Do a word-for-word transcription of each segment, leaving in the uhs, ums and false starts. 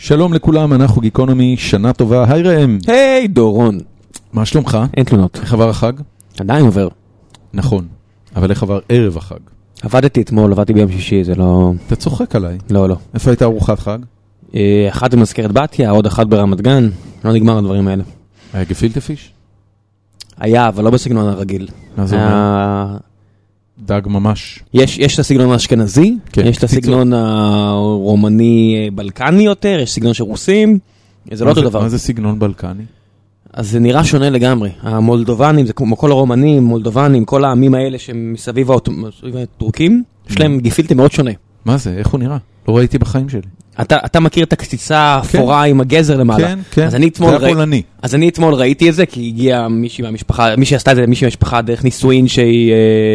שלום לכולם, אנחנו גיקונומי, שנה טובה, היי ראם. היי דורון. מה שלומך? אין תלונות. איך עבר החג? עדיין עובר. נכון, אבל איך עבר ערב החג? עבדתי אתמול, עבדתי ביום שישי, זה לא... אתה צוחק עליי. לא, לא. איפה הייתה ארוחת חג? אחת במזכרת בתיה, עוד אחת ברמת גן, לא נגמר הדברים האלה. היה גפילטע פיש? היה, אבל לא בסגנון הרגיל. מה זה אומר? דג ממש. יש, יש את הסגנון האשכנזי, כן, יש את הסגנון הרומני-בלקני יותר, יש סגנון של רוסים, זה לא אותו דבר. מה זה סגנון בלקני? אז זה נראה שונה לגמרי. המולדובנים, זה כמו כל הרומנים, מולדובנים, כל העמים האלה שמסביב הטורקים, יש להם גפילטע מאוד שונה. מה זה? איך הוא נראה? לא ראיתי בחיים שלי. אתה, אתה מכיר את הקציצה האפורה עם הגזר למעלה. כן, כן. אז אני אתמול, זה הפולני. אז אני אתמול ראיתי את זה, כי הגיעה מישהי מהמשפחה, מי שעשתה את זה, מישהי מהמשפחה דרך נישואין שהיא...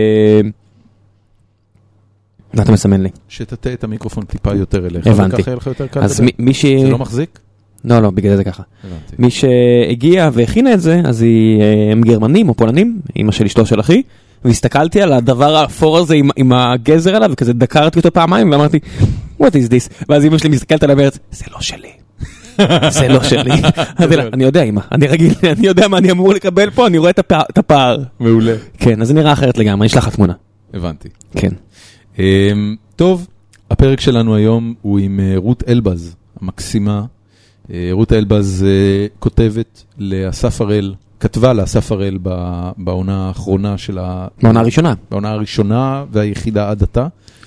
מה אתה מסמן לי? שתטה את המיקרופון טיפה יותר אליך. הבנתי. וככה יהיה לך יותר קל אז לדבר. מי ש... זה לא מחזיק? לא, לא, בגלל זה ככה. הבנתי. מי שהגיעה והכינה את זה, אז היא, הם גרמנים או פולנים, אמא של אשתו של אחי, והסתכלתי על הדבר האפור הזה עם, עם הגזר עליו, וכזה דקרתי אותו פעמיים, ואמרתי, what is this? ואז אמא שלי מסתכלת עליו ואומרת, זה לא שלי. זה לא שלי. אני יודע, אמא, אני רגיל, אני יודע מה אני אמור לקבל פה, אני רואה את הפער. מעולה. כן, אז זה נראה אחרת לגמרי, יש לך תמונה. הבנתי. כן. טוב, הפרק שלנו היום הוא עם רות אלבז, המקסימה. רות אלבז כותבת לאסף הראל, כתבה לאסף הראל בעונה האחרונה של ה... בעונה הראשונה. בעונה הראשונה והיחידה עד עתה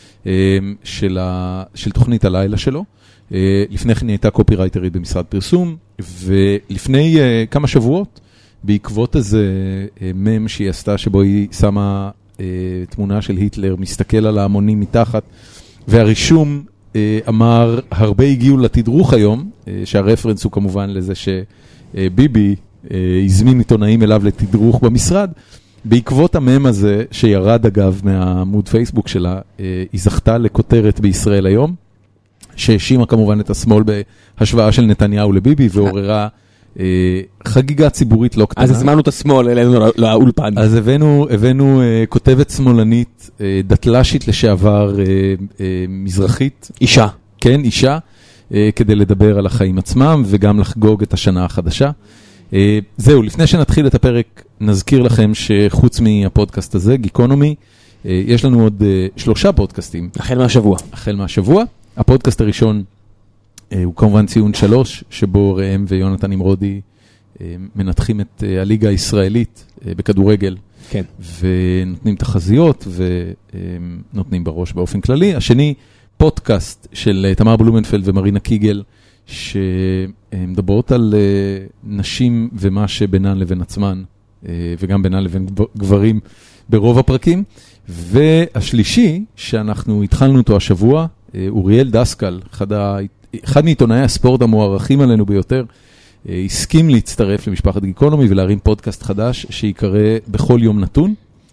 של, ה... של תוכנית הלילה שלו. לפני כן היא הייתה קופירייטרית במשרד פרסום, ולפני כמה שבועות, בעקבות איזה מם שהיא עשתה, שבו היא שמה תמונה של היטלר, מסתכל על ההמונים מתחת, והרישום אמר, הרבה הגיעו לתדרוך היום, שהרפרנס הוא כמובן לזה שביבי הזמין עיתונאים אליו לתדרוך במשרד. בעקבות המם הזה, שירד אגב מהעמוד פייסבוק שלה, היא זכתה לכותרת בישראל היום, שהאשימה כמובן את השמאל בהשוואה של נתניהו לביבי, ועוררה חגיגה ציבורית לא קטנה. אז הזמנו את השמאל אלינו לאולפן. אז הבאנו, הבאנו כותבת שמאלנית, דתל"שית לשעבר, מזרחית. אישה. כן, אישה, כדי לדבר על החיים עצמם, וגם לחגוג את השנה החדשה. זהו, לפני שנתחיל את הפרק, נזכיר לכם שחוץ מהפודקאסט הזה, גיקונומי, יש לנו עוד שלושה פודקאסטים. החל מהשבוע. החל מהשבוע. הפודקאסט הראשון הוא כמובן ציון שלוש, שבו ראם ויונתן נמרודי מנתחים את הליגה הישראלית בכדורגל. כן. ונותנים תחזיות ונותנים בראש באופן כללי. השני, פודקאסט של תמר בלומנפלד ומרינה קיגל, שמדברות על נשים ומה שבינן לבין עצמן, וגם בינן לבין גברים ברוב הפרקים. והשלישי, שאנחנו התחלנו אותו השבוע, אוריאל דסקל, אחד, ה... אחד מעיתונאי הספורט המוערכים עלינו ביותר, הסכים להצטרף למשפחת גיקונומי ולהרים פודקאסט חדש שיקרא בכל יום נתון,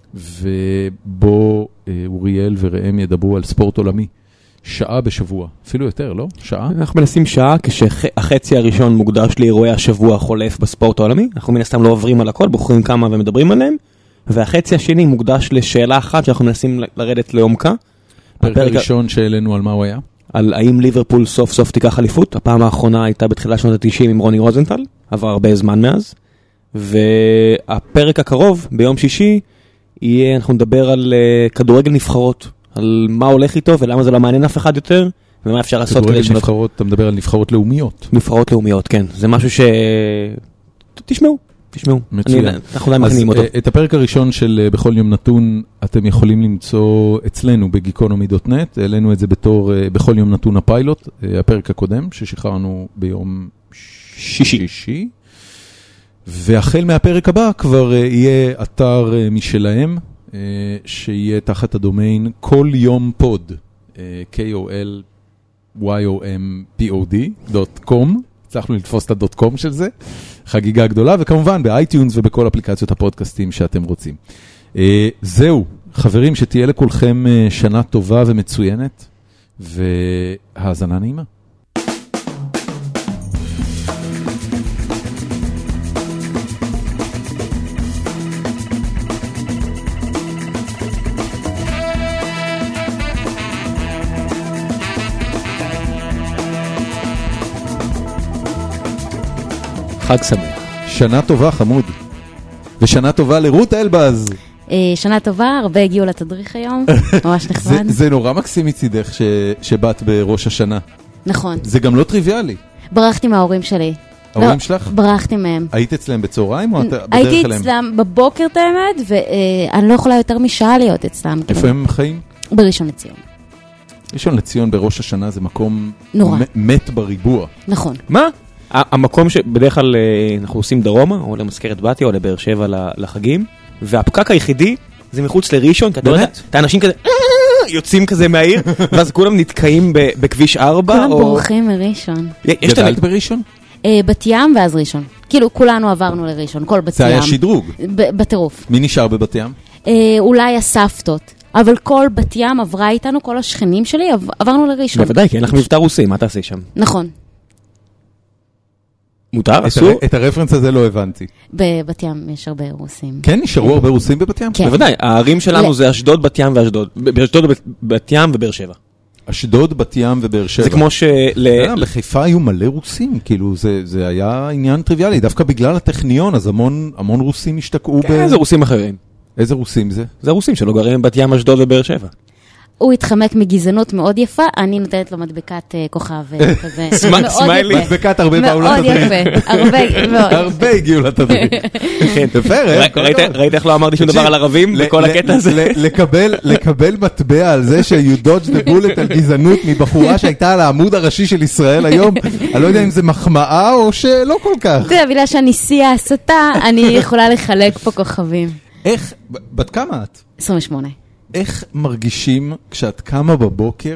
ובו אוריאל וראם ידברו על ספורט עולמי. שעה בשבוע, אפילו יותר, לא? שעה? אנחנו מנסים שעה, כשהחצי הראשון מוקדש לאירועי השבוע החולף בספורט העולמי, אנחנו מן הסתם לא עוברים על הכל, בוחרים כמה ומדברים עליהם, והחצי השני מוקדש לשאלה אחת שאנחנו מנסים לרדת לעומקה. הפרק הראשון שאלינו על מה הוא היה? על האם ליברפול סוף סוף תיקח אליפות. הפעם האחרונה הייתה בתחילת שנות ה-תשעים עם רוני רוזנטל, עבר הרבה זמן מאז, והפרק הקרוב, ביום שישי, יהיה, אנחנו נדבר על uh, כדורגל נבחרות, על מה הולך איתו ולמה זה לא מעניין אף אחד יותר, ומה אפשר לעשות כדי כדורגל נבחרות, אתה מדבר על נבחרות לאומיות. נבחרות לאומיות, כן. זה משהו ש... תשמעו. תשמעו, מצוין. אני, אנחנו עדיין מכינים אותו. את הפרק הראשון של בכל יום נתון אתם יכולים למצוא אצלנו בגיקונומי דוט נט, העלינו את זה בתור בכל יום נתון הפיילוט, הפרק הקודם ששחררנו ביום שישי. שישי. והחל מהפרק הבא כבר יהיה אתר משלהם, שיהיה תחת הדומיין כל יום פוד, K-O-L-Y-O-M-P-O-D דוט קום. הצלחנו לתפוס את הדוט קום של זה, חגיגה גדולה, וכמובן באייטיונס ובכל אפליקציות הפודקאסטים שאתם רוצים. זהו, חברים, שתהיה לכולכם שנה טובה ומצוינת, והאזנה נעימה. חג שמח. שנה טובה, חמוד. ושנה טובה לרות אלבז. שנה טובה, הרבה הגיעו לתדריך היום, ממש נחמד. זה נורא מקסים מצידך שבאת בראש השנה. נכון. זה גם לא טריוויאלי. ברחתי מההורים שלי. ההורים שלך? ברחתי מהם. היית אצלם בצהריים או אתה בדרך הייתי אליהם? אצלם בבוקר את האמת, ואני לא יכולה יותר משעה להיות אצלם. איפה הם חיים? בראשון לציון. ראשון לציון בראש השנה זה מקום נורא. מת בריבוע. נכון. מה? המקום שבדרך כלל אנחנו עושים דרומה, או למזכרת בתיה, או לבאר שבע לחגים, והפקק היחידי זה מחוץ לראשון, באמת? את האנשים כזה יוצאים כזה מהעיר, ואז כולם נתקעים בכביש ארבע. כולם בורחים מראשון. גדלת בראשון? בת ים ואז ראשון. כאילו כולנו עברנו לראשון, כל בת ים. זה היה שדרוג. בטירוף. מי נשאר בבת ים? אולי הסבתות. אבל כל בת ים עברה איתנו, כל השכנים שלי עברנו לראשון. בוודאי, כי אין לך מבטא רוסי, מה תעשי שם? נכון. מותר? אסור? את הרפרנס הזה לא הבנתי. בבת ים יש הרבה רוסים. כן? נשארו הרבה רוסים בבת ים? כן. בוודאי, הערים שלנו זה אשדוד, בת ים ואשדוד. באשדוד, בת ים ובאר שבע. אשדוד, בת ים ובאר שבע. זה כמו ש... בחיפה היו מלא רוסים, כאילו זה היה עניין טריוויאלי, דווקא בגלל הטכניון, אז המון רוסים השתקעו ב... כן, זה רוסים אחרים. איזה רוסים זה? זה רוסים שלא גרים בת ים, אשדוד ובאר שבע. הוא התחמק מגזענות מאוד יפה, אני נותנת לו מדבקת כוכב כזה. סמיילי. מדבקת הרבה באו לתדריך. מאוד יפה, הרבה מאוד. הרבה הגיעו לתדריך. ראית איך לא אמרתי שום דבר על ערבים בכל הקטע הזה? לקבל מטבע על זה you dodged the bullet על גזענות מבחורה שהייתה על העמוד הראשי של ישראל היום, אני לא יודע אם זה מחמאה או שלא כל כך. זה בגלל שאני שיא ההסתה, אני יכולה לחלק פה כוכבים. איך, בת כמה את? עשרים ושמונה. איך מרגישים כשאת קמה בבוקר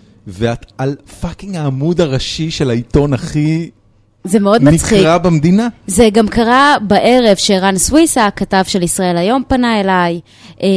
ואת על פאקינג העמוד הראשי של העיתון הכי זה מאוד מצחיק. נקרא במדינה? זה גם קרה בערב שרן סוויסה, הכתב של ישראל היום, פנה אליי, אה,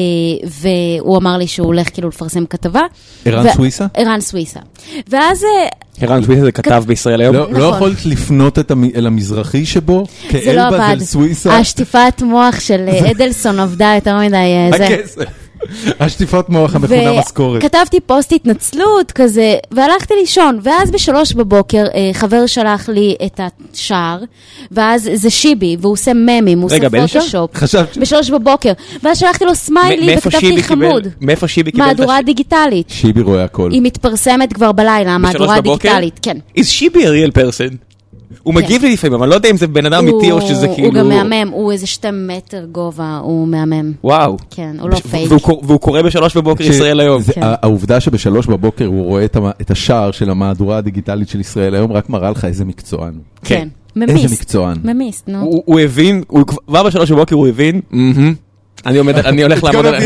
והוא אמר לי שהוא הולך כאילו לפרסם כתבה. ערן ו... סוויסה? ערן סוויסה. ואז... ערן סוויסה זה כתב כ... בישראל היום? לא, נכון. לא יכולת לפנות את המ... אל המזרחי שבו? זה לא עבד. סוויסה? השטיפת מוח של אדלסון עבדה יותר מדי זה. הכסף. השטיפת מוח המכונה משכורת. וכתבתי פוסט התנצלות כזה, והלכתי לישון, ואז בשלוש בבוקר חבר שלח לי את השער, ואז זה שיבי, והוא עושה ממים, הוא עושה פוטושופ. חשבתי. בשלוש בבוקר, ואז שלחתי לו סמיילי וכתבתי חמוד. מאיפה שיבי קיבל? מהדורה דיגיטלית. שיבי רואה הכל. היא מתפרסמת כבר בלילה, מהדורה דיגיטלית, כן. Is שיבי a real person? הוא מגיב לי לפעמים, אבל לא יודע אם זה בן אדם איתי או שזה כאילו... הוא גם מהמם, הוא איזה שתי מטר גובה, הוא מהמם. וואו. כן, הוא לא פייק. והוא קורא בשלוש בבוקר ישראל היום. העובדה שבשלוש בבוקר הוא רואה את השער של המהדורה הדיגיטלית של ישראל היום, רק מראה לך איזה מקצוען. כן, ממיסט. איזה מקצוען. ממיסט, נו. הוא הבין, כבר בשלוש בבוקר הוא הבין, אני הולך לעמוד על...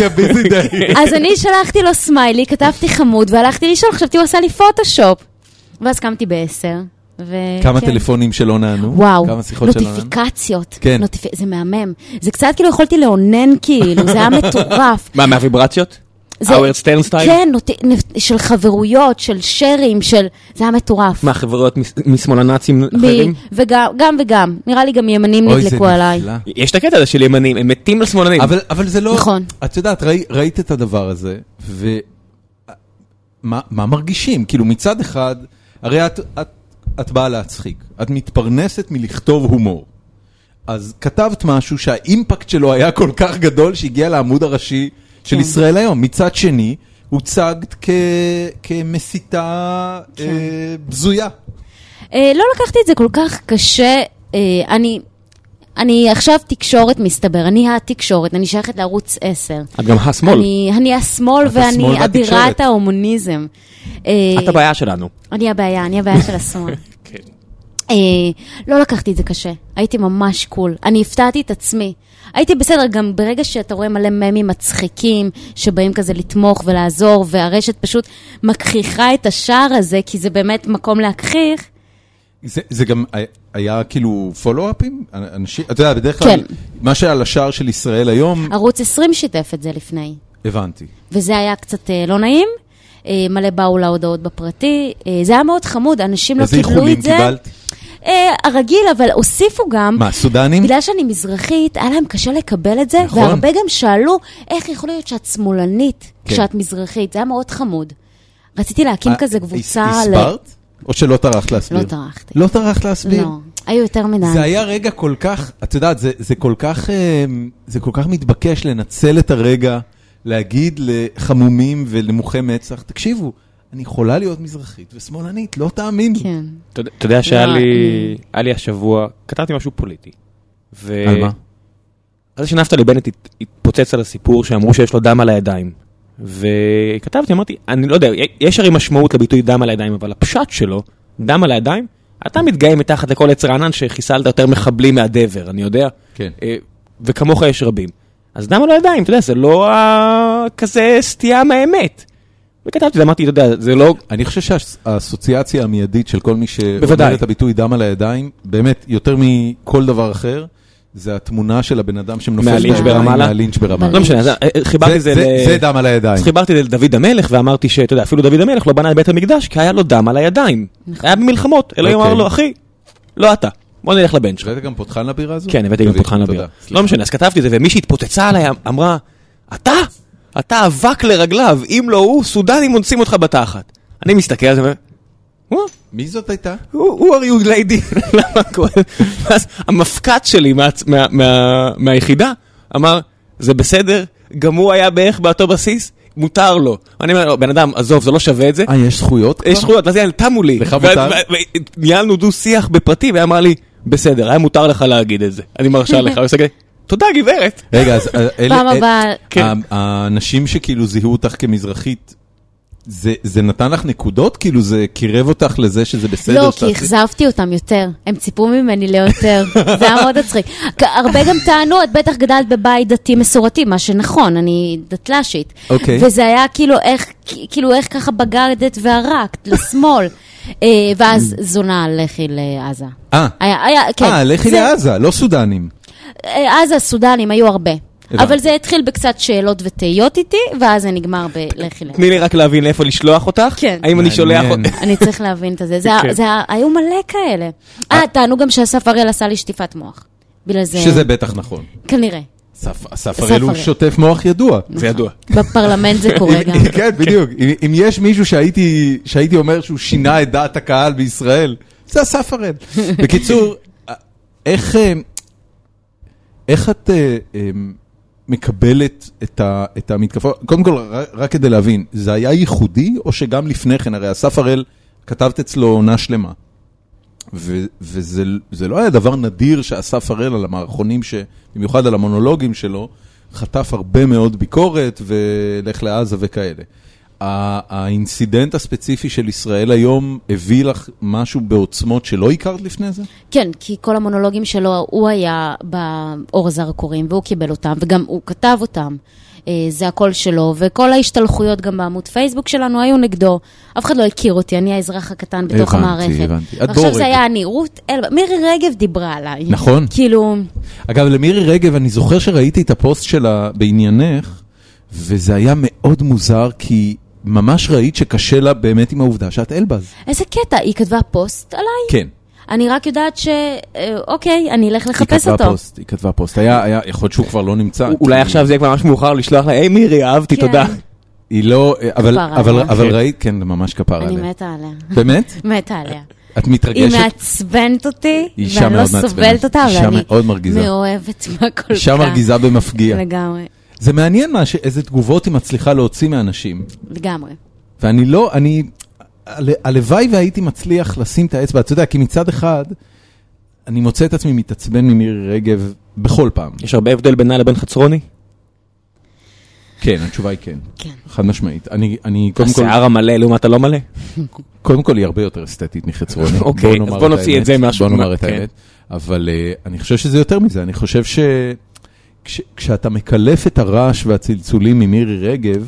אז אני שלחתי לו סמיילי, כתבתי חמוד, והלכתי לישון, חשבתי הוא עשה לי פוטושופ. ואז קמתי בעשר. כמה טלפונים שלא נענו? וואו, כמה שיחות שלא נענו? נוטיפיקציות. זה מהמם. זה קצת כאילו יכולתי לעונן כאילו, זה היה מטורף. מה, מהוויברציות? האוורד סטרן סטייל? כן, של חברויות, של שרים, של... זה היה מטורף. מה, חברויות משמאל הנאצים אחרים? גם וגם. נראה לי גם ימנים נדלקו עליי. יש את הקטע הזה של ימנים, הם מתים לשמאלנים. אבל זה לא... נכון. את יודעת, ראית את הדבר הזה, ומה מרגישים? כאילו מצד אחד, הרי את... את באה להצחיק, את מתפרנסת מלכתוב הומור. אז כתבת משהו שהאימפקט שלו היה כל כך גדול שהגיע לעמוד הראשי של ישראל היום. מצד שני, הוצגת כמסיתה בזויה. לא לקחתי את זה כל כך קשה. אני... אני עכשיו תקשורת מסתבר, אני התקשורת, אני שייכת לערוץ עשר. את גם השמאל. אני, אני השמאל ואני אבירת ההומוניזם. את הבעיה שלנו. אני הבעיה, אני הבעיה של השמאל. כן. לא לקחתי את זה קשה, הייתי ממש קול. אני הפתעתי את עצמי. הייתי בסדר, גם ברגע שאתה רואה מלא ממים מצחיקים, שבאים כזה לתמוך ולעזור, והרשת פשוט מכחיכה את השער הזה, כי זה באמת מקום להכחיך. זה, זה גם היה כאילו פולו-אפים? אנשים, אתה יודע, בדרך כלל, מה שעל השער של ישראל היום... ערוץ עשרים שיתף את זה לפני. הבנתי. וזה היה קצת לא נעים, מלא באו להודעות בפרטי, זה היה מאוד חמוד, אנשים לא קיבלו את זה. איזה איחולים קיבלת? הרגיל, אבל הוסיפו גם... מה, סודנים? בגלל שאני מזרחית, היה להם קשה לקבל את זה, נכון. והרבה גם שאלו, איך יכול להיות שאת שמאלנית כן. כשאת מזרחית? זה היה מאוד חמוד. רציתי להקים כזה קבוצה... הסברת? או שלא טרחת להסביר? לא טרחתי. לא טרחת להסביר? לא. היו יותר מדי. זה היה רגע כל כך, את יודעת, זה, זה כל כך, זה כל כך מתבקש לנצל את הרגע, להגיד לחמומים ולמוחי מצח, תקשיבו, אני יכולה להיות מזרחית ושמאלנית, לא תאמינו. כן. אתה יודע שהיה לי, היה לי השבוע, כתבתי משהו פוליטי. על מה? אז שנפתלי בנט התפוצץ על הסיפור שאמרו שיש לו דם על הידיים. וכתבתי, אמרתי, אני לא יודע, יש הרי משמעות לביטוי דם על הידיים, אבל הפשט שלו, דם על הידיים, אתה מתגאה מתחת לכל יצר ענן שחיסלת יותר מחבלים מהדבר, אני יודע. כן. וכמוך יש רבים. אז דם על הידיים, אתה יודע, זה לא כזה סטייה מהאמת. וכתבתי, אמרתי, אתה יודע, זה לא... אני חושב שהאסוציאציה המיידית של כל מי שאומר את הביטוי דם על הידיים, באמת, יותר מכל דבר אחר, זה התמונה של הבן אדם שמנופש מהלינץ' ברמאללה. מהלינץ' ברמאללה. לא משנה, חיברתי זה... זה דם על הידיים. חיברתי זה לדוד המלך, ואמרתי שאתה יודע, אפילו דוד המלך לא בנה את בית המקדש, כי היה לו דם על הידיים. היה במלחמות. אלוהים אמר לו, אחי, לא אתה. בוא נלך לבן שלך. הבאת גם פותחן לבירה הזו? כן, הבאתי גם פותחן לבירה. לא משנה, אז כתבתי זה, ומי שהתפוצצה עליי אמרה, אתה? אתה אבק לרגליו, אם לא הוא, סודנים מונסים אותך בתחת. אני מסתכל על זה, מי זאת הייתה? הוא are you lady? למה כואב? ואז המפקד שלי מהיחידה אמר, זה בסדר, גם הוא היה בערך באותו בסיס, מותר לו. אני אומר, בן אדם, עזוב, זה לא שווה את זה. אה, יש זכויות? יש זכויות, ואז היא עלתה מולי. לך מותר? וניהלנו דו שיח בפרטי, ואמר לי, בסדר, היה מותר לך להגיד את זה. אני מרשה לך, וסגל, תודה גברת. רגע, אז פעם הבאה. האנשים שכאילו זיהו אותך כמזרחית, זה נתן לך נקודות? כאילו זה קירב אותך לזה שזה בסדר? לא, כי החזבתי אותם יותר. הם ציפו ממני ליותר. זה היה מאוד הצחיק. הרבה גם טענו, את בטח גדלת בבית דתי מסורתי, מה שנכון, אני דתל"שית. וזה היה כאילו איך, כאילו איך ככה בגרדת והרקת, לשמאל. ואז זונה לכי לעזה. אה, אה, לכי לעזה, לא סודנים. עזה, סודנים, היו הרבה. אבל זה התחיל בקצת שאלות ותהיות איתי, ואז זה נגמר בלכי לך. תני לי רק להבין לאיפה לשלוח אותך. כן. האם אני שולח אותך? אני צריך להבין את זה. היו מלא כאלה. אה, טענו גם שאסף הראל עשה לי שטיפת מוח. שזה בטח נכון. כנראה. אסף הראל הוא שוטף מוח ידוע. זה ידוע. בפרלמנט זה קורה גם. כן, בדיוק. אם יש מישהו שהייתי אומר שהוא שינה את דעת הקהל בישראל, זה אסף הראל. בקיצור, איך... איך את מקבלת את המתקפה? קודם כל, רק כדי להבין, זה היה ייחודי, או שגם לפני כן, הרי אסף הראל כתבת אצלו עונה שלמה, וזה לא היה דבר נדיר שאסף הראל על המערכונים, במיוחד על המונולוגים שלו, חטף הרבה מאוד ביקורת, ולך לעזה וכאלה. האינסידנט הספציפי של ישראל היום הביא לך משהו בעוצמות שלא הכרת לפני זה? כן, כי כל המונולוגים שלו, הוא היה באור הזרקורים, והוא קיבל אותם, וגם הוא כתב אותם. זה הכל שלו, וכל ההשתלחויות גם בעמוד פייסבוק שלנו היו נגדו. אף אחד לא הכיר אותי, אני האזרח הקטן בתוך המערכת. הבנתי, הבנתי. עכשיו זה היה אני, רות אלבה, מירי רגב דיברה עליי. נכון. כאילו... אגב, למירי רגב, אני זוכר שראיתי את הפוסט שלה בעניינך, וזה היה מאוד מוזר, כי ממש ראית שקשה לה באמת עם העובדה שאת אלבז. איזה קטע, היא כתבה פוסט עליי? כן. אני רק יודעת ש... אוקיי, אני אלך לחפש אותו. היא כתבה פוסט, היא כתבה פוסט. היה, יכול להיות שהוא כבר לא נמצא. אולי עכשיו זה יהיה כבר ממש מאוחר לשלוח לה, היי מירי, אהבתי, תודה. היא לא... אבל ראית, כן, ממש כפר עליה. אני מתה עליה. באמת? מתה עליה. את מתרגשת? היא מעצבנת אותי, ואני לא סובלת אותה, אבל אני מאוהבת מה כל כך. אישה מרגיזה במפגיע. לגמרי. זה מעניין מה, איזה תגובות היא מצליחה להוציא מאנשים. לגמרי. ואני לא, אני... הלוואי והייתי מצליח לשים את האצבע, אתה יודע, כי מצד אחד, אני מוצא את עצמי מתעצבן ממירי רגב בכל פעם. יש הרבה הבדל בינה לבין חצרוני? כן, התשובה היא כן. כן. חד משמעית. אני, אני, קודם כל... השיער המלא, לעומת הלא מלא? קודם כל, היא הרבה יותר אסתטית מחצרוני. אוקיי, אז בוא נוציא את זה משהו. בוא נאמר את האמת. אבל אני חושב שזה יותר מזה. אני חושב ש... כשאתה מקלף את הרעש והצלצולים ממירי רגב,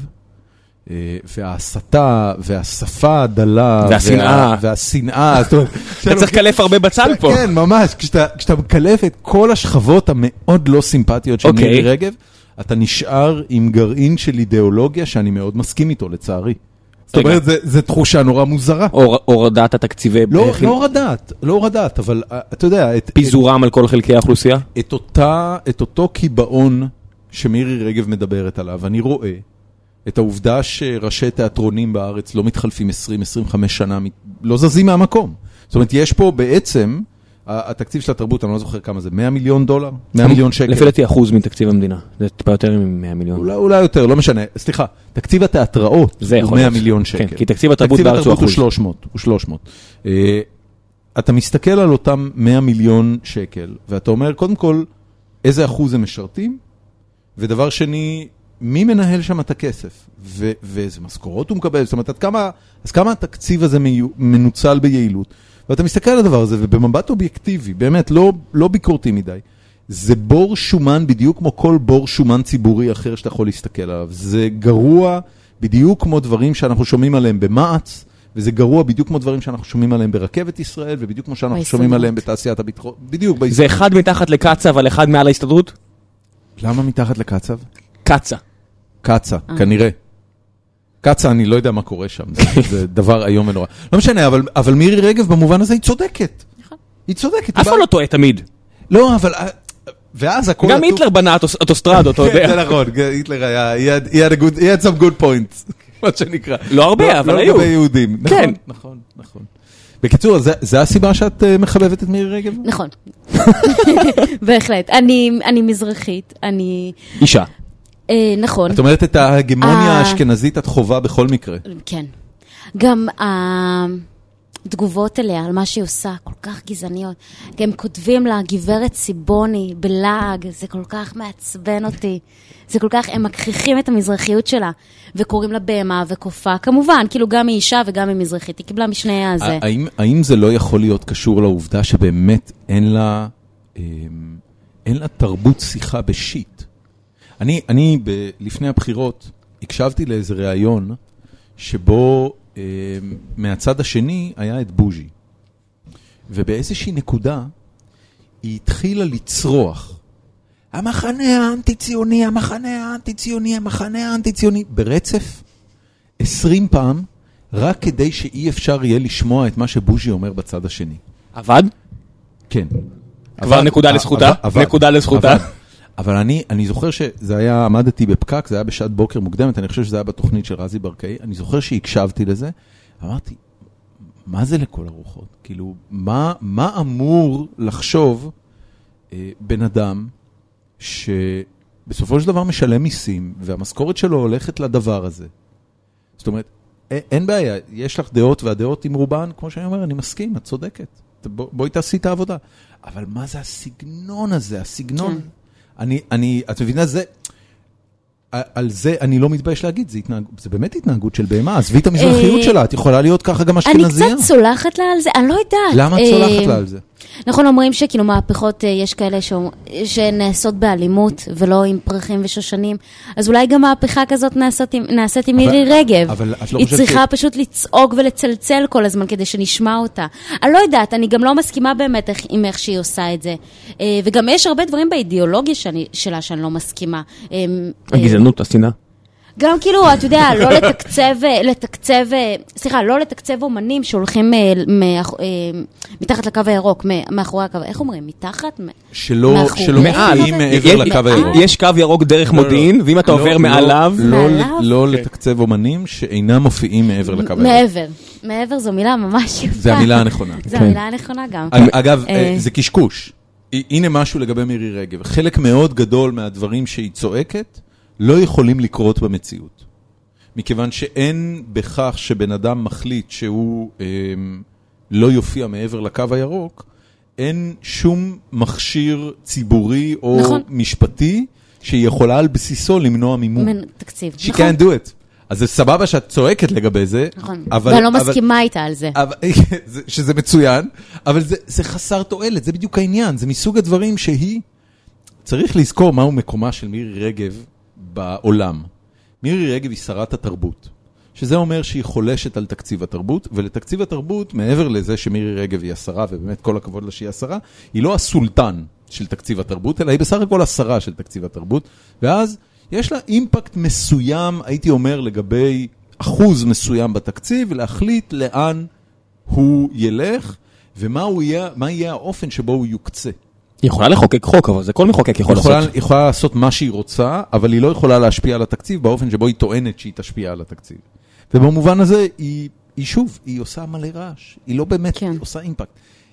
וההסתה, והשפה הדלה, והשנאה, והשנאה, אתה צריך לקלף הרבה בצל פה. כן, ממש, כשאתה מקלף את כל השכבות המאוד לא סימפטיות של מירי רגב, אתה נשאר עם גרעין של אידיאולוגיה שאני מאוד מסכים איתו, לצערי. זאת אומרת, זו תחושה נורא מוזרה. הורדת התקציבי... לא הורדת, לא הורדת, אבל אתה יודע... פיזורם על כל חלקי האוכלוסייה? את אותו קיבעון שמירי רגב מדברת עליו, אני רואה את העובדה שראשי תיאטרונים בארץ לא מתחלפים עשרים עשרים וחמש שנה, לא זזים מהמקום. זאת אומרת, יש פה בעצם התקציב של התרבות, אני לא זוכר כמה זה, מאה מיליון דולר? מאה מיליון שקל. לפי דעתי אחוז מתקציב המדינה. זה טיפה יותר מ-מאה מיליון. אולי, אולי יותר, לא משנה. סליחה, תקציב התיאטראות הוא מאה מיליון שקל. כן, כי תקציב התרבות בארץ הוא אחוז. תקציב התרבות הוא שלוש מאות. אתה מסתכל על אותם מאה מיליון שקל, ואתה אומר, קודם כל, איזה אחוז הם משרתים? ודבר שני, מי מנהל שם את הכסף? ואיזה משכורות הוא מקבל? זאת אומרת, אז כמה התקציב הזה מנוצל ביעילות? ואתה מסתכל על הדבר הזה, ובמבט אובייקטיבי, באמת, לא, לא ביקורתי מדי, זה בור שומן בדיוק כמו כל בור שומן ציבורי אחר שאתה יכול להסתכל עליו. זה גרוע בדיוק כמו דברים שאנחנו שומעים עליהם במעץ, וזה גרוע בדיוק כמו דברים שאנחנו שומעים עליהם ברכבת ישראל, ובדיוק כמו שאנחנו שומעים עליהם בתעשיית הביטחון. בדיוק. זה אחד מתחת לקצה, אבל אחד מעל ההסתדרות? למה מתחת לקצב? קצה. קצה, כנראה. קצה, אני לא יודע מה קורה שם, זה דבר היום ונורא. לא משנה, אבל מירי רגב במובן הזה היא צודקת. היא צודקת. אף פעם לא טועה תמיד. לא, אבל... ואז הכל... גם היטלר בנה אוטוסטרדות, אתה יודע. זה נכון, היטלר היה... he had some good points, מה שנקרא. לא הרבה, אבל היו. לא לגבי יהודים. כן. נכון, נכון. בקיצור, זה הסיבה שאת מחבבת את מירי רגב? נכון. בהחלט. אני מזרחית, אני... אישה. נכון. את אומרת את ההגמוניה האשכנזית את חובה בכל מקרה. כן. גם התגובות אליה על מה שהיא עושה, כל כך גזעניות. הם כותבים לה, גברת סיבוני, בלעג, זה כל כך מעצבן אותי. זה כל כך, הם מכחיכים את המזרחיות שלה, וקוראים לה בהמה וקופה. כמובן, כאילו גם היא אישה וגם היא מזרחית. היא קיבלה משני הזה. האם זה לא יכול להיות קשור לעובדה שבאמת אין לה, אין לה תרבות שיחה בשיט? אני, אני ב, לפני הבחירות הקשבתי לאיזה ראיון שבו אה, מהצד השני היה את בוז'י. ובאיזושהי נקודה היא התחילה לצרוח. המחנה האנטי-ציוני, המחנה האנטי-ציוני, המחנה האנטי-ציוני. ברצף עשרים פעם, רק כדי שאי אפשר יהיה לשמוע את מה שבוז'י אומר בצד השני. עבד? כן. כבר עבד, נקודה לזכותה? עבד, נקודה לזכותה? עבד. אבל אני, אני זוכר שזה היה, עמדתי בפקק, זה היה בשעת בוקר מוקדמת, אני חושב שזה היה בתוכנית של רזי ברקאי, אני זוכר שהקשבתי לזה, אמרתי, מה זה לכל הרוחות? כאילו, מה, מה אמור לחשוב אה, בן אדם שבסופו של דבר משלם מיסים, והמשכורת שלו הולכת לדבר הזה? זאת אומרת, אין, אין בעיה, יש לך דעות, והדעות עם רובן, כמו שאני אומר, אני מסכים, את צודקת. בוא, בואי תעשי את העבודה. אבל מה זה הסגנון הזה? הסגנון... כן. אני, אני, את מבינה, זה, על זה אני לא מתבייש להגיד, זה, התנהג, זה באמת התנהגות של בהמה, עזבי את המזרחיות שלה, את יכולה להיות ככה גם אשכנזיה. אני קצת צולחת לה על זה, אני לא יודעת. למה את צולחת לה על זה? נכון, אומרים שכאילו מהפכות יש כאלה שנעשות באלימות, ולא עם פרחים ושושנים, אז אולי גם מהפכה כזאת נעשית עם מירי רגב. היא צריכה פשוט לצעוק ולצלצל כל הזמן כדי שנשמע אותה. אני לא יודעת, אני גם לא מסכימה באמת עם איך שהיא עושה את זה. וגם יש הרבה דברים באידיאולוגיה שלה שאני לא מסכימה. הגזענות, השנאה. גם כאילו, אתה יודע, לא לתקצב, לתקצב, סליחה, לא לתקצב אומנים שהולכים מתחת לקו הירוק, מאחורי הקו, איך אומרים? מתחת? שלא מופיעים מעבר לקו הירוק. יש קו ירוק דרך מודיעין, ואם אתה עובר מעליו... לא לתקצב אומנים שאינם מופיעים מעבר לקו הירוק. מעבר. מעבר זו מילה ממש יפה. זה המילה הנכונה. זה המילה הנכונה גם. אגב, זה קשקוש. הנה משהו לגבי מירי רגב. חלק מאוד גדול מהדברים שהיא צועקת, לא יכולים לקרות במציאות. מכיוון שאין בכך שבן אדם מחליט שהוא אה, לא יופיע מעבר לקו הירוק, אין שום מכשיר ציבורי או נכון. משפטי שיכולה על בסיסו למנוע מימון. תקציב. She נכון. can't do it. אז זה סבבה שאת צועקת לגבי זה. נכון. אבל, ואני לא אבל, מסכימה איתה על זה. אבל, שזה מצוין, אבל זה, זה חסר תועלת, זה בדיוק העניין. זה מסוג הדברים שהיא... צריך לזכור מהו מקומה של מירי רגב בעולם. מירי רגב היא שרת התרבות, שזה אומר שהיא חולשת על תקציב התרבות, ולתקציב התרבות, מעבר לזה שמירי רגב היא השרה, ובאמת כל הכבוד לה שהיא השרה, היא לא הסולטן של תקציב התרבות, אלא היא בסך הכל השרה של תקציב התרבות, ואז יש לה אימפקט מסוים, הייתי אומר, לגבי אחוז מסוים בתקציב, להחליט לאן הוא ילך, ומה הוא יהיה, מה יהיה האופן שבו הוא יוקצה. היא יכולה לחוקק חוק, אבל זה כל מחוקק יכול לעשות. היא יכולה לעשות מה שהיא רוצה, אבל היא לא יכולה להשפיע על התקציב באופן שבו היא טוענת שהיא תשפיע על התקציב. ובמובן הזה, היא, היא שוב, היא עושה מלא רעש. היא לא באמת כן. עושה אימפקט.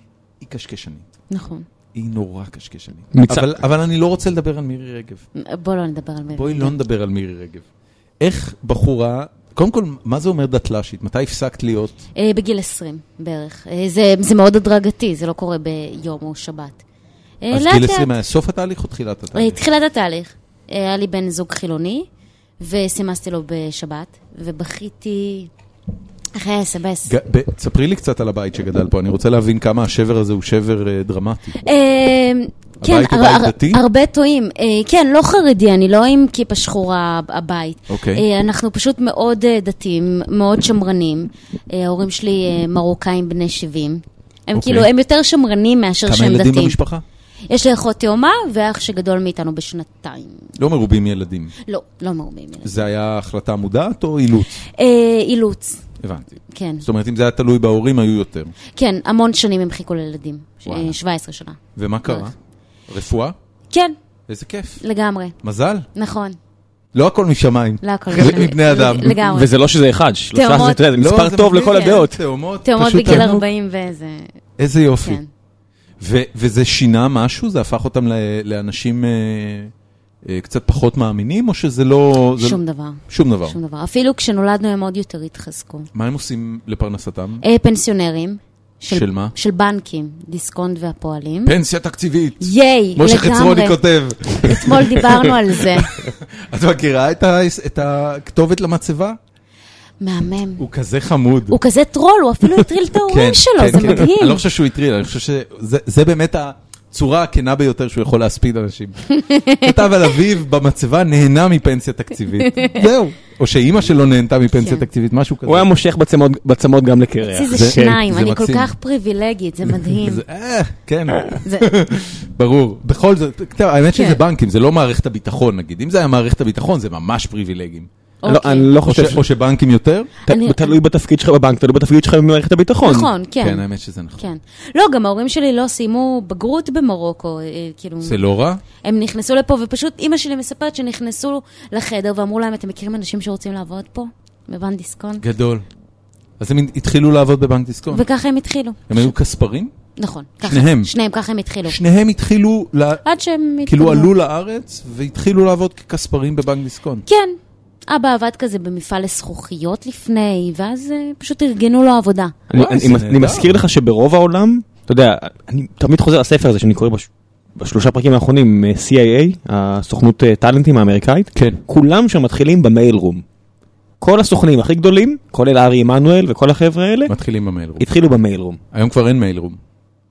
היא קשקשנית. נכון. היא נורא קשקשנית. מצ... אבל, אבל אני לא רוצה לדבר על מירי רגב. בוא לא נדבר על מירי בואי רגב. לא נדבר על מירי רגב. איך בחורה, קודם כל, מה זה אומר דתל"שית? מתי הפסקת להיות? אה, בגיל עשרים בערך. אה, זה, זה מאוד הדרגתי, זה לא קורה ביום או שבת. אה, אז לאט גיל לאט. עשרים היה סוף התהליך או תחילת אה, התהליך? תחילת התהליך. אה, היה לי בן זוג חילוני, וסימסתי לו בשבת, ובכיתי אחרי הסבס. ג- ב- תספרי לי קצת על הבית שגדל פה, אני רוצה להבין כמה השבר הזה הוא שבר אה, דרמטי. אה, כן, הבית הוא הר- בית הר- דתי? הרבה טועים. אה, כן, לא חרדי, אני לא עם כיפה שחורה הבית. אוקיי. אה, אנחנו פשוט מאוד אה, דתיים, מאוד שמרנים. אה, ההורים שלי אה, מרוקאים בני שבעים. הם אוקיי. כאילו, הם יותר שמרנים מאשר כמה שהם ילדים דתיים. במשפחה? יש לי אחות תאומה ואח שגדול מאיתנו בשנתיים. לא מרובים ילדים. לא, לא מרובים ילדים. זה היה החלטה מודעת או אילוץ? אה, אילוץ, הבנתי. כן. זאת אומרת, אם זה היה תלוי בהורים, היו יותר. כן, המון שנים הם חיכו לילדים. ש- וואלה. שבע עשרה שנה. ומה קרה? בערך. רפואה? כן, איזה כיף. לגמרי. מזל? נכון. לא הכל משמיים. לא הכל חלק משנה. מבני אדם. לגמרי. וזה לא שזה אחד, שלושה תאומות. זה, אתה יודע, זה מספר לא, טוב זה לכל מגניב. הדעות. תאומות, תאומות פשוט בגיל תענוג. ארבעים ואיזה... איזה יופי. כן. ו- וזה שינה משהו? זה הפך אותם ל- לאנשים אה, אה, קצת פחות מאמינים, או שזה לא... זה שום לא- דבר. שום דבר. שום דבר. אפילו כשנולדנו הם עוד יותר התחזקו. מה הם עושים לפרנסתם? אה, פנסיונרים. של מה? של בנקים, דיסקונט והפועלים. פנסיה תקציבית. ייי, משה חצרוני לגמרי. כותב. אתמול דיברנו על זה. את מכירה את ה- את הכתובת למצבה? מהמם. הוא כזה חמוד. הוא כזה טרול, הוא אפילו הטריל את ההורים שלו, זה מדהים. אני לא חושב שהוא הטריל, אני חושב שזה זה באמת הצורה הכנה ביותר שהוא יכול להספיד אנשים. כתב על אביו במצבה, נהנה מפנסיה תקציבית. זהו. או שאימא שלו נהנתה מפנסיה כן. תקציבית, משהו כזה. הוא היה מושך בצמות- בצמות גם לקרח. אצלי זה זה- שניים, זה אני כל מקסים. כך פריבילגית, זה מדהים. זה- אה, כן, זה- ברור. בכל זאת, טוב, האמת שזה כן. בנקים, זה לא מערכת הביטחון, נגיד. אם זה היה מערכת הביטחון, זה ממש פריבילגים. לא, אוקיי. אני לא או חושב ש- או שבנקים יותר? ת- אני- תלוי בתפקיד שלך בבנק, תלוי בתפקיד שלך במערכת הביטחון. נכון, כן. כן, האמת שזה נכון. כן. לא, גם ההורים שלי לא סיימו בגרות במרוקו, אה, כאילו... זה לא רע? הם נכנסו לפה, ופשוט אימא שלי מספרת שנכנסו לחדר ואמרו להם, אתם מכירים אנשים שרוצים לעבוד פה? בבנק דיסקונט? גדול. אז הם התחילו לעבוד בבנק דיסקונט. וככה הם התחילו. הם היו כספרים? נכון. ככה. שניהם? שניהם, ככה הם התחילו. שניהם התחילו, ל- עד שהם כאילו התקבלו. עלו לארץ והתחילו לעבוד ככספרים בבנק דיסקונט. כן. אבא עבד כזה במפעל לזכוכיות לפני, ואז אה, פשוט ארגנו לו עבודה. אני, וואי, אני, זה אני נהדר. מזכיר לך שברוב העולם, אתה יודע, אני תמיד חוזר לספר הזה שאני קורא בש, בשלושה פרקים האחרונים, C I A, הסוכנות אה, טלנטים האמריקאית, כן. כולם שם מתחילים במייל רום. כל הסוכנים הכי גדולים, כולל ארי עמנואל וכל החבר'ה האלה, מתחילים במייל רום. התחילו במייל רום. היום כבר אין מייל רום.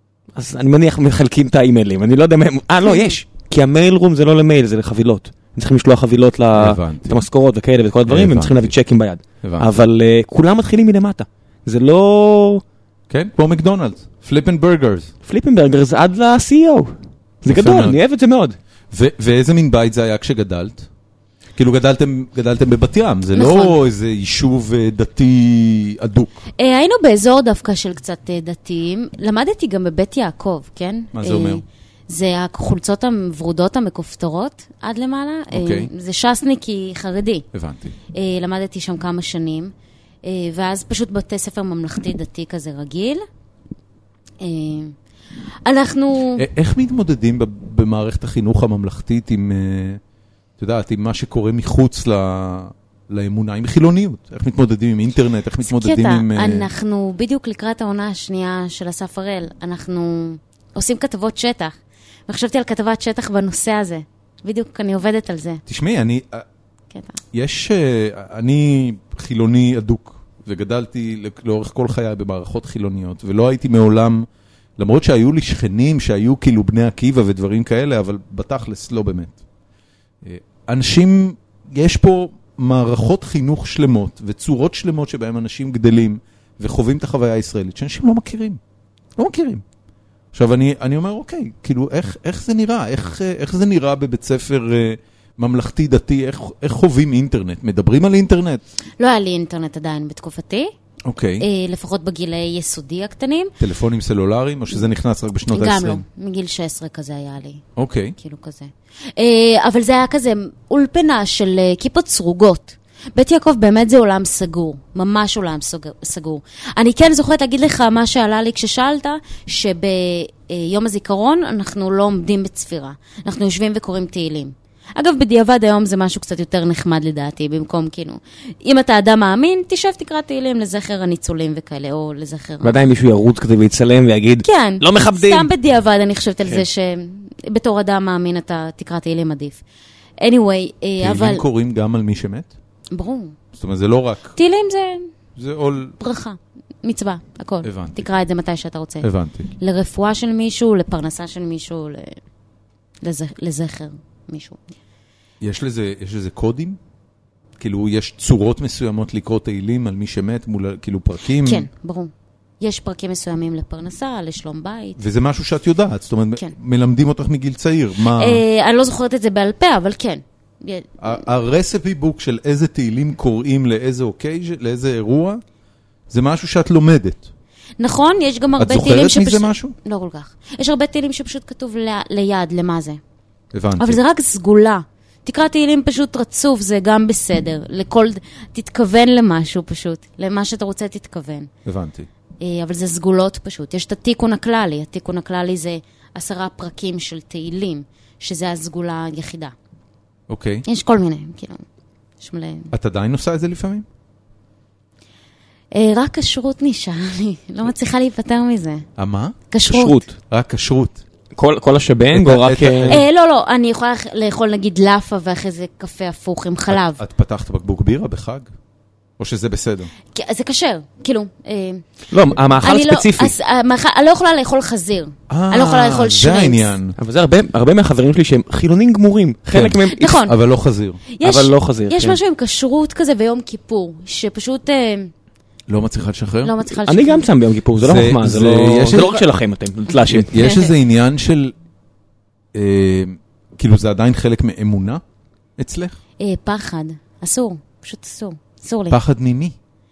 אז אני מניח מחלקים את האימיילים, אני לא יודע מה הם... אה, לא, יש. כי המייל רום זה לא למייל, זה לחבילות. הם צריכים לשלוח חבילות הבנתי. למשכורות וכאלה וכל הדברים, הם צריכים להביא צ'קים ביד. הבנתי. אבל אה, כולם מתחילים מלמטה. זה לא... כן? כמו מקדונלדס. פליפ אנד ברגרס. פליפנברגרס עד ל-C E O. זה יפה גדול, מאוד. אני אוהב את זה מאוד. ו- ואיזה מין בית זה היה כשגדלת? כאילו גדלתם, גדלתם בבת ים, זה לא נכון. איזה יישוב אה, דתי אדוק. אה, היינו באזור דווקא של קצת אה, דתיים. למדתי גם בבית יעקב, כן? מה זה אה, אומר? זה החולצות הוורודות המכופתרות עד למעלה. אה, אוקיי. זה שסניקי חרדי. הבנתי. אה, למדתי שם כמה שנים, אה, ואז פשוט בתי ספר ממלכתי דתי כזה רגיל. אה, אנחנו... א- איך מתמודדים ב- במערכת החינוך הממלכתית עם, אה, את יודעת, עם מה שקורה מחוץ ל- לאמונה, עם חילוניות? איך מתמודדים עם אינטרנט? איך מתמודדים קטע, עם... אה, אנחנו בדיוק לקראת העונה השנייה של אסף הראל, אנחנו עושים כתבות שטח, וחשבתי על כתבת שטח בנושא הזה. בדיוק אני עובדת על זה. תשמעי, אני... אה, קטע. יש... אה, אני חילוני אדוק, וגדלתי לאורך כל חיי במערכות חילוניות, ולא הייתי מעולם... למרות שהיו לי שכנים שהיו כאילו בני עקיבא ודברים כאלה, אבל בתכלס לא באמת. אנשים, יש פה מערכות חינוך שלמות וצורות שלמות שבהם אנשים גדלים וחווים את החוויה הישראלית, שאנשים לא מכירים. לא מכירים. עכשיו אני, אני אומר, אוקיי, כאילו, איך, איך זה נראה? איך, איך זה נראה בבית ספר ממלכתי דתי? איך, איך חווים אינטרנט? מדברים על אינטרנט? לא היה לי אינטרנט עדיין בתקופתי, אוקיי. אה, לפחות בגילי יסודי הקטנים. טלפונים סלולריים, או שזה נכנס רק בשנות גם ה-עשרים? לא, מגיל שש עשרה כזה היה לי, אוקיי. כאילו כזה. אה, אבל זה היה כזה אולפנה של אה, כיפות סרוגות. בית יעקב באמת זה עולם סגור, ממש עולם סגור. אני כן זוכרת להגיד לך מה שעלה לי כששאלת, שביום הזיכרון אנחנו לא עומדים בצפירה. אנחנו יושבים וקוראים תהילים. אגב, בדיעבד היום זה משהו קצת יותר נחמד לדעתי, במקום כאילו, אם אתה אדם מאמין, תשב תקרא תהילים לזכר הניצולים וכאלה, או לזכר... ועדיין מישהו ירוץ כזה ויצלם ויגיד, כן, לא מכבדים. סתם בדיעבד אני חושבת על זה שבתור אדם מאמין אתה תקרא תהילים עדיף. anyway, אבל... תהילים קוראים גם על מי שמת? ברור. זאת אומרת, זה לא רק... תהילים זה... זה עול... ברכה, מצווה, הכל. הבנתי. תקרא את זה מתי שאתה רוצה. הבנתי. לרפואה של מישהו, לפרנסה של מישהו, לזכר מישהו. יש לזה, יש לזה קודים? כאילו, יש צורות מסוימות לקרוא תהילים על מי שמת מול, כאילו, פרקים? כן, ברור. יש פרקים מסוימים לפרנסה, לשלום בית. וזה משהו שאת יודעת, זאת אומרת, כן. מלמדים אותך מגיל צעיר. מה... אה, אני לא זוכרת את זה בעל פה, אבל כן. הרסיפי בוק של איזה תהילים קוראים לאיזה אוקייז'ן, לאיזה אירוע, זה משהו שאת לומדת. נכון, יש גם הרבה תהילים שפשוט... את שפשוט... זוכרת מזה משהו? לא כל כך. יש הרבה תהילים שפשוט כתוב ל... ליד, למה זה. הבנתי. אבל זה רק סגולה. תקרא תהילים פשוט רצוף, זה גם בסדר. לכל... תתכוון למשהו פשוט. למה שאתה רוצה תתכוון. הבנתי. אבל זה סגולות פשוט. יש את התיקון הכללי. התיקון הכללי זה עשרה פרקים של תהילים, שזה הסגולה היחידה. אוקיי. יש כל מיני, כאילו. יש מלא... את עדיין עושה את זה לפעמים? רק כשרות נשאר לי. לא מצליחה להיפטר מזה. מה? כשרות. רק כשרות. כל, כל השבנג או רק... אה, לא, לא, אני יכולה לאכול נגיד לאפה ואחרי זה קפה הפוך עם חלב. את פתחת בקבוק בירה בחג? או שזה בסדר? זה קשר, כאילו. לא, המאכל ספציפי. אני לא יכולה לאכול חזיר. אני לא יכולה לאכול שרימפס. זה העניין. אבל זה הרבה מהחברים שלי שהם חילונים גמורים. חלק מהם... נכון. אבל לא חזיר. אבל לא חזיר. יש משהו עם כשרות כזה ביום כיפור, שפשוט... לא מצליחה לשחרר? לא מצליחה לשחרר. אני גם שם ביום כיפור, זה לא חוכמה, זה לא רק שלכם אתם, תלשים. יש איזה עניין של, כאילו זה עדיין חלק מאמונה אצלך? פחד, אסור, פשוט אסור, אסור לי. פחד ממי?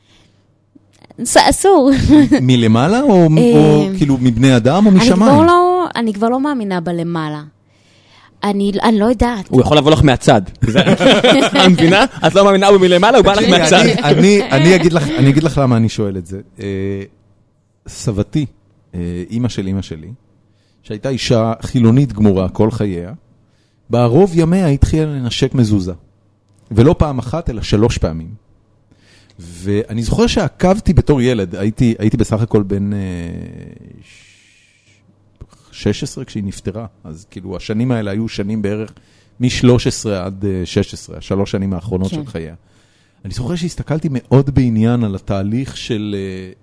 אסור. מלמעלה או כאילו מבני אדם או משמיים? אני כבר לא מאמינה בלמעלה. אני, אני לא יודעת. הוא יכול לבוא לך מהצד. את מבינה? את לא מאמינה במלמעלה, הוא בא לך מהצד. אני אגיד לך, אני אגיד לך למה אני שואל את זה. סבתי, אמא של אמא שלי, שהייתה אישה חילונית גמורה כל חייה, בערוב ימיה התחילה לנשק מזוזה. ולא פעם אחת, אלא שלוש פעמים. ואני זוכר שעקבתי בתור ילד, הייתי, הייתי בסך הכל בין... שש עשרה כשהיא נפטרה, אז כאילו השנים האלה היו שנים בערך מ-שלוש עשרה עד שש עשרה, השלוש שנים האחרונות של חייה. אני זוכר שהסתכלתי מאוד בעניין על התהליך של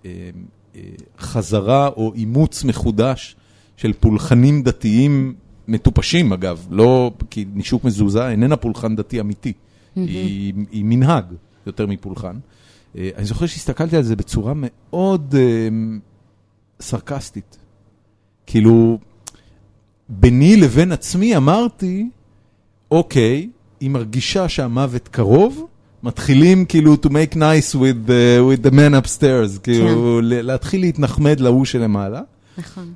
חזרה או אימוץ מחודש של פולחנים דתיים מטופשים אגב, לא, כי נישוק מזוזה איננה פולחן דתי אמיתי, היא, היא מנהג יותר מפולחן. אני זוכר שהסתכלתי על זה בצורה מאוד סרקסטית. כאילו, ביני לבין עצמי אמרתי, אוקיי, היא מרגישה שהמוות קרוב, מתחילים כאילו to make nice with the, with the man upstairs, כאילו להתחיל להתנחמד להוא שלמעלה. נכון.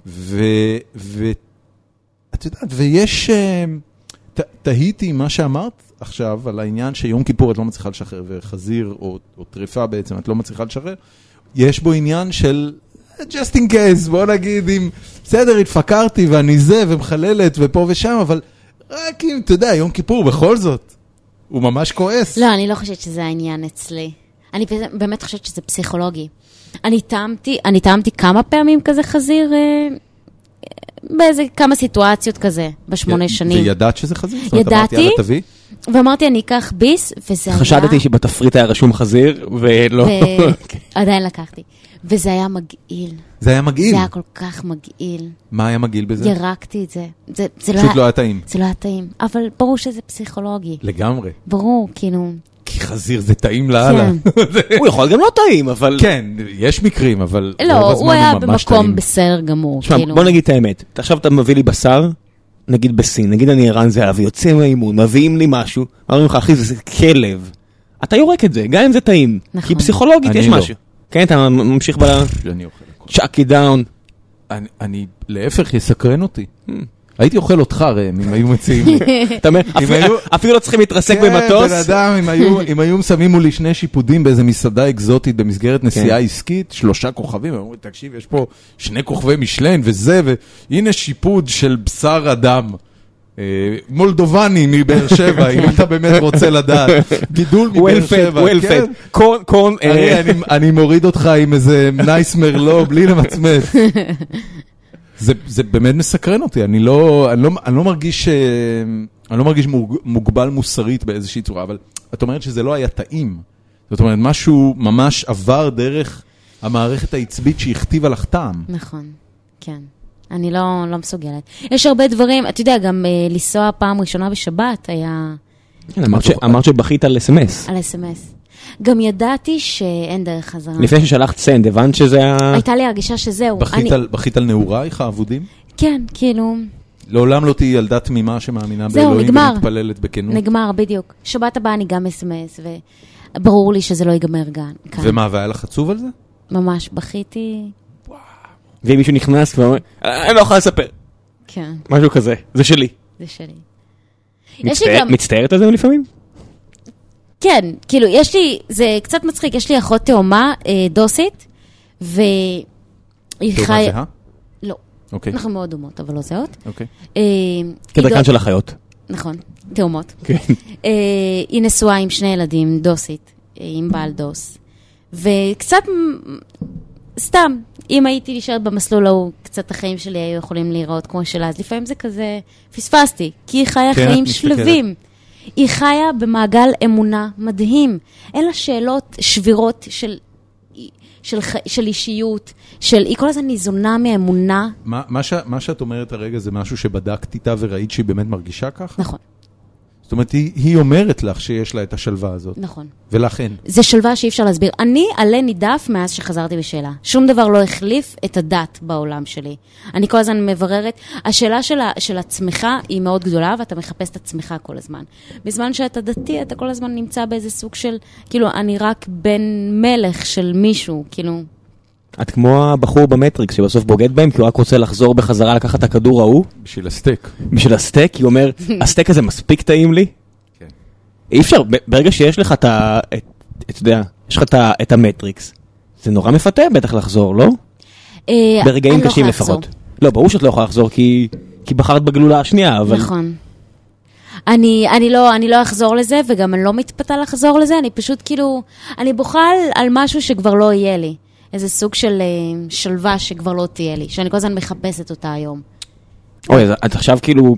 ואת יודעת, ויש, תהיתי מה שאמרת עכשיו על העניין שיום כיפור את לא מצליחה לשחרר, וחזיר או, או טריפה בעצם את לא מצליחה לשחרר, יש בו עניין של... just in case, בוא נגיד, אם בסדר, התפקרתי ואני זה ומחללת ופה ושם, אבל רק אם, אתה יודע, יום כיפור בכל זאת, הוא ממש כועס. לא, אני לא חושבת שזה העניין אצלי. אני באמת חושבת שזה פסיכולוגי. אני טעמתי, אני טעמתי כמה פעמים כזה חזיר, אה, באיזה כמה סיטואציות כזה, בשמונה שנים. וידעת שזה חזיר? ידעתי, ואמרתי, אני אקח ביס, וזה היה... חשדתי שבתפריט היה רשום חזיר, ולא... עדיין לקחתי. וזה היה מגעיל. זה היה מגעיל? זה היה כל כך מגעיל. מה היה מגעיל בזה? ירקתי את זה. זה, זה פשוט לא היה טעים. זה לא היה טעים. אבל ברור שזה פסיכולוגי. לגמרי. ברור, כאילו... כי חזיר זה טעים לאללה. הוא יכול גם לא טעים, אבל... כן, יש מקרים, אבל... לא, הוא היה במקום בסדר גמור. בוא נגיד את האמת. עכשיו אתה מביא לי בשר, נגיד בסין, נגיד אני ערן זהב, יוצא מהאימון, מביאים לי משהו, אומרים לך, אחי, זה כלב. אתה יורק את זה, גם אם זה טעים. כי פסיכולוגית יש משהו. כן, אתה ממשיך ב... אני אוכל. צ'אקי דאון. אני, להפך, יסקרן אותי. הייתי אוכל אותך, ראם, אם היו מציעים לי. אתה אומר, אפילו לא צריכים להתרסק במטוס. כן, בן אדם, אם היו שמים מולי שני שיפודים באיזה מסעדה אקזוטית במסגרת נסיעה עסקית, שלושה כוכבים, אמרו, תקשיב, יש פה שני כוכבי משלן וזה, והנה שיפוד של בשר אדם. מולדובני מבאר שבע, אם אתה באמת רוצה לדעת. גידול מבאר שבע. וולפד, קורן. אני מוריד אותך עם איזה נייס מרלו, בלי למצמץ. זה, זה באמת מסקרן אותי, אני לא, אני לא, אני לא מרגיש, אני לא מרגיש מוגבל מוסרית באיזושהי צורה, אבל את אומרת שזה לא היה טעים. זאת אומרת, משהו ממש עבר דרך המערכת העצבית שהכתיבה לך טעם. נכון, כן. אני לא, לא מסוגלת. יש הרבה דברים, אתה יודע, גם uh, לנסוע פעם ראשונה בשבת היה... אמרת, ש... אמרת שבחית על אס אם אס. על אס אם אס. גם ידעתי שאין דרך חזרה. לפני ששלחת סנד, הבנת שזה היה... הייתה לי הרגישה שזהו. בכית, אני... על, בכית על נעורייך האבודים? כן, כאילו... לעולם לא תהי ילדה תמימה שמאמינה באלוהים ומתפללת בכנות. נגמר, בדיוק. שבת הבאה אני גם אס אם אס, וברור לי שזה לא ייגמר כאן. ומה, והיה לך עצוב על זה? ממש, בכיתי... ואם מישהו נכנס ואומר, אני לא יכול לספר. כן. משהו כזה, זה שלי. זה שלי. מצטערת על זה לפעמים? כן, כאילו, יש לי, זה קצת מצחיק, יש לי אחות תאומה, דוסית, והיא חיה... תאומה זהה? לא. אוקיי. אנחנו מאוד דומות, אבל לא זהות. אוקיי. כדרכן של החיות. נכון, תאומות. כן. היא נשואה עם שני ילדים, דוסית, עם בעל דוס. וקצת... סתם, אם הייתי נשארת במסלול ההוא, קצת החיים שלי היו יכולים להיראות כמו שלה, אז לפעמים זה כזה, פספסתי, כי היא חיה כן, חיים שלווים. היא חיה במעגל אמונה מדהים. אין לה שאלות שבירות של, של, של אישיות, של, היא כל הזמן ניזונה מהאמונה. מה, מה, ש, מה שאת אומרת הרגע זה משהו שבדקת איתה וראית שהיא באמת מרגישה כך? נכון. זאת אומרת, היא, היא אומרת לך שיש לה את השלווה הזאת. נכון. ולכן. זה שלווה שאי אפשר להסביר. אני עלה נידף מאז שחזרתי בשאלה. שום דבר לא החליף את הדת בעולם שלי. אני כל הזמן מבררת. השאלה של, של עצמך היא מאוד גדולה, ואתה מחפש את עצמך כל הזמן. בזמן שאתה דתי, אתה כל הזמן נמצא באיזה סוג של, כאילו, אני רק בן מלך של מישהו, כאילו... את כמו הבחור במטריקס שבסוף בוגד בהם, כי הוא רק רוצה לחזור בחזרה לקחת את הכדור ההוא. בשביל הסטייק. בשביל הסטייק, היא אומר, הסטייק הזה מספיק טעים לי? כן. אי אפשר, ברגע שיש לך את ה... אתה יודע, יש לך את המטריקס, זה נורא מפתה בטח לחזור, לא? ברגעים קשים לפחות. לא, ברור שאת לא יכולה לחזור, כי בחרת בגלולה השנייה, אבל... נכון. אני, אני לא, אני לא אחזור לזה, וגם אני לא מתפתה לחזור לזה, אני פשוט כאילו, אני בוכה על משהו שכבר לא יהיה לי. איזה סוג של שלווה שכבר לא תהיה לי, שאני כל הזמן מחפשת אותה היום. אוי, את עכשיו כאילו,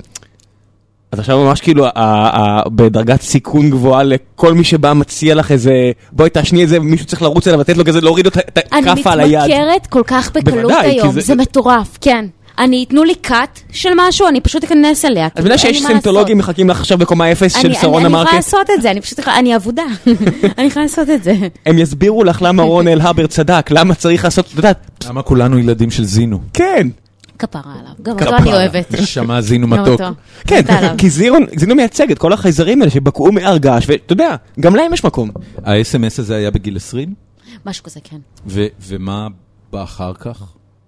את עכשיו ממש כאילו בדרגת סיכון גבוהה לכל מי שבא מציע לך איזה, בואי תשני את זה, ומישהו צריך לרוץ אליו, לתת לו כזה, להוריד את הכף על היד. אני מתמכרת כל כך בקלות היום, זה מטורף, כן. אני, יתנו לי קאט של משהו, אני פשוט אכנס אליה. אז בגלל שיש סימפטולוגים מחכים לך עכשיו בקומה אפס של שרון המרקט. אני יכולה לעשות את זה, אני פשוט, אני עבודה. אני יכולה לעשות את זה. הם יסבירו לך למה רון אלהבר צדק, למה צריך לעשות, אתה יודעת. למה כולנו ילדים של זינו. כן. כפרה עליו, גם אותו אני אוהבת. שמע זינו מתוק. כן, כי זינו מייצג את כל החייזרים האלה שבקעו מהרגש, ואתה יודע, גם להם יש מקום. ה-אס אם אס הזה היה בגיל עשרים? משהו כזה, כן. ומה בא אחר כך?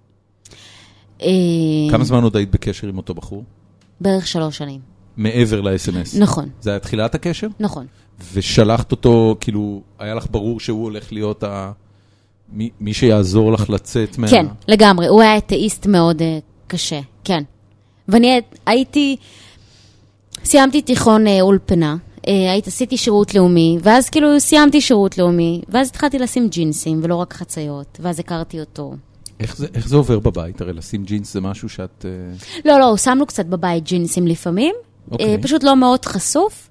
כמה זמן עוד היית בקשר עם אותו בחור? בערך שלוש שנים. מעבר ל-אס אם אס? נכון. זה היה תחילת הקשר? נכון. ושלחת אותו, כאילו, היה לך ברור שהוא הולך להיות ה... מי, מי שיעזור לך לצאת מה... כן, לגמרי. הוא היה אתאיסט מאוד uh, קשה, כן. ואני הייתי... סיימתי תיכון uh, אולפנה, uh, היית, עשיתי שירות לאומי, ואז כאילו סיימתי שירות לאומי, ואז התחלתי לשים ג'ינסים ולא רק חציות, ואז הכרתי אותו. איך זה, איך זה עובר בבית? הרי לשים ג'ינס זה משהו שאת... לא, לא, שמנו קצת בבית ג'ינסים לפעמים. אוקיי. פשוט לא מאוד חשוף.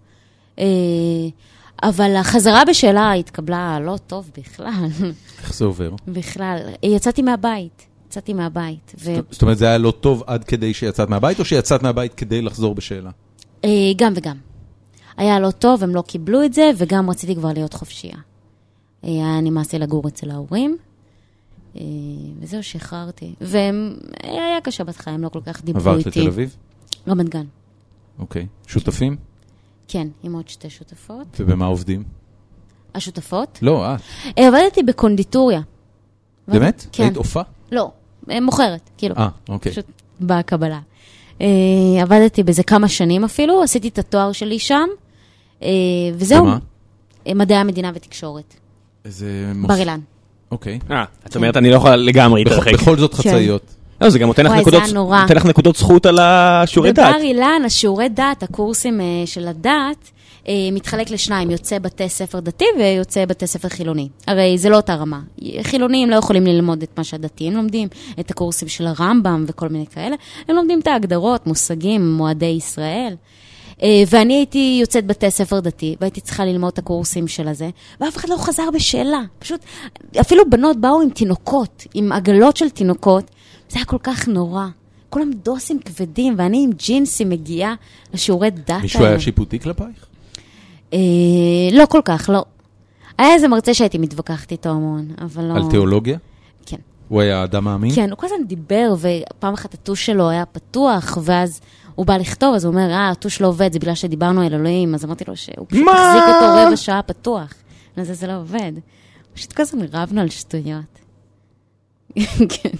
אבל החזרה בשאלה התקבלה לא טוב בכלל. איך זה עובר? בכלל. יצאתי מהבית. יצאתי מהבית. ו... זאת אומרת, זה היה לא טוב עד כדי שיצאת מהבית, או שיצאת מהבית כדי לחזור בשאלה? גם וגם. היה לא טוב, הם לא קיבלו את זה, וגם רציתי כבר להיות חופשייה. היה נמאסתי לגור אצל ההורים. וזהו, שחררתי. והיה קשה בתך, הם לא כל כך דיברו איתי. עברת לתל אביב? רמת גן. אוקיי. שותפים? כן, עם עוד שתי שותפות. ובמה עובדים? השותפות? לא, אה. עבדתי בקונדיטוריה. באמת? כן. היית אופה? לא, מוכרת, כאילו. אה, אוקיי. פשוט בקבלה. עבדתי בזה כמה שנים אפילו, עשיתי את התואר שלי שם, וזהו. ומה? מדעי המדינה ותקשורת. איזה... בר אילן. אוקיי. אה, את אומרת, אני לא יכולה לגמרי להתרחק. בכל זאת חצאיות. לא, זה גם נותן לך נקודות זכות על השיעורי דת. בבר אילן, השיעורי דת, הקורסים של הדת, מתחלק לשניים, יוצא בתי ספר דתי ויוצא בתי ספר חילוני. הרי זה לא אותה רמה. חילונים לא יכולים ללמוד את מה שהדתיים לומדים, את הקורסים של הרמב"ם וכל מיני כאלה. הם לומדים את ההגדרות, מושגים, מועדי ישראל. ואני הייתי יוצאת בתי ספר דתי, והייתי צריכה ללמוד את הקורסים של הזה, ואף אחד לא חזר בשאלה. פשוט, אפילו בנות באו עם תינוקות, עם עגלות של תינוקות, זה היה כל כך נורא. כולם דוסים כבדים, ואני עם ג'ינסים מגיעה לשיעורי דת. מישהו היה שיפוטי כלפייך? לא כל כך, לא. היה איזה מרצה שהייתי מתווכחת איתו המון, אבל לא... על תיאולוגיה? כן. הוא היה אדם מאמין? כן, הוא כל הזמן דיבר, ופעם אחת הטוש שלו היה פתוח, ואז הוא בא לכתוב, אז הוא אומר, אה, הטוש לא עובד, זה בגלל שדיברנו על אלוהים, אז אמרתי לו שהוא פשוט החזיק אותו רבע שעה פתוח. לזה זה לא עובד. פשוט כל הזמן רבנו על שטויות. כן.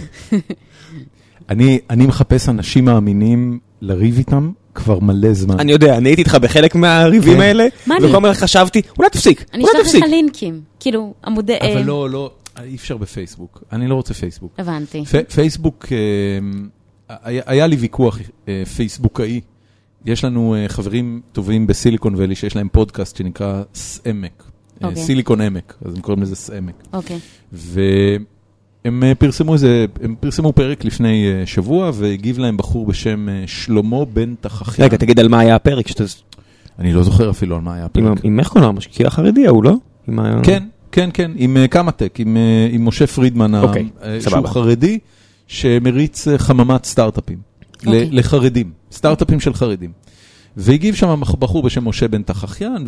אני, אני מחפש אנשים מאמינים לריב איתם כבר מלא זמן. אני יודע, אני הייתי איתך בחלק מהריבים האלה, וכל הזמן חשבתי, אולי תפסיק, אני אשלח לך לינקים, כאילו, עמודי... אבל לא, לא, אי אפשר בפייסבוק. אני לא רוצה פייסבוק. הבנתי. פייסבוק, היה לי ויכוח פייסבוקאי. יש לנו חברים טובים בסיליקון ואלי, שיש להם פודקאסט שנקרא סעמק. סיליקון עמק, אז הם קוראים לזה סעמק. אוקיי. והם פרסמו איזה, הם פרסמו פרק לפני שבוע, והגיב להם בחור בשם שלמה בן תחחיין. רגע, תגיד על מה היה הפרק? אני לא זוכר אפילו על מה היה הפרק. עם איך קוראים? המשקיע החרדי, הוא לא? כן, כן, כן, עם קמא-טק, עם משה פרידמן, שהוא חרדי, שמריץ חממת סטארט-אפים לחרדים, סטארט-אפים של חרדים. והגיב שם בחור בשם משה בן תחחיין,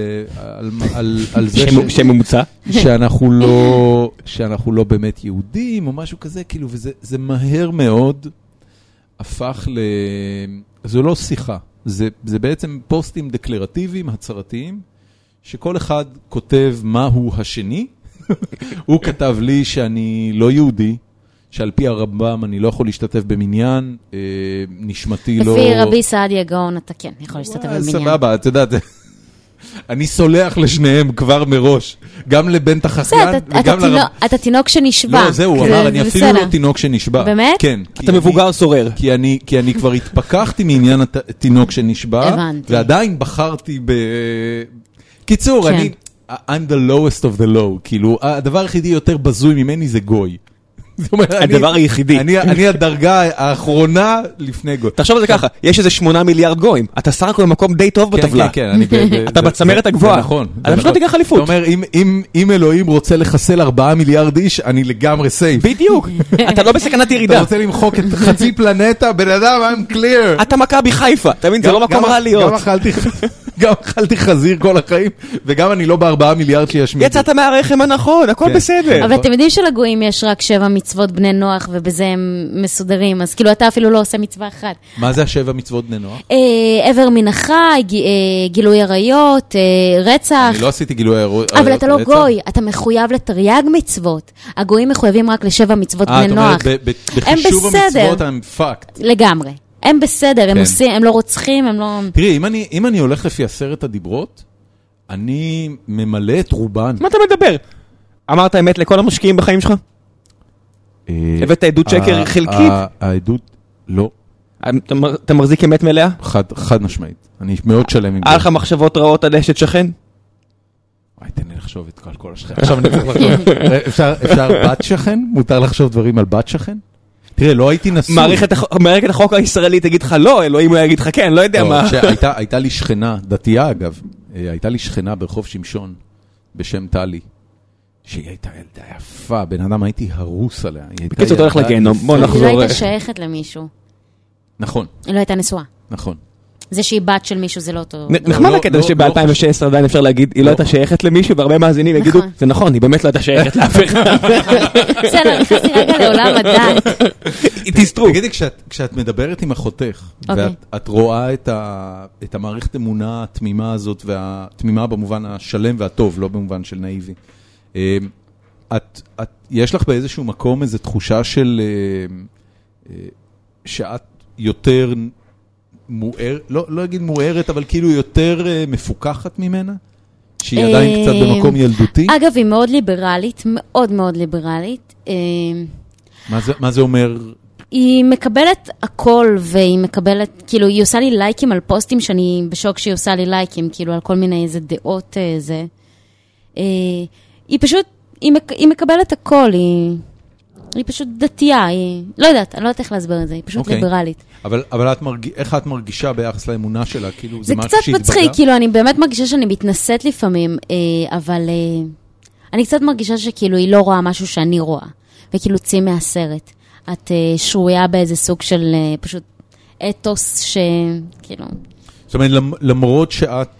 ועל זה שממוצע, שאנחנו לא, שאנחנו לא באמת יהודים, או משהו כזה, כאילו, וזה מהר מאוד הפך ל... זו לא שיחה, זה בעצם פוסטים דקלרטיביים, הצהרתיים, שכל אחד כותב מהו השני. הוא כתב לי שאני לא יהודי, שעל פי הרמב"ם אני לא יכול להשתתף במניין, נשמתי לא... לפי רבי סעדיה גאון אתה כן יכול להשתתף במניין. סבבה, את יודעת, אני סולח לשניהם כבר מראש, גם לבן תחחיין וגם לרב... אתה תינוק שנשבע. לא, זהו, הוא אמר, אני אפילו לא תינוק שנשבע. באמת? כן. אתה מבוגר סורר. כי אני כבר התפכחתי מעניין התינוק שנשבע, ועדיין בחרתי ב... קיצור, אני... I'm the lowest of the low, כאילו, הדבר היחידי יותר בזוי ממני זה גוי. הדבר היחידי. אני הדרגה האחרונה לפני גוי. תחשוב על זה ככה, יש איזה שמונה מיליארד גויים, אתה שר הכל במקום די טוב בטבלה. כן, כן, אתה בצמרת הגבוהה. נכון. אתה פשוט לא תיקח אליפות. אתה אומר, אם אלוהים רוצה לחסל ארבעה מיליארד איש, אני לגמרי סייף. בדיוק. אתה לא בסכנת ירידה. אתה רוצה למחוק את חצי פלנטה, בן אדם, I'm clear. אתה מכבי חיפה, אתה מבין, זה לא מקום רע להיות. גם אכלתי חזיר כל החיים, וגם אני לא בארבעה מיליארד שישמיד. יצאת מהרחם הנכון, הכל בסדר. אבל אתם יודעים שלגויים יש רק שבע מצוות בני נוח, ובזה הם מסודרים, אז כאילו אתה אפילו לא עושה מצווה אחת. מה זה השבע מצוות בני נוח? עבר מן החי, גילוי עריות, רצח. אני לא עשיתי גילוי עריות. אבל אתה לא גוי, אתה מחויב לתרי"ג מצוות. הגויים מחויבים רק לשבע מצוות בני נוח. בחישוב המצוות הם פאקט. לגמרי. הם בסדר, הם עושים, הם לא רוצחים, הם לא... תראי, אם אני הולך לפי עשרת הדיברות, אני ממלא את רובן. מה אתה מדבר? אמרת אמת לכל המשקיעים בחיים שלך? הבאת עדות שקר חלקית? העדות, לא. אתה מחזיק אמת מלאה? חד משמעית. אני מאוד שלם עם זה. היה לך מחשבות רעות על אשת שכן? וואי, תן לי לחשוב את כל כל השכן. עכשיו אני צריך לחשוב. אפשר בת שכן? מותר לחשוב דברים על בת שכן? תראה, לא הייתי נשוי. מערכת החוק הישראלי תגיד לך לא, אלוהים הוא יגיד לך כן, לא יודע מה. הייתה לי שכנה, דתייה אגב, הייתה לי שכנה ברחוב שמשון, בשם טלי, שהיא הייתה ילדה יפה, בן אדם הייתי הרוס עליה. בקיצור, אתה הולך לגיהנום, בוא נחזור. היא לא הייתה שייכת למישהו. נכון. היא לא הייתה נשואה. נכון. זה שהיא בת של מישהו זה לא אותו... נחמד לקטע שב-אלפיים ושש עשרה עדיין אפשר להגיד, היא לא הייתה שייכת למישהו, והרבה מאזינים יגידו, זה נכון, היא באמת לא הייתה שייכת לאף אחד. בסדר, נכנסתי רגע לעולם הדת. תסתרו. תגידי, כשאת מדברת עם אחותך, ואת רואה את המערכת אמונה התמימה הזאת, והתמימה במובן השלם והטוב, לא במובן של נאיבי, יש לך באיזשהו מקום איזו תחושה של שאת יותר מואר, לא, לא אגיד מוארת, אבל כאילו יותר מפוקחת ממנה? שהיא עדיין קצת במקום ילדותי? אגב, היא מאוד ליברלית, מאוד מאוד ליברלית. מה זה, מה זה אומר? היא מקבלת הכל, והיא מקבלת, כאילו, היא עושה לי לייקים על פוסטים, שאני בשוק שהיא עושה לי לייקים, כאילו, על כל מיני איזה דעות, זה. היא פשוט, היא, מק, היא מקבלת הכל, היא, היא פשוט דתייה, היא, לא יודעת, אני לא יודעת איך להסבר את זה, היא פשוט okay. ליברלית. אבל, אבל את מרג... איך את מרגישה ביחס לאמונה שלה? כאילו, זה, זה קצת מצחיק, כאילו, אני באמת מרגישה שאני מתנשאת לפעמים, אבל אני קצת מרגישה שכאילו היא לא רואה משהו שאני רואה, וכאילו ציא מהסרט. את שרויה באיזה סוג של פשוט אתוס שכאילו... זאת אומרת, למרות שאת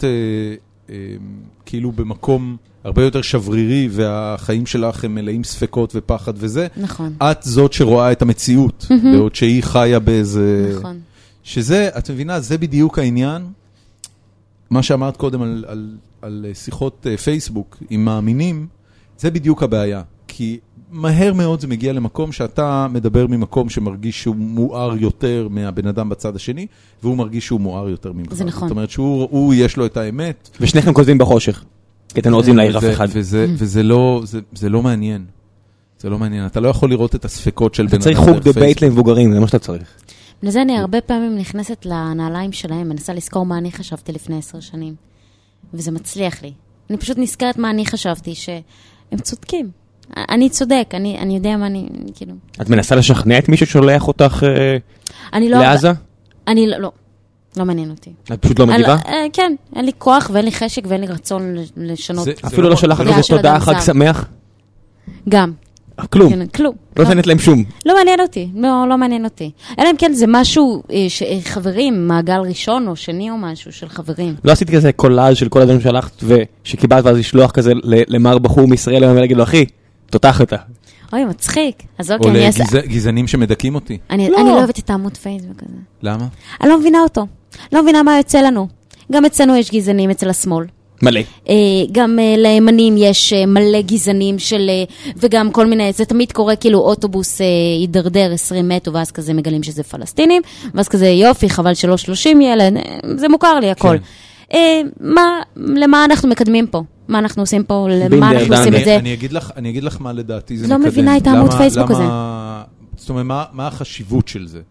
כאילו במקום הרבה יותר שברירי, והחיים שלך הם מלאים ספקות ופחד וזה, נכון. את זאת שרואה את המציאות, בעוד שהיא חיה באיזה... נכון. שזה, את מבינה, זה בדיוק העניין, מה שאמרת קודם על, על, על שיחות פייסבוק עם מאמינים, זה בדיוק הבעיה, כי מהר מאוד זה מגיע למקום שאתה מדבר ממקום שמרגיש שהוא מואר יותר מהבן אדם בצד השני, והוא מרגיש שהוא מואר יותר ממך. זה נכון. זאת אומרת שהוא הוא, יש לו את האמת. ושניכם כותבים בחושך, כי אתם לא רוצים להעיר אף אחד. וזה, וזה לא, זה, זה לא מעניין. זה לא מעניין. אתה לא יכול לראות את הספקות של בן אדם. אתה צריך חוג דבייט למבוגרים, זה מה שאתה צריך. לזה אני הרבה פעמים נכנסת לנעליים שלהם, מנסה לזכור מה אני חשבתי לפני עשר שנים. וזה מצליח לי. אני פשוט נזכרת מה אני חשבתי, שהם צודקים. אני צודק, אני, אני יודע מה אני, כאילו... את מנסה לשכנע את מי ששולח אותך אני לא, לעזה? אני לא, לא, לא מעניין אותי. את פשוט לא מגיבה? אני, כן, אין לי כוח ואין לי חשק ואין לי רצון לשנות. זה, אפילו זה לא שלחת לזה תודה, חג שמח? גם. כלום. כן, כלום. לא נתנת להם שום. לא מעניין אותי, לא, לא מעניין אותי. אלא אם כן זה משהו, ש, חברים, מעגל ראשון או שני או משהו של חברים. לא עשית כזה קולאז' של כל הדברים שלחת ושקיבלת ואז לשלוח כזה למר בחור מישראל ולהגיד לו, אחי, תותח אתה. אוי, מצחיק. אז אוקיי, או אני אעשה... לגזענים שמדכאים אותי. אני, לא. אני לא אוהבת את העמוד פייסבוק הזה. למה? אני לא מבינה אותו. לא מבינה מה יוצא לנו. גם אצלנו יש גזענים אצל השמאל. מלא. גם לימנים יש מלא גזענים של, וגם כל מיני, זה תמיד קורה כאילו אוטובוס יידרדר, עשרים מתו, ואז כזה מגלים שזה פלסטינים, ואז כזה יופי, חבל שלא שלושים ילד, זה מוכר לי הכל. מה, למה אנחנו מקדמים פה? מה אנחנו עושים פה? למה אנחנו עושים את זה? אני אגיד לך, אני אגיד לך מה לדעתי זה מקדם. לא מבינה את העמוד פייסבוק הזה. זאת אומרת, מה, מה החשיבות של זה?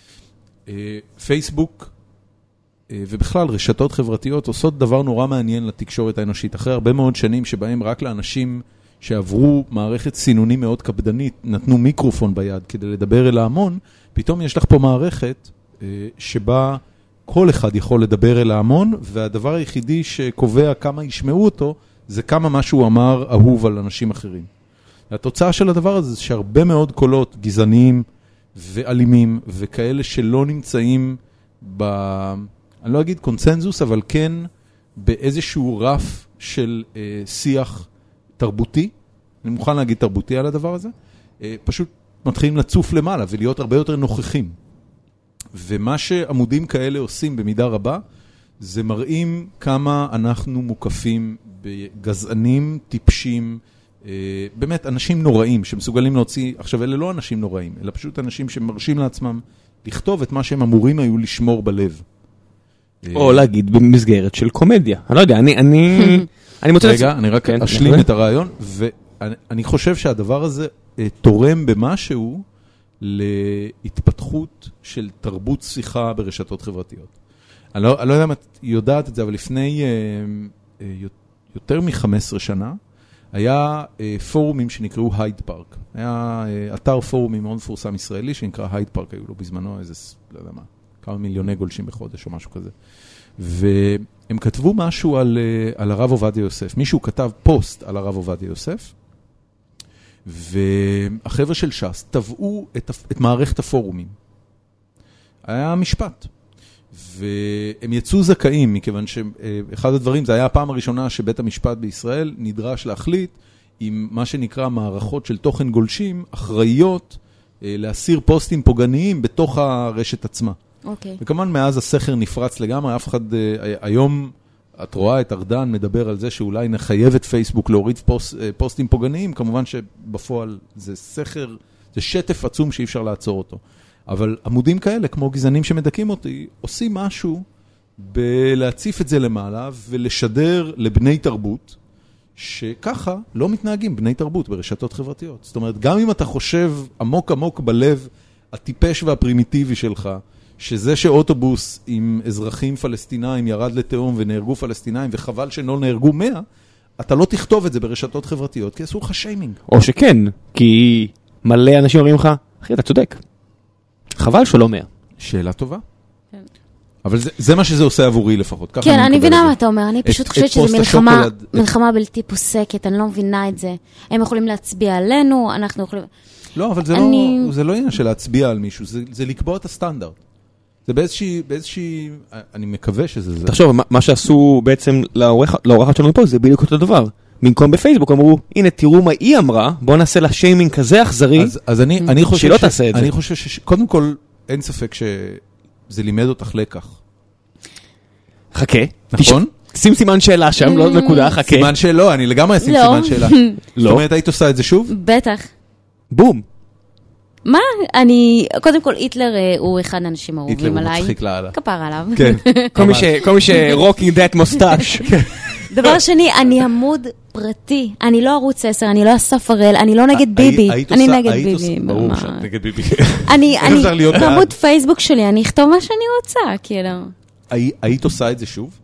פייסבוק, ובכלל רשתות חברתיות עושות דבר נורא מעניין לתקשורת האנושית. אחרי הרבה מאוד שנים שבהם רק לאנשים שעברו מערכת סינונים מאוד קפדנית, נתנו מיקרופון ביד כדי לדבר אל ההמון, פתאום יש לך פה מערכת שבה כל אחד יכול לדבר אל ההמון, והדבר היחידי שקובע כמה ישמעו אותו, זה כמה מה שהוא אמר אהוב על אנשים אחרים. התוצאה של הדבר הזה זה שהרבה מאוד קולות גזעניים ואלימים, וכאלה שלא נמצאים ב... אני לא אגיד קונצנזוס, אבל כן באיזשהו רף של אה, שיח תרבותי, אני מוכן להגיד תרבותי על הדבר הזה, אה, פשוט מתחילים לצוף למעלה ולהיות הרבה יותר נוכחים. ומה שעמודים כאלה עושים במידה רבה, זה מראים כמה אנחנו מוקפים בגזענים, טיפשים, אה, באמת אנשים נוראים שמסוגלים להוציא, עכשיו אלה לא אנשים נוראים, אלא פשוט אנשים שמרשים לעצמם לכתוב את מה שהם אמורים היו לשמור בלב. או להגיד במסגרת של קומדיה. אני לא יודע, אני... אני מוצא... רגע, אני רק אשלים את הרעיון, ואני חושב שהדבר הזה תורם במשהו להתפתחות של תרבות שיחה ברשתות חברתיות. אני לא יודע אם את יודעת את זה, אבל לפני יותר מ-חמש עשרה שנה, היה פורומים שנקראו הייד פארק. היה אתר פורומים מאוד מפורסם ישראלי, שנקרא הייד פארק, היו לו בזמנו איזה, לא יודע מה, כמה מיליוני גולשים בחודש או משהו כזה. והם כתבו משהו על, על הרב עובדיה יוסף. מישהו כתב פוסט על הרב עובדיה יוסף, והחבר'ה של ש"ס טבעו את, את מערכת הפורומים. היה משפט. והם יצאו זכאים, מכיוון שאחד הדברים, זה היה הפעם הראשונה שבית המשפט בישראל נדרש להחליט עם מה שנקרא מערכות של תוכן גולשים, אחראיות להסיר פוסטים פוגעניים בתוך הרשת עצמה. אוקיי. וכמובן מאז הסכר נפרץ לגמרי, אף אחד, היום את רואה את ארדן מדבר על זה שאולי נחייב את פייסבוק להוריד פוסט, פוסטים פוגעניים, כמובן שבפועל זה סכר, זה שטף עצום שאי אפשר לעצור אותו. אבל עמודים כאלה, כמו גזענים שמדכים אותי, עושים משהו בלהציף את זה למעלה ולשדר לבני תרבות, שככה לא מתנהגים בני תרבות ברשתות חברתיות. זאת אומרת, גם אם אתה חושב עמוק עמוק בלב הטיפש והפרימיטיבי שלך, שזה שאוטובוס עם אזרחים פלסטינאים ירד לתהום ונהרגו פלסטינאים, וחבל שלא נהרגו מאה, אתה לא תכתוב את זה ברשתות חברתיות, כי עשו לך שיימינג. או שכן, כי מלא אנשים אומרים לך, אחי, אתה צודק. חבל שלא מאה. שאלה טובה. אבל זה, זה מה שזה עושה עבורי לפחות. כן, אני מבינה מה אתה אומר, אני פשוט חושבת שזה מלחמה, מלחמה בלתי פוסקת, אני לא מבינה את זה. הם יכולים להצביע עלינו, אנחנו יכולים... לא, אבל זה אני... לא, זה לא עניין של להצביע על מישהו, זה, זה לקבוע את הסטנדרט. זה באיזושהי, באיזושהי, אני מקווה שזה זה. תחשוב, מה, מה שעשו בעצם לאורחת שלנו פה, זה בדיוק אותו דבר. במקום בפייסבוק אמרו, הנה תראו מה היא אמרה, בואו נעשה לה שיימינג כזה אכזרי, אז, אז אני, אני חושב שלא ש... תעשה את זה. אני חושב ש... קודם כל, אין ספק שזה לימד אותך לקח. חכה. נכון? שים סימן שאלה שם, לא נקודה, חכה. סימן שאלה, אני לגמרי אשים סימן שאלה. זאת אומרת, היית עושה את זה שוב? בטח. בום. מה? אני, קודם כל, היטלר הוא אחד האנשים האהובים עליי. היטלר הוא מצחיק לאללה. כפר עליו. כן. כל מי שרוקינג דאט מוסטאש. דבר שני, אני עמוד פרטי. אני לא ערוץ עשר, אני לא אסף הראל, אני לא נגד ביבי. אני נגד ביבי. ברור שאת נגד ביבי. אני, בעמוד פייסבוק שלי, אני אכתוב מה שאני רוצה, כאילו. היית עושה את זה שוב?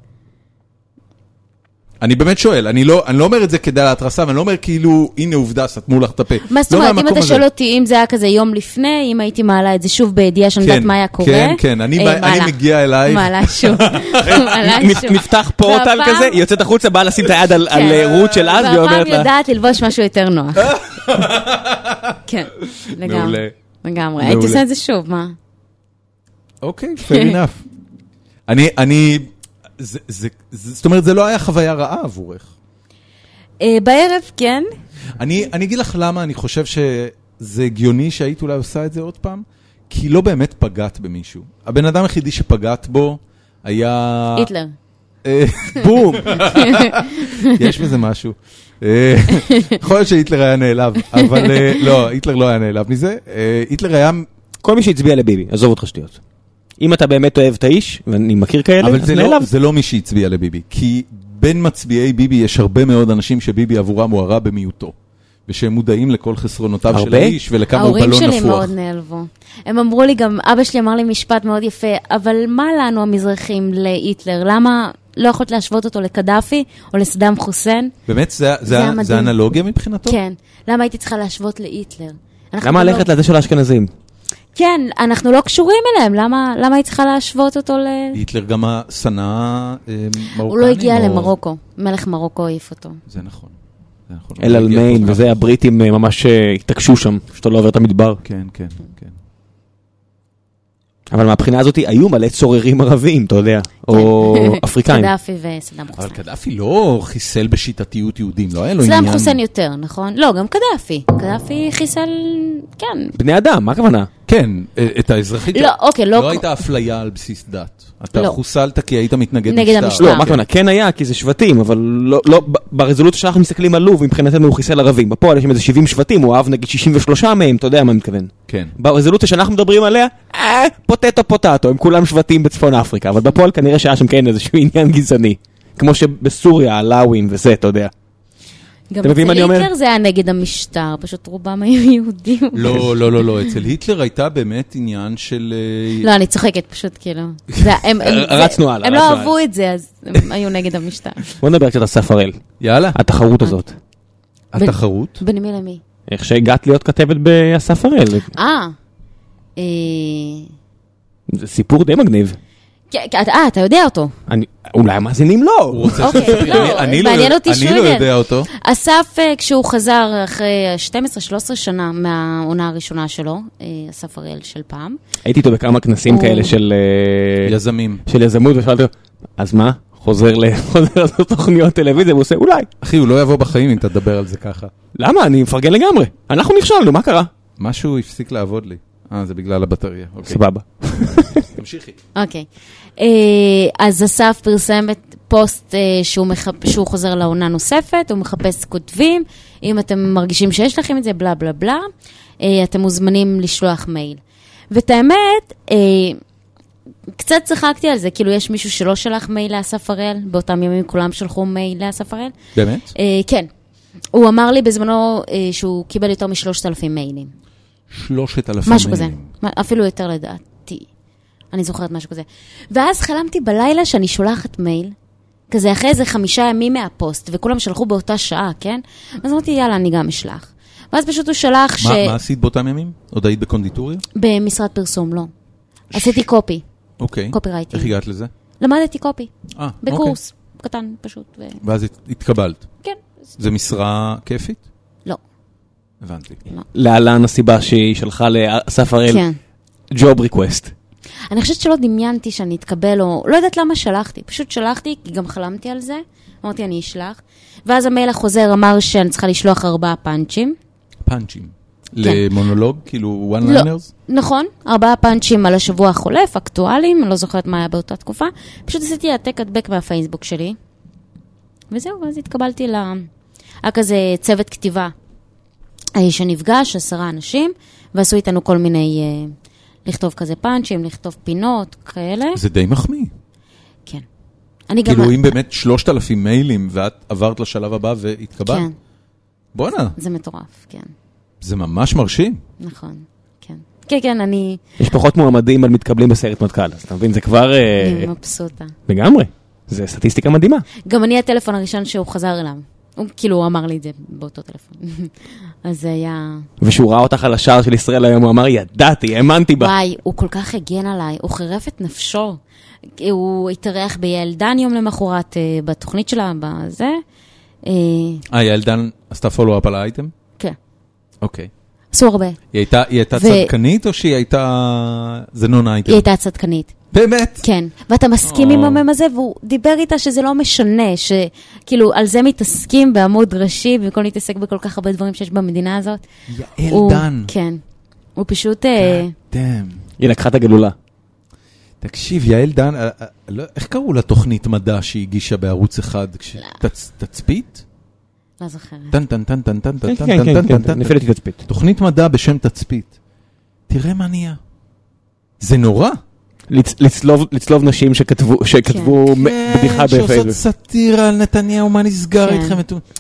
אני באמת שואל, אני לא, אני לא אומר את זה כדי להתרסה, ואני לא אומר כאילו, הנה עובדה, סתמו לך את הפה. מה זאת אומרת, אם אתה שואל אותי, אם זה היה כזה יום לפני, אם הייתי מעלה את זה שוב בידיעה שאני יודעת מה היה קורה. כן, כן, אני מגיע אליי. מעלה שוב. נפתח פורטל כזה, היא יוצאת החוצה, באה לשים את היד על רות של אז, והיא אומרת לה... והפעם יודעת ללבוש משהו יותר נוח. כן, לגמרי. לגמרי. הייתי עושה את זה שוב, מה? אוקיי, fair enough. אני, אני... זה, זה, זה, זאת אומרת, זה לא היה חוויה רעה עבורך. בערב, כן. אני, אני אגיד לך למה אני חושב שזה הגיוני שהיית אולי עושה את זה עוד פעם, כי לא באמת פגעת במישהו. הבן אדם היחידי שפגעת בו היה... היטלר. בום! יש בזה משהו. יכול להיות שהיטלר היה נעלב, אבל לא, היטלר לא היה נעלב מזה. היטלר היה... כל מי שהצביע לביבי, עזוב אותך שטויות. אם אתה באמת אוהב את האיש, ואני מכיר כאלה, אבל זה לא, זה לא מי שהצביע לביבי, כי בין מצביעי ביבי יש הרבה מאוד אנשים שביבי עבורם הוא הרע במיעוטו, ושהם מודעים לכל חסרונותיו של האיש, ולכמה הוא בלון נפוח. ההורים שלי מאוד נעלבו. הם אמרו לי גם, אבא שלי אמר לי משפט מאוד יפה, אבל מה לנו המזרחים להיטלר? למה לא יכולת להשוות אותו לקדאפי, או לסדאם חוסיין? באמת, זה, זה, זה, זה אנלוגיה מבחינתו? כן. למה הייתי צריכה להשוות להיטלר? למה ללכת לזה של האשכנזים? כן, אנחנו לא קשורים אליהם, למה, למה היא צריכה להשוות אותו ל... היטלר גם השנאה מרוקנים. הוא לא הגיע או... למרוקו, מלך מרוקו העיף אותו. זה נכון. זה נכון. אל אלמיין, וזה הבריטים ממש התעקשו שם, שאתה לא עובר את המדבר. כן, כן, כן. אבל מהבחינה הזאת היו מלא צוררים ערבים, אתה יודע, או אפריקאים. קדאפי וסדאם חוסיין. אבל קדאפי לא חיסל בשיטתיות יהודים, לא היה לו עניין. סדאם חוסיין יותר, נכון? לא, גם קדאפי. קדאפי חיסל, כן. בני אדם, מה הכוונה? כן, את האזרחית. לא, אוקיי, לא. לא הייתה אפליה על בסיס דת. אתה חוסלת כי היית מתנגד נגד המשטר. לא, מה הכוונה? כן היה, כי זה שבטים, אבל לא, ברזולוציה שאנחנו מסתכלים על לוב, מבחינתנו הוא חיסל ערבים. בפועל יש עם איזה שבעים שבטים, הוא אהב נגיד שישים ושלושה מהם, אתה יודע מה אני מתכוון. כן. ברזולוציה שאנחנו מדברים עליה, אה, פוטטו פוטטו, הם כולם שבטים בצפון אפריקה, אבל בפועל כנראה שהיה שם כן איזשהו עניין גזעני. כמו שבסוריה, הלאווים וזה, אתה יודע. גם אצל היטלר זה היה נגד המשטר, פשוט רובם היו יהודים. לא, לא, לא, לא, אצל היטלר הייתה באמת עניין של... לא, אני צוחקת פשוט, כאילו. רצנו הלאה. הם לא אהבו את זה, אז הם היו נגד המשטר. בוא נדבר קצת על אסף הראל. יאללה. התחרות הזאת. התחרות? בין מי למי? איך שהגעת להיות כתבת באסף הראל. אה. זה סיפור די מגניב. אה, אתה יודע אותו. אולי המאזינים לא. אני לא יודע אותו. אסף, כשהוא חזר אחרי שתים עשרה שלוש עשרה שנה מהעונה הראשונה שלו, אסף הראל של פעם. הייתי איתו בכמה כנסים כאלה של... יזמים. של יזמות, ושאלתי, אז מה? חוזר לתוכניות טלוויזיה, והוא עושה, אולי. אחי, הוא לא יבוא בחיים אם תדבר על זה ככה. למה? אני מפרגן לגמרי. אנחנו נכשלנו, מה קרה? משהו הפסיק לעבוד לי. אה, זה בגלל הבטריה. סבבה. תמשיכי. אוקיי. אז אסף פרסם את פוסט שהוא חוזר לעונה נוספת, הוא מחפש כותבים, אם אתם מרגישים שיש לכם את זה, בלה בלה בלה, אתם מוזמנים לשלוח מייל. ואת האמת, אה, קצת צחקתי על זה, כאילו יש מישהו שלא שלח מייל לאסף הראל, באותם ימים כולם שלחו מייל לאסף הראל. באמת? אה, כן. הוא אמר לי בזמנו אה, שהוא קיבל יותר משלושת אלפים מיילים. שלושת אלפים מיילים. משהו כזה, אפילו יותר לדעתי. אני זוכרת משהו כזה. ואז חלמתי בלילה שאני שולחת מייל, כזה אחרי איזה חמישה ימים מהפוסט, וכולם שלחו באותה שעה, כן? אז אמרתי, יאללה, אני גם אשלח. ואז פשוט הוא שלח ש... מה עשית באותם ימים? עוד היית בקונדיטוריה? במשרד פרסום, לא. עשיתי קופי. אוקיי. קופי רייטינג. איך הגעת לזה? למדתי קופי. אה, בקורס. קטן, פשוט. ואז התקבלת. כן. זה משרה כיפית? לא. הבנתי. להלן הסיבה שהיא שלחה לאסף הראל. כן. ג'וב ריקווסט. אני חושבת שלא דמיינתי שאני אתקבל, או לא יודעת למה שלחתי. פשוט שלחתי, כי גם חלמתי על זה. אמרתי, אני אשלח. ואז המייל החוזר אמר שאני צריכה לשלוח ארבעה פאנצ'ים. פאנצ'ים? למונולוג? כאילו one liners? לא, נכון. ארבעה פאנצ'ים על השבוע החולף, אקטואליים. אני לא זוכרת מה היה באותה תקופה. פשוט עשיתי העתק הדבק מהפייסבוק שלי. וזהו, ואז התקבלתי ל... היה כזה צוות כתיבה שנפגש, עשרה אנשים, ועשו איתנו כל מיני... לכתוב כזה פאנצ'ים, לכתוב פינות, כאלה. זה די מחמיא. כן. אני גם... כאילו אם באמת שלושת אלפים מיילים, ואת עברת לשלב הבא והתקבלת? כן. בוא'נה. זה מטורף, כן. זה ממש מרשים. נכון, כן. כן, כן, אני... יש פחות מועמדים על מתקבלים בסיירת מטכ"ל, אז אתה מבין, זה כבר... אני מבסוטה. לגמרי. זה סטטיסטיקה מדהימה. גם אני הטלפון הראשון שהוא חזר אליו. הוא כאילו הוא אמר לי את זה באותו טלפון. אז זה היה... ושהוא ראה אותך על השער של ישראל היום, הוא אמר, ידעתי, האמנתי בה. וואי, הוא כל כך הגן עליי, הוא חירף את נפשו. הוא התארח ביעל דן יום למחרת בתוכנית שלה, בזה. אה, יעל דן עשתה פולו-אפ על האייטם? כן. אוקיי. עשו הרבה. היא הייתה צדקנית או שהיא הייתה... זה נון אייטם? היא הייתה צדקנית. באמת? כן, ואתה מסכים עם המם הזה, והוא דיבר איתה שזה לא משנה, שכאילו על זה מתעסקים בעמוד ראשי, במקום להתעסק בכל כך הרבה דברים שיש במדינה הזאת. יעל דן. כן, הוא פשוט... דאם. היא לקחה את הגלולה. תקשיב, יעל דן, איך קראו לתוכנית מדע שהיא הגישה בערוץ אחד? תצפית? לא זוכרת. טן טן טן טן טן טן טן טן טן טן. נפלתי תצפית. תוכנית מדע בשם תצפית. תראה מה נהיה. זה נורא. לצלוב נשים שכתבו בדיחה בפייסבוק. שעושות סאטירה על נתניהו, מה נסגר איתכם?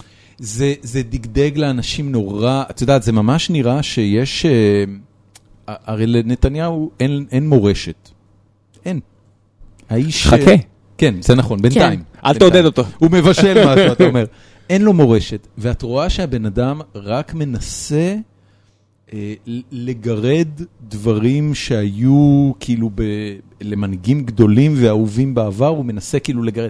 זה דגדג לאנשים נורא. את יודעת, זה ממש נראה שיש... הרי לנתניהו אין מורשת. אין. האיש... חכה. כן, זה נכון, בינתיים. אל תעודד אותו. הוא מבשל משהו, אתה אומר. אין לו מורשת. ואת רואה שהבן אדם רק מנסה... לגרד דברים שהיו כאילו למנהיגים גדולים ואהובים בעבר, הוא מנסה כאילו לגרד,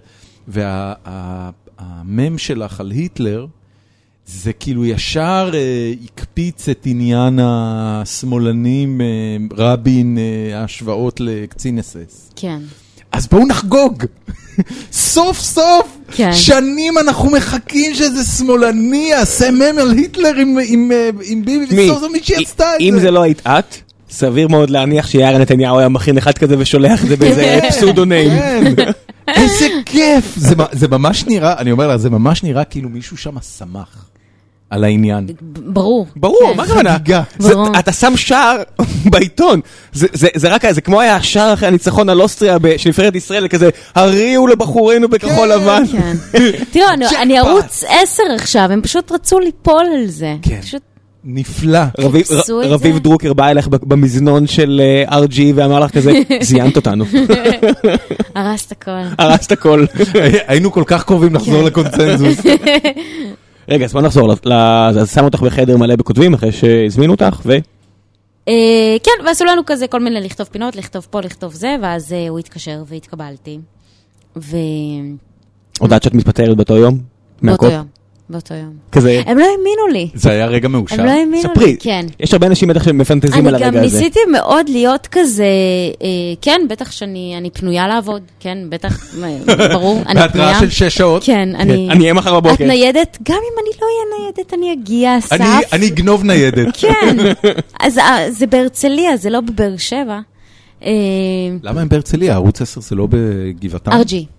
והמם שלך על היטלר, זה כאילו ישר הקפיץ את עניין השמאלנים, רבין, ההשוואות לקצין אס אס. כן. אז בואו נחגוג. סוף סוף, כן. שנים אנחנו מחכים שזה שמאלני, יעשה מם על היטלר עם, עם, עם ביבי, וסוף סוף מי שיצתה את זה. אם זה לא היית את, סביר מאוד להניח שיאיר נתניהו היה מכין אחד כזה ושולח את זה באיזה פסודו-ניים. כן. איזה כיף. זה, זה ממש נראה, אני אומר לה, זה ממש נראה כאילו מישהו שם שמח. על העניין. ברור. ברור, מה הכוונה? אתה שם שער בעיתון. זה רק, זה כמו היה השער אחרי הניצחון על אוסטריה של נבחרת ישראל, כזה, הריעו לבחורינו בכחול לבן. תראו, אני ערוץ עשר עכשיו, הם פשוט רצו ליפול על זה. פשוט... נפלא. רביב דרוקר בא אליך במזנון של אר ג'י ואמר לך כזה, זיינת אותנו. הרסת הכל. הרסת הכל. היינו כל כך קרובים לחזור לקונצנזוס. רגע, אז בוא נחזור, אז שם אותך בחדר מלא בכותבים אחרי שהזמינו אותך, ו... כן, ועשו לנו כזה כל מיני לכתוב פינות, לכתוב פה, לכתוב זה, ואז הוא התקשר והתקבלתי. ו... הודעת שאת מתפטרת באותו יום? באותו יום, באותו יום. כזה... הם לא האמינו לי. זה היה רגע מאושר. הם לא האמינו לי, כן. יש הרבה אנשים בטח שמפנטזים על הרגע הזה. אני גם ניסיתי מאוד להיות כזה, כן, בטח שאני פנויה לעבוד, כן, בטח, ברור, אני פנויה. בהתראה של שש שעות. כן, אני... אני אהיה מחר בבוקר. את ניידת, גם אם אני לא אהיה ניידת, אני אגיע, אסף. אני אגנוב ניידת. כן, אז זה בהרצליה, זה לא בבאר שבע. למה הם בהרצליה? ערוץ עשר זה לא בגבעתיים? אר ג'י.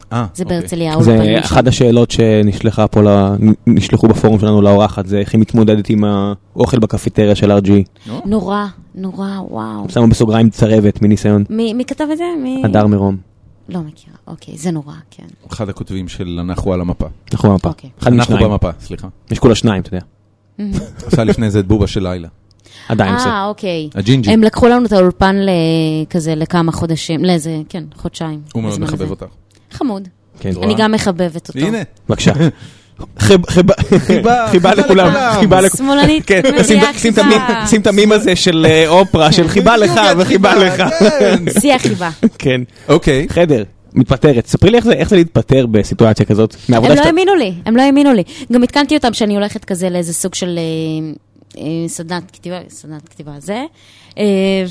אה, זה אוקיי. בהרצליה, זה האולפנים שם. אחת השאלות שנשלחה פה, נשלחו בפורום שלנו לאורחת, זה איך היא מתמודדת עם האוכל בקפיטריה של אר ג'י. נורא, נורא, וואו. שמו בסוגריים צרבת מניסיון. מי מי כתב את זה? מי... הדר מרום. לא מכירה, אוקיי, זה נורא, כן. אחד הכותבים של אנחנו על המפה. אנחנו במפה. אוקיי. אחד אנחנו משניים. במפה, סליחה. יש כולה שניים, אתה יודע. עשה לפני זה את בובה של לילה. עדיין זה. אה, אוקיי. הג'ינג'י. הם לקחו לנו את האולפן כזה לכמה חודשים, לאיזה, כן, חודשיים. הוא מאוד בזמן מחבב הזה. אותך. חמוד. כן. אני גם מחבבת אותו. הנה. בבקשה. חיבה חיבה לכולם. לכולם. חיבה לכולם. שמאלנית כן, מביאה שים את חיבה. המים- שים את המים הזה של אה, אופרה, של חיבה לך וחיבה לך. כן. שיא החיבה. כן. אוקיי. חדר, מתפטרת. ספרי לי איך זה- איך זה להתפטר בסיטואציה כזאת. הם מהעבודה לא שאתה... האמינו לי, הם לא האמינו לי. גם התקנתי אותם שאני הולכת כזה לאיזה סוג של אה, אה, סדנת כתיבה, סדנת כתיבה זה, אה,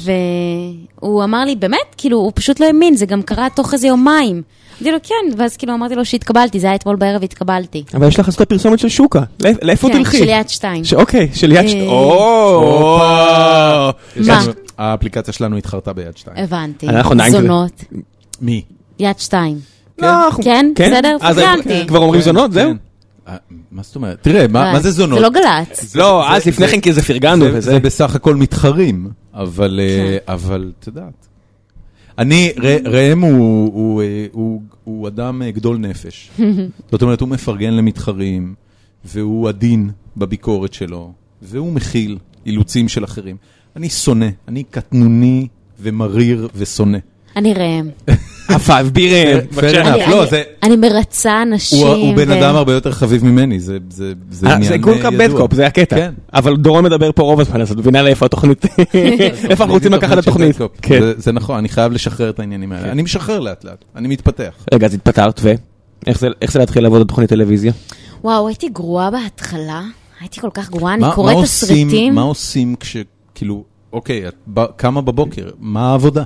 והוא אמר לי, באמת, כאילו, הוא פשוט לא האמין, זה גם קרה תוך איזה יומיים. אמרתי לו, כן, ואז כאילו אמרתי לו שהתקבלתי, זה היה אתמול בערב, התקבלתי. אבל יש לך לעשות פרסומת של שוקה. לא- לאיפה כן, תלכי? של יד שתיים. ש- אוקיי, של יד אה, שתיים. או, יש מה? לנו- האפליקציה שלנו התחרתה ביד שתיים. הבנתי. אנחנו עדיין כזה. זונות. מי? יד שתיים. לא, אנחנו- כן, בסדר, אז פרגנתי. כבר אומרים זונות, זהו? כן. אה, מה זאת אומרת? תראה, מה מה זה זונות? זה לא גלץ. לא, זה- אז לפני זה- כן כי זה פרגנו זה- וזה. זה בסך הכל מתחרים, אבל, אה, אבל, את יודעת. אני, ר- ראם הוא, הוא, אה, הוא, הוא אדם אה, גדול נפש. זאת אומרת, הוא מפרגן למתחרים, והוא עדין בביקורת שלו, והוא מכיל אילוצים של אחרים. אני שונא, אני קטנוני ומריר ושונא. אני ראם. הפייב בירם. fair enough. אני- לא, אני- זה- אני מרצה אנשים. הוא, הוא בן ו- אדם הרבה יותר חביב ממני, זה, זה, זה אה, עניין זה אה, גולקה ידוע. בדקופ, זה הקטע. כן. אבל דורון מדבר פה רוב הזמן, אז את מבינה לאיפה התוכנית, איפה אנחנו רוצים לקחת את של התוכנית. בדקופ. כן. זה, זה נכון, אני חייב לשחרר את העניינים האלה. אני משחרר לאט לאט, אני מתפתח. רגע, אז התפטרת ו? איך זה- איך זה להתחיל לעבוד על תוכנית טלוויזיה? וואו, הייתי גרועה בהתחלה. הייתי כל כך גרועה, אני מה- קוראת מה עושים- תסריטים. מה עושים כש... כאילו, אוקיי, את ב- קמה בבוקר, מה העבודה?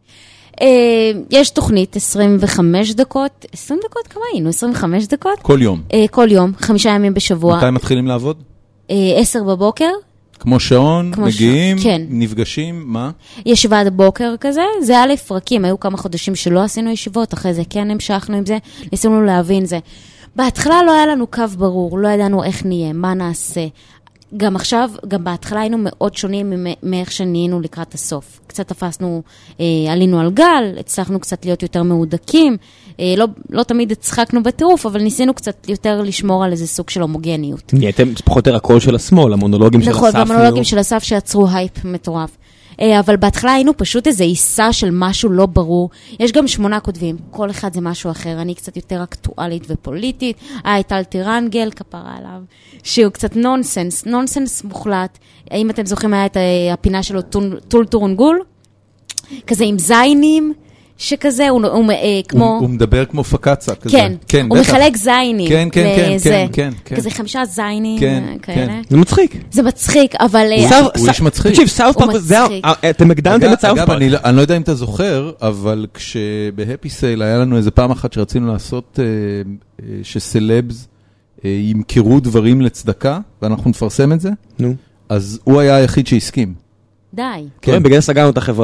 אה, יש תוכנית עשרים וחמש דקות, עשרים דקות כמה היינו? עשרים וחמש דקות? כל יום. אה, כל יום, חמישה ימים בשבוע. מתי מתחילים לעבוד? אה, עשר בבוקר, כמו שעון, כמו מגיעים, שעון, כן. נפגשים, מה? ישיבת בוקר כזה, זה היה לפרקים, היו כמה חודשים שלא עשינו ישיבות, אחרי זה כן המשכנו עם זה, ניסינו להבין זה. בהתחלה לא היה לנו קו ברור, לא ידענו איך נהיה, מה נעשה. גם עכשיו, גם בהתחלה היינו מאוד שונים ממ- מאיך שנהיינו לקראת הסוף. קצת תפסנו, אה, עלינו על גל, הצלחנו קצת להיות יותר מהודקים, אה, לא, לא תמיד הצחקנו בטירוף, אבל ניסינו קצת יותר לשמור על איזה סוג של הומוגניות. נהייתם פחות או יותר הקול של השמאל, המונולוגים של נכון, אסף. והמונולוגים נו. של אסף שיצרו הייפ מטורף. אה, אבל בהתחלה היינו פשוט איזו עיסה של משהו לא ברור. יש גם שמונה כותבים, כל אחד זה משהו אחר. אני קצת יותר אקטואלית ופוליטית. אה, הייתה טירנגל, כפרה עליו, שהוא קצת נונסנס, נונסנס מוחלט. האם אתם זוכרים, היה את אה, הפינה שלו, טול- טול טורנגול? כזה עם זיינים, שכזה, הוא, הוא אה, כמו... הוא, הוא מדבר כמו פקצה כזה. כן, כן, הוא בטח. מחלק זיינים. כן, כן, כן, לזה. כן, כן, כן. כזה חמישה זיינים כן, אה, כאלה. כן. זה מצחיק. זה מצחיק, אבל... אה, סאו- הוא סאו- איש מצחיק. תקשיב, סאוף הוא פארק, זה ה- מצחיק. אה, אתם הקדמתם אגב, את סאוף אגב, פארק. אני, לא- אני לא יודע אם אתה זוכר, אבל כשבהפי סייל היה לנו איזה פעם אחת שרצינו לעשות אה, אה, שסלבס אה, ימכרו דברים לצדקה, ואנחנו נפרסם את זה, נו. אז הוא היה היחיד שהסכים. די. כן. בגלל זה סגרנו את החברה.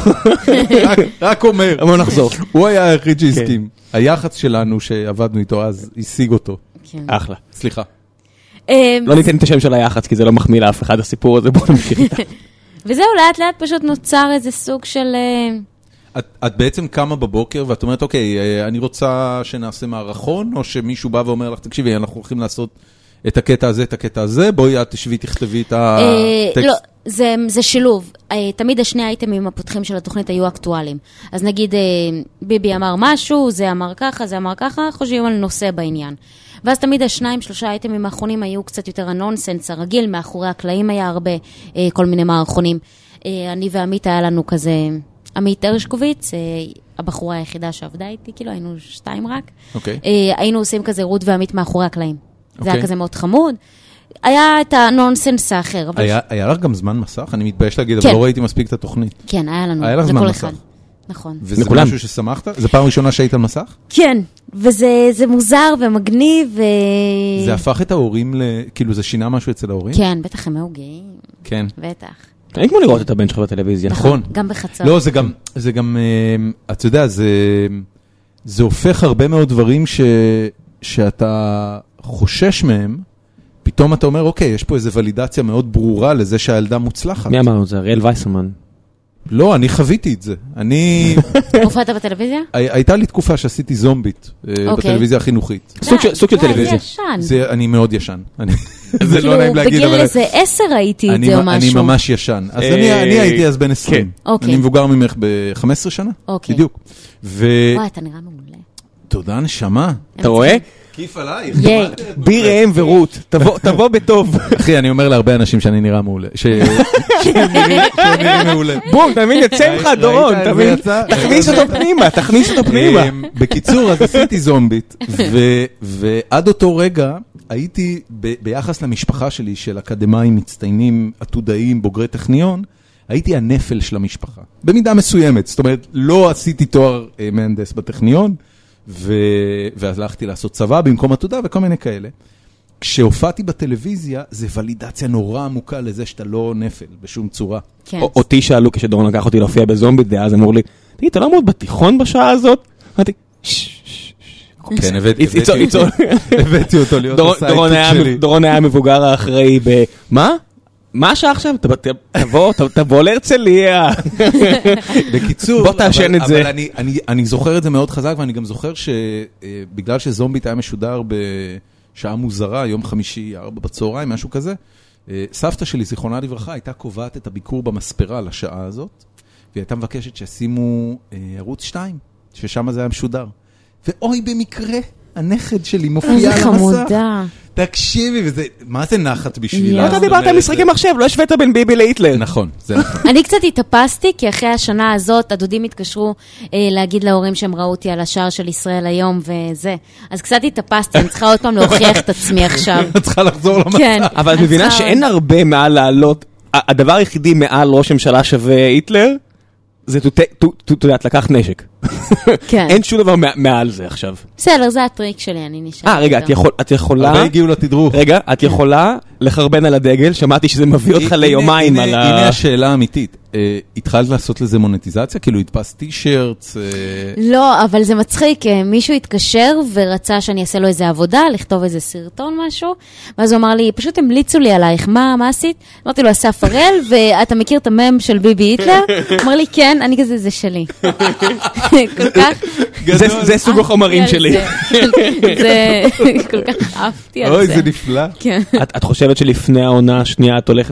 רק- רק אומר. בוא נחזור. הוא היה היחיד שהסכים. היח"צ שלנו שעבדנו איתו אז השיג אותו. כן. אחלה. סליחה. אה, לא ניתן את השם של היח"צ, כי זה לא מחמיא לאף אחד הסיפור הזה, בואו נמשיך איתה. וזהו, לאט לאט פשוט נוצר איזה סוג של... אה, את, את בעצם קמה בבוקר ואת אומרת, אוקיי, אה, אני רוצה שנעשה מערכון, או שמישהו בא ואומר לך, תקשיבי, אנחנו הולכים לעשות את הקטע הזה, את הקטע הזה, בואי את תשבי, תכתבי את אה, הטקסט. לא, זה, זה שילוב. אה, תמיד השני האייטמים הפותחים של התוכנית היו אקטואליים. אז נגיד, אה, ביבי אמר משהו, זה אמר ככה, זה אמר ככה, חושבים על נושא בעניין. ואז תמיד השניים, שלושה האייטמים האחרונים היו קצת יותר הנונסנס הרגיל, מאחורי הקלעים היה הרבה אה, כל מיני מערכונים. אה, אני ועמית היה לנו כזה, עמית הרשקוביץ, אה, הבחורה היחידה שעבדה איתי, כאילו היינו שתיים רק. אוקיי. אה, היינו עושים כזה רות ועמית מאחורי הקלעים. זה היה אוקיי. כזה מאוד חמוד. היה את הנונסנס האחר. אבל היה, היה לך גם זמן מסך? אני מתבייש להגיד, כן. אבל לא ראיתי מספיק את התוכנית. כן, היה לנו, היה לך זמן לכל מסך. אחד. נכון. וזה לכולם. משהו ששמחת? זו פעם ראשונה שהיית על מסך? כן, וזה זה מוזר ומגניב, ו... זה הפך את ההורים, ל... כאילו זה שינה משהו אצל ההורים? כן, בטח הם היו גאים, כן. בטח. אין כמו לראות את הבן שלך בטלוויזיה. נכון. גם בחצר. לא, זה גם, זה גם, אה, אתה יודע, זה, זה הופך הרבה מאוד דברים ש... שאתה חושש מהם, פתאום אתה אומר, אוקיי, יש פה איזו ולידציה מאוד ברורה לזה שהילדה מוצלחת. מי אמר את זה? אריאל וייסרמן. לא, אני חוויתי את זה. אני... הופעת בטלוויזיה? הייתה לי תקופה שעשיתי זומבית בטלוויזיה החינוכית. סוג של טלוויזיה. זה אני מאוד ישן. זה לא נעים להגיד, בגיל איזה עשר הייתי את זה או משהו. אני ממש ישן. אז אני הייתי אז בן עשרים. אני מבוגר ממך ב-חמש עשרה שנה. בדיוק. וואי, אתה נראה מעולה. תודה, נשמה. אתה רואה? כיף עלייך. ביר ראם ורות, תבוא בטוב. אחי, אני אומר להרבה אנשים שאני נראה מעולה. שאני נראה מעולה. בום, תמיד יצא ממך דורון, תכניס אותו פנימה, תכניס אותו פנימה. בקיצור, אז עשיתי זומבית, ועד אותו רגע הייתי ביחס למשפחה שלי, של אקדמיים מצטיינים, עתודאים, בוגרי טכניון, הייתי הנפל של המשפחה. במידה מסוימת, זאת אומרת, לא עשיתי תואר מהנדס בטכניון, ואז הלכתי לעשות צבא במקום עתודה וכל מיני כאלה. כשהופעתי בטלוויזיה, זה ולידציה נורא עמוקה לזה שאתה לא נפל בשום צורה. אותי שאלו כשדורון לקח אותי להופיע בזומבית, ואז אמרו לי, תגיד, אתה לא מאוד בתיכון בשעה הזאת? אמרתי, כן, הבאתי אותו להיות הסייטק שלי. דורון היה מבוגר האחראי ב... מה? מה השעה עכשיו? תבוא, תבוא להרצליה. בקיצור, בוא תאשן את זה. אבל אני זוכר את זה מאוד חזק, ואני גם זוכר שבגלל שזומבית היה משודר בשעה מוזרה, יום חמישי, ארבע בצהריים, משהו כזה, סבתא שלי, זיכרונה לברכה, הייתה קובעת את הביקור במספרה לשעה הזאת, והיא הייתה מבקשת שישימו ערוץ שתיים, ששם זה היה משודר. ואוי, במקרה, הנכד שלי מופיע על המסך. איזה חמודה. תקשיבי, וזה, מה זה נחת בשבילה? אתה דיברת על משחקי מחשב, לא השווית בין ביבי להיטלר. נכון, זה נכון. אני קצת התאפסתי, כי אחרי השנה הזאת, הדודים התקשרו להגיד להורים שהם ראו אותי על השער של ישראל היום וזה. אז קצת התאפסתי, אני צריכה עוד פעם להוכיח את עצמי עכשיו. את צריכה לחזור למסך. כן. אבל את מבינה שאין הרבה מעל לעלות, הדבר היחידי מעל ראש ממשלה שווה היטלר, זה תודעת לקחת נשק. אין שום דבר מעל זה עכשיו. בסדר, זה הטריק שלי, אני נשאר. אה, רגע, את יכולה... הרבה הגיעו לתדרוך. רגע, את יכולה לחרבן על הדגל, שמעתי שזה מביא אותך ליומיים על ה... הנה השאלה האמיתית. התחלת לעשות לזה מונטיזציה? כאילו הדפס טי-שירטס? לא, אבל זה מצחיק. מישהו התקשר ורצה שאני אעשה לו איזה עבודה, לכתוב איזה סרטון משהו, ואז הוא אמר לי, פשוט המליצו לי עלייך, מה, מה עשית? אמרתי לו, אסף הראל, ואתה מכיר את המם של ביבי היטלר? אמר לי, כן, אני כזה, זה שלי. כל כך... זה סוג החומרים שלי. זה כל כך אהבתי על זה. אוי, זה נפלא. את חושבת שלפני העונה השנייה את הולכת...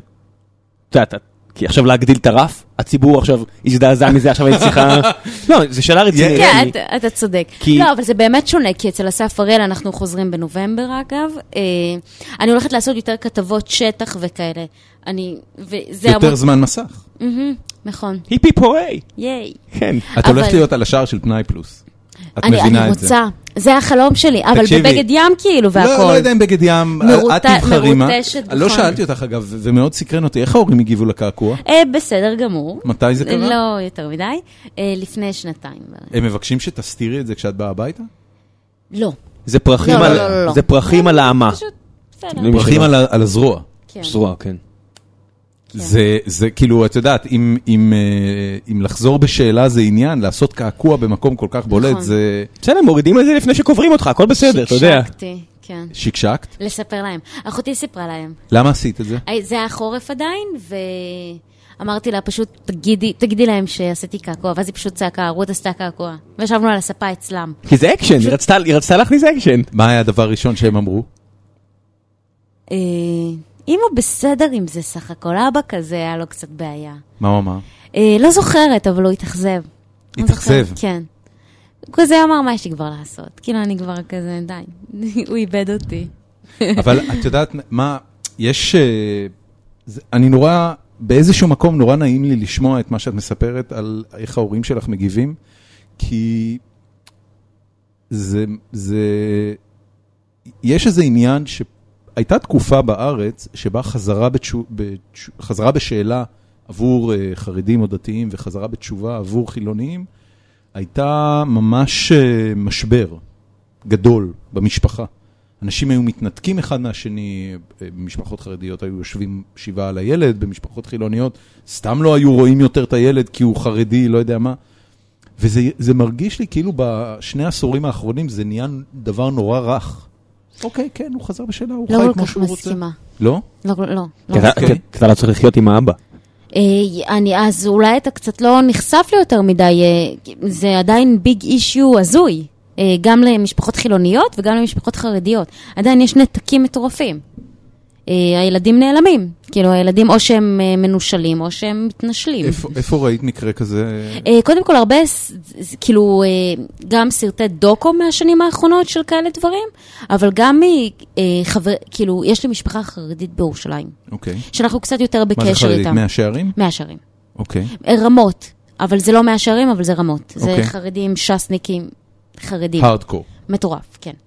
כי עכשיו להגדיל את הרף, הציבור עכשיו הזדעזע מזה, עכשיו אני צריכה... לא, זה שאלה רצינית. כן, אתה צודק. לא, אבל זה באמת שונה, כי אצל אסף הראל אנחנו חוזרים בנובמבר, אגב. אני הולכת לעשות יותר כתבות שטח וכאלה. אני... יותר זמן מסך. נכון. היפי פורי. ייי. כן. את הולכת להיות על השער של פנאי פלוס. את מבינה את זה. אני רוצה. זה החלום שלי, אבל בבגד ים כאילו והכל. לא, לא יודע אם בגד ים, את תבחרי מה. מרוטשת, נכון. לא שאלתי אותך אגב, ומאוד סקרן אותי, איך ההורים הגיבו לקעקוע? בסדר גמור. מתי זה קרה? לא יותר מדי. לפני שנתיים. הם מבקשים שתסתירי את זה כשאת באה הביתה? לא. זה פרחים על האמה. פרחים על הזרוע. זרוע, כן. זה, זה כאילו, את יודעת, אם, אם, אם לחזור בשאלה זה עניין, לעשות קעקוע במקום כל כך בולט, זה... בסדר, מורידים את זה לפני שקוברים אותך, הכל בסדר, אתה יודע. שקשקתי, כן. שקשקת? לספר להם. אחותי סיפרה להם. למה עשית את זה? זה היה חורף עדיין, ואמרתי לה, פשוט תגידי, תגידי להם שעשיתי קעקוע, ואז היא פשוט צעקה, רות עשתה קעקוע. וישבנו על הספה אצלם. כי זה אקשן, היא רצתה, היא רצתה להכניס אקשן. מה היה הדבר הראשון שהם אמרו? אה... אם הוא בסדר עם זה סך הכל, אבא כזה היה לו קצת בעיה. מה הוא אמר? אה, לא זוכרת, אבל הוא התאכזב. התאכזב? כן. הוא כזה אמר, מה יש לי כבר לעשות? כאילו אני כבר כזה, די, הוא איבד אותי. אבל את יודעת מה, יש, אני נורא, באיזשהו מקום נורא נעים לי לשמוע את מה שאת מספרת על איך ההורים שלך מגיבים, כי זה, זה, יש איזה עניין ש... הייתה תקופה בארץ שבה חזרה, בתשו, בתש, חזרה בשאלה עבור uh, חרדים או דתיים וחזרה בתשובה עבור חילוניים, הייתה ממש uh, משבר גדול במשפחה. אנשים היו מתנתקים אחד מהשני, במשפחות חרדיות היו יושבים שבעה על הילד, במשפחות חילוניות סתם לא היו רואים יותר את הילד כי הוא חרדי, לא יודע מה. וזה מרגיש לי כאילו בשני העשורים האחרונים זה נהיה דבר נורא רך. אוקיי, כן, הוא חזר בשאלה, הוא חי כמו שהוא רוצה. לא? לא, לא. כי אתה לא צריך לחיות עם האבא. אני, אז אולי אתה קצת לא נחשף לי יותר מדי, זה עדיין ביג אישיו הזוי, גם למשפחות חילוניות וגם למשפחות חרדיות. עדיין יש נתקים מטורפים. הילדים נעלמים, כאילו הילדים או שהם מנושלים או שהם מתנשלים. איפה, איפה ראית מקרה כזה? קודם כל הרבה, כאילו גם סרטי דוקו מהשנים האחרונות של כאלה דברים, אבל גם מחבר, כאילו יש לי משפחה חרדית בירושלים. אוקיי. שאנחנו קצת יותר בקשר איתם. מה זה חרדית? מהשערים? מהשערים. אוקיי. רמות, אבל זה לא מהשערים, אבל זה רמות. זה אוקיי. חרדים, שסניקים, חרדים. הארדקור. מטורף, כן.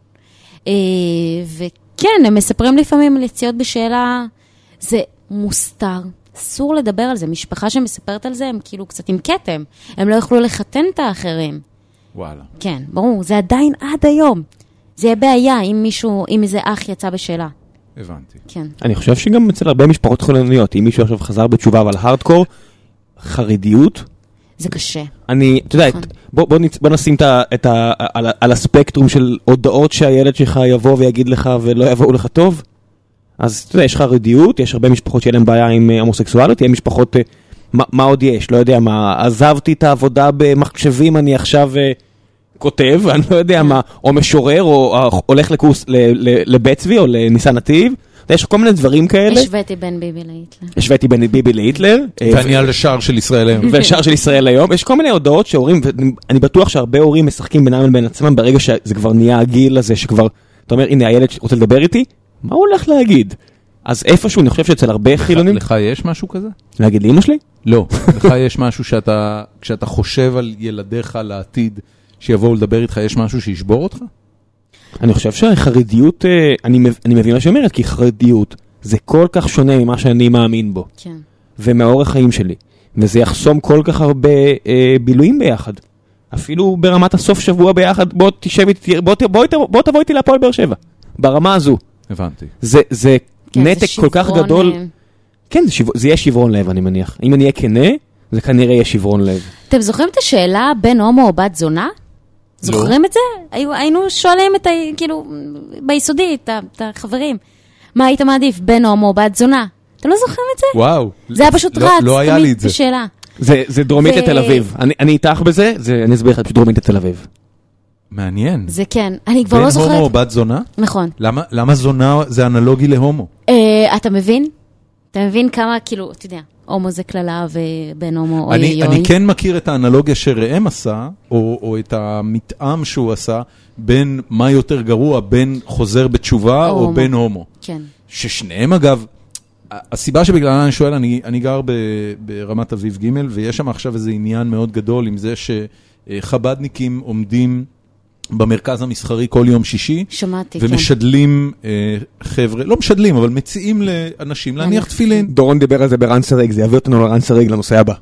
ו... כן, הם מספרים לפעמים על יציאות בשאלה, זה מוסתר, אסור לדבר על זה, משפחה שמספרת על זה, הם כאילו קצת עם קטם, הם לא יכלו לחתן את האחרים. וואלה. כן, ברור, זה עדיין עד היום. זה יהיה בעיה אם מישהו, אם איזה אח יצא בשאלה. הבנתי. כן. אני חושב שגם אצל הרבה משפחות חילוניות, אם מישהו עכשיו חזר בתשובה אבל הארדקור, חרדיות, זה קשה. אני, אתה יודע, בוא, בוא, נצ... בוא נשים את ה, את ה, על, על הספקטרום של הודעות שהילד שלך יבוא ויגיד לך ולא יבואו לך טוב. אז אתה יודע, יש חרדיות, יש הרבה משפחות שיהיה להם בעיה עם הומוסקסואליות, יש משפחות, מה, מה עוד יש? לא יודע מה, עזבתי את העבודה במחשבים, אני עכשיו כותב, אני לא יודע מה, או משורר, או, או הולך לקורס לבית צבי, או לניסן נתיב. יש כל מיני דברים כאלה. השוויתי בין ביבי להיטלר. השוויתי בין ביבי להיטלר. ואני על השער של ישראל היום. והשער של ישראל היום. יש כל מיני הודעות שהורים, ואני בטוח שהרבה הורים משחקים בינם לבין עצמם, ברגע שזה כבר נהיה הגיל הזה, שכבר, אתה אומר, הנה הילד רוצה לדבר איתי, מה הוא הולך להגיד? אז איפשהו, אני חושב שאצל הרבה חילונים... לך יש משהו כזה? להגיד לאמא שלי? לא. לך יש משהו שאתה, כשאתה חושב על ילדיך לעתיד, שיבואו לדבר איתך, יש משהו שישבור אותך? אני חושב שהחרדיות, אני, אני מבין מה שאומרת, כי חרדיות זה כל כך שונה ממה שאני מאמין בו. כן. ומהאורח חיים שלי. וזה יחסום כל כך הרבה אה, בילויים ביחד. אפילו ברמת הסוף שבוע ביחד, בוא תשב איתי, בוא, בוא, בוא, בוא תבוא איתי להפועל באר שבע. ברמה הזו. הבנתי. זה, זה כן, נתק זה כל כך גדול. הם. כן, זה, שבר, זה יהיה שברון לב, אני מניח. אם אני אהיה כנה, זה כנראה יהיה שברון לב. אתם זוכרים את השאלה בין הומו או בת זונה? זוכרים את זה? היינו שואלים את ה... כאילו, ביסודי, את החברים. מה היית מעדיף? בן הומו או בת זונה? אתם לא זוכרים את זה? וואו. זה היה פשוט רץ. לא היה לי את זה. בשאלה. זה, זה דרומית לתל אביב. אני, אני איתך בזה, זה, אני אסביר לך, פשוט דרומית לתל אביב. מעניין. זה כן. אני כבר לא זוכרת. בן הומו או בת זונה? נכון. למה, למה זונה זה אנלוגי להומו? אתה מבין? אתה מבין כמה, כאילו, אתה יודע, הומו זה כללה ובן הומו או אני, יוי. אני כן מכיר את האנלוגיה שראם עשה, או, או את המתאם שהוא עשה, בין מה יותר גרוע, בין חוזר בתשובה או, או בין הומו. כן. ששניהם אגב, הסיבה שבגללה אני שואל, אני, אני גר ב, ברמת אביב ג' ויש שם עכשיו איזה עניין מאוד גדול עם זה שחבדניקים עומדים במרכז המסחרי כל יום שישי. שמעתי, ומשדלים כן. אה, חבר'ה, לא משדלים, אבל מציעים לאנשים להניח תפילין. דורון דיבר על זה ברנסרג, זה יביא אותנו לרנסרג לנושא הבא.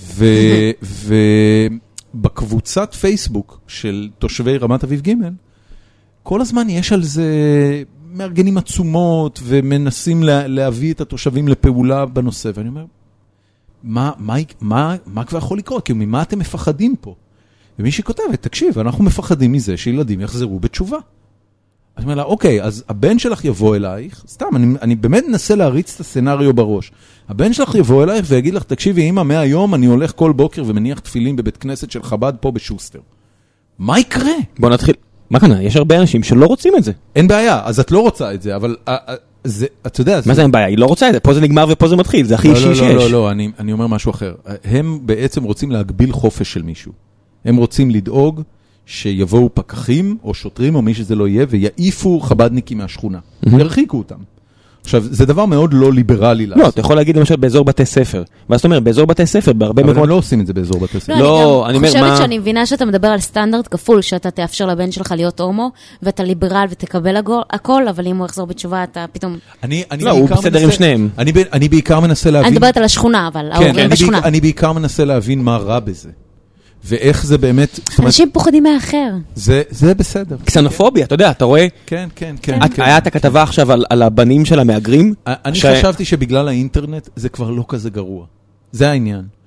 ובקבוצת פייסבוק של תושבי רמת אביב ג' כל הזמן יש על זה מארגנים עצומות ומנסים לה, להביא את התושבים לפעולה בנושא. ואני אומר, מה, מה, מה, מה כבר יכול לקרות? כי ממה אתם מפחדים פה? ומי שכותבת, תקשיב, אנחנו מפחדים מזה שילדים יחזרו בתשובה. אני אומר לה, אוקיי, אז הבן שלך יבוא אלייך, סתם, אני, אני באמת מנסה להריץ את הסצנריו בראש. הבן שלך יבוא אלייך ויגיד לך, תקשיבי, אמא, מהיום אני הולך כל בוקר ומניח תפילין בבית כנסת של חב"ד פה בשוסטר. מה יקרה? בוא נתחיל. מה כאן? יש הרבה אנשים שלא רוצים את זה. אין בעיה, אז את לא רוצה את זה, אבל זה, אתה יודע... מה זה אין בעיה? היא לא רוצה את זה, פה זה נגמר ופה זה מתחיל, זה הכי אישי שיש. לא, לא, לא, אני, אני אומר משהו אחר. הם בעצם רוצים להגביל חופש של מישהו. הם רוצים לדאוג שיבואו פקחים או שוטרים או מי שזה לא יהיה ויעיפו חבדניקים מהשכונה. ירחיקו אותם. עכשיו, זה דבר מאוד לא ליברלי לעשות. לא, אתה יכול להגיד למשל באזור בתי ספר. ואז אתה אומר, באזור בתי ספר, בהרבה מקומות... אבל הם לא עושים את זה באזור בתי ספר. לא, אני חושבת שאני מבינה שאתה מדבר על סטנדרט כפול, שאתה תאפשר לבן שלך להיות הומו, ואתה ליברל ותקבל הכל, אבל אם הוא יחזור בתשובה, אתה פתאום... לא, הוא בסדר עם שניהם. אני בעיקר מנסה להבין... אני מדברת על השכונה, אבל ההורים בשכונה. אני בעיקר מנסה להבין מה רע בזה. ואיך זה באמת... אנשים פוחדים מאחר. זה, זה בסדר. קסנופוביה, אתה יודע, אתה רואה... כן, כן, כן. היה את הכתבה עכשיו על, על הבנים של המאגרים? אני חשבתי שבגלל האינטרנט זה כבר לא כזה גרוע. זה העניין.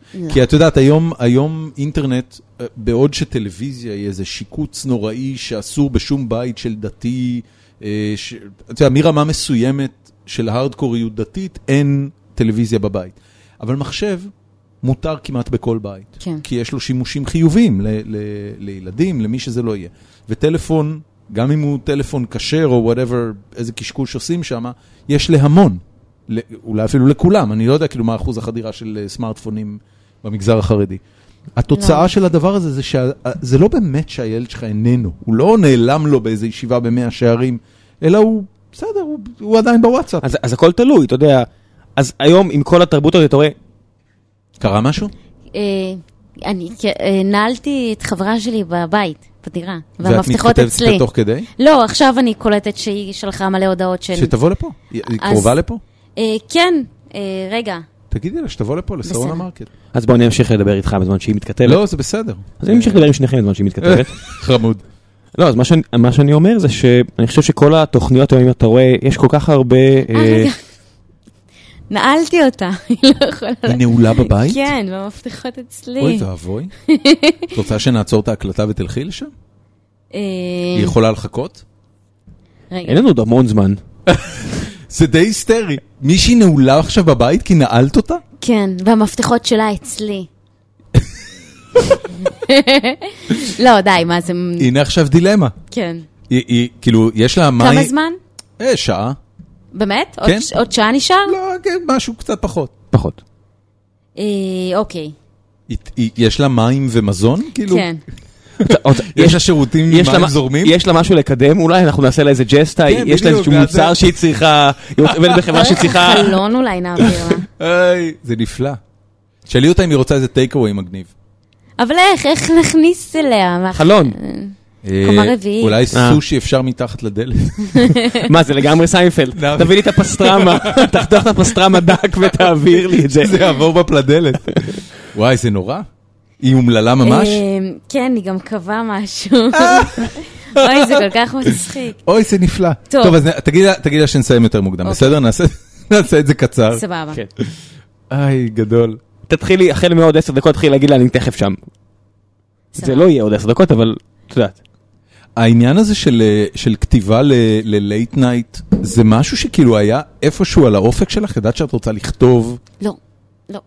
כי את יודעת, היום, היום אינטרנט, בעוד שטלוויזיה היא איזה שיקוץ נוראי שאסור בשום בית של דתי, ש... אתה יודע, מרמה מסוימת של הארדקוריות דתית, אין טלוויזיה בבית. אבל מחשב מותר כמעט בכל בית. כן. כי יש לו שימושים חיוביים ל... ל... לילדים, למי שזה לא יהיה. וטלפון, גם אם הוא טלפון כשר או whatever, איזה קשקוש עושים שם, יש להמון. אולי אפילו לכולם, אני לא יודע כאילו מה אחוז החדירה של סמארטפונים במגזר החרדי. התוצאה של הדבר הזה זה שזה לא באמת שהילד שלך איננו, הוא לא נעלם לו באיזו ישיבה במאה שערים, אלא הוא, בסדר, הוא עדיין בוואטסאפ. אז הכל תלוי, אתה יודע, אז היום עם כל התרבות הזאת, אתה רואה... קרה משהו? אני נעלתי את חברה שלי בבית, בדירה, ואת והמפתחות אצלי. מתכתבת תוך כדי? לא, עכשיו אני קולטת שהיא שלחה מלא הודעות של... שתבוא לפה? היא קרובה לפה? כן, רגע. תגידי לה שתבוא לפה, לסרון המרקט. אז בואו נמשיך לדבר איתך בזמן שהיא מתכתבת. לא, זה בסדר. אז אני אמשיך לדבר עם שניכם בזמן שהיא מתכתבת. חמוד. לא, אז מה שאני, מה שאני אומר זה שאני חושב שכל התוכניות היום, אתה רואה, יש כל כך הרבה... רגע. נעלתי אותה, היא לא יכולה... היא נעולה בבית? כן, במפתחות אצלי. אוי ואבוי. את רוצה שנעצור את ההקלטה ותלכי לשם? היא יכולה לחכות? אין לנו עוד המון זמן. זה די היסטרי. מישהי נעולה עכשיו בבית כי נעלת אותה? כן, והמפתחות שלה אצלי. לא, די, מה זה... הנה עכשיו דילמה. כן. היא, כאילו, יש לה... כמה זמן? אה, שעה. באמת? כן. עוד שעה נשאר? לא, משהו קצת פחות. פחות. אוקיי. יש לה מים ומזון? כאילו? כן. יש לה שירותים מים זורמים? יש לה משהו לקדם, אולי אנחנו נעשה לה איזה ג'סטה, יש לה איזשהו מוצר שהיא צריכה, היא עובדת בחברה שהיא צריכה... חלון אולי נעביר לה. זה נפלא. שאלי אותה אם היא רוצה איזה טייקאווי מגניב. אבל איך, איך נכניס אליה? חלון. קומה רביעית. אולי סושי אפשר מתחת לדלת. מה, זה לגמרי סיינפלד. תביא לי את הפסטרמה, תחתוך את הפסטרמה דק ותעביר לי את זה. זה יעבור בפלדלת. וואי, זה נורא. היא אומללה ממש? כן, היא גם קבעה משהו. אוי, זה כל כך מצחיק. אוי, זה נפלא. טוב, אז תגיד לה שנסיים יותר מוקדם, בסדר? נעשה את זה קצר. סבבה. איי, גדול. תתחילי, החל מעוד עשר דקות, תתחיל להגיד לה, אני תכף שם. זה לא יהיה עוד עשר דקות, אבל את יודעת. העניין הזה של כתיבה ל-late night, זה משהו שכאילו היה איפשהו על האופק שלך? ידעת שאת רוצה לכתוב? לא, לא.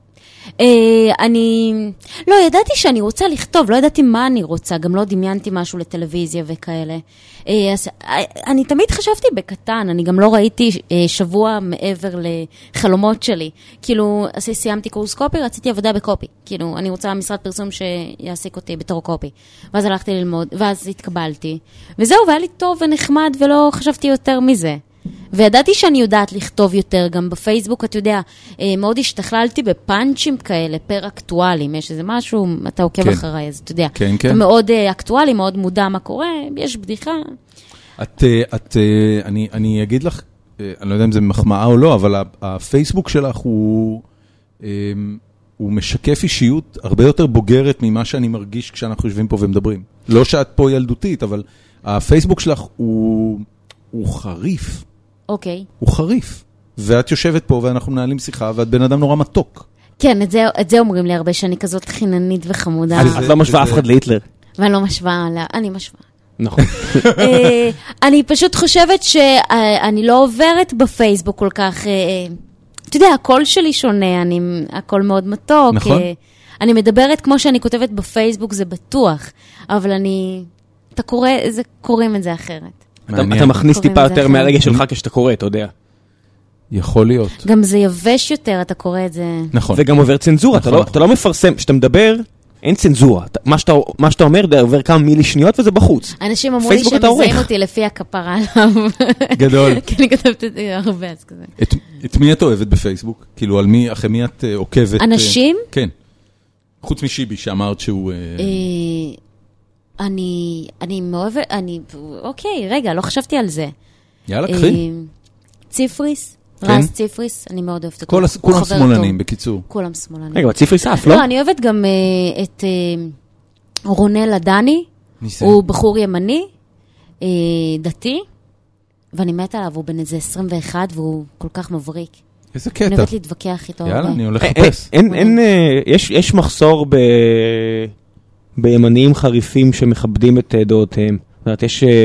אני, לא, ידעתי שאני רוצה לכתוב, לא ידעתי מה אני רוצה, גם לא דמיינתי משהו לטלוויזיה וכאלה. אז אני תמיד חשבתי בקטן, אני גם לא ראיתי שבוע מעבר לחלומות שלי. כאילו, סיימתי קורס קופי, רציתי עבודה בקופי. כאילו, אני רוצה משרד פרסום שיעסיק אותי בתור קופי. ואז הלכתי ללמוד, ואז התקבלתי. וזהו, והיה לי טוב ונחמד, ולא חשבתי יותר מזה. וידעתי שאני יודעת לכתוב יותר, גם בפייסבוק, אתה יודע, מאוד השתכללתי בפאנצ'ים כאלה, פר אקטואלים, יש איזה משהו, אתה עוקב כן. אחריי, אז אתה יודע, כן, כן. אתה מאוד אקטואלי, מאוד מודע מה קורה, יש בדיחה. את, את, אני, אני אגיד לך, אני לא יודע אם זה מחמאה או לא, אבל הפייסבוק שלך הוא, הוא משקף אישיות הרבה יותר בוגרת ממה שאני מרגיש כשאנחנו יושבים פה ומדברים. לא שאת פה ילדותית, אבל הפייסבוק שלך הוא, הוא חריף. אוקיי. הוא חריף. ואת יושבת פה ואנחנו מנהלים שיחה, ואת בן אדם נורא מתוק. כן, את זה, את זה אומרים לי הרבה, שאני כזאת חיננית וחמודה. את לא משווה אף אחד להיטלר. ואני לא משווה, אני משווה. נכון. אני פשוט חושבת שאני לא עוברת בפייסבוק כל כך, אתה יודע, הקול שלי שונה, אני, הקול מאוד מתוק. נכון. אני מדברת כמו שאני כותבת בפייסבוק, זה בטוח, אבל אני, אתה קורא, זה, קוראים את זה אחרת. אתה מכניס טיפה יותר מהרגע שלך כשאתה קורא, אתה יודע. יכול להיות. גם זה יבש יותר, אתה קורא את זה. נכון. וגם עובר צנזורה, אתה לא מפרסם, כשאתה מדבר, אין צנזורה. מה שאתה אומר, עובר כמה מילי שניות וזה בחוץ. אנשים אמרו לי שמזהים אותי לפי הכפרה עליו. גדול. כי אני כתבת את זה הרבה, אז כזה. את מי את אוהבת בפייסבוק? כאילו, על מי, אחרי מי את עוקבת? אנשים? כן. חוץ משיבי, שאמרת שהוא... אני, אני מאוהבת, אני, אוקיי, רגע, לא חשבתי על זה. יאללה, קחי. ציפריס, רז ציפריס, אני מאוד אוהבת. כולם שמאלנים, בקיצור. כולם שמאלנים. רגע, ציפריס אף, לא? לא, אני אוהבת גם את רונל עדני, הוא בחור ימני, דתי, ואני מתה עליו, הוא בן איזה עשרים ואחת, והוא כל כך מבריק. איזה אני קטע. אוהבת להתווכח איתו. יאללה, הרבה. אני הולך אה, לחפש. אין, אין, אה, יש, יש מחסור ב... בימניים חריפים שמכבדים את אה, דעותיהם. זאת אומרת, יש... אה,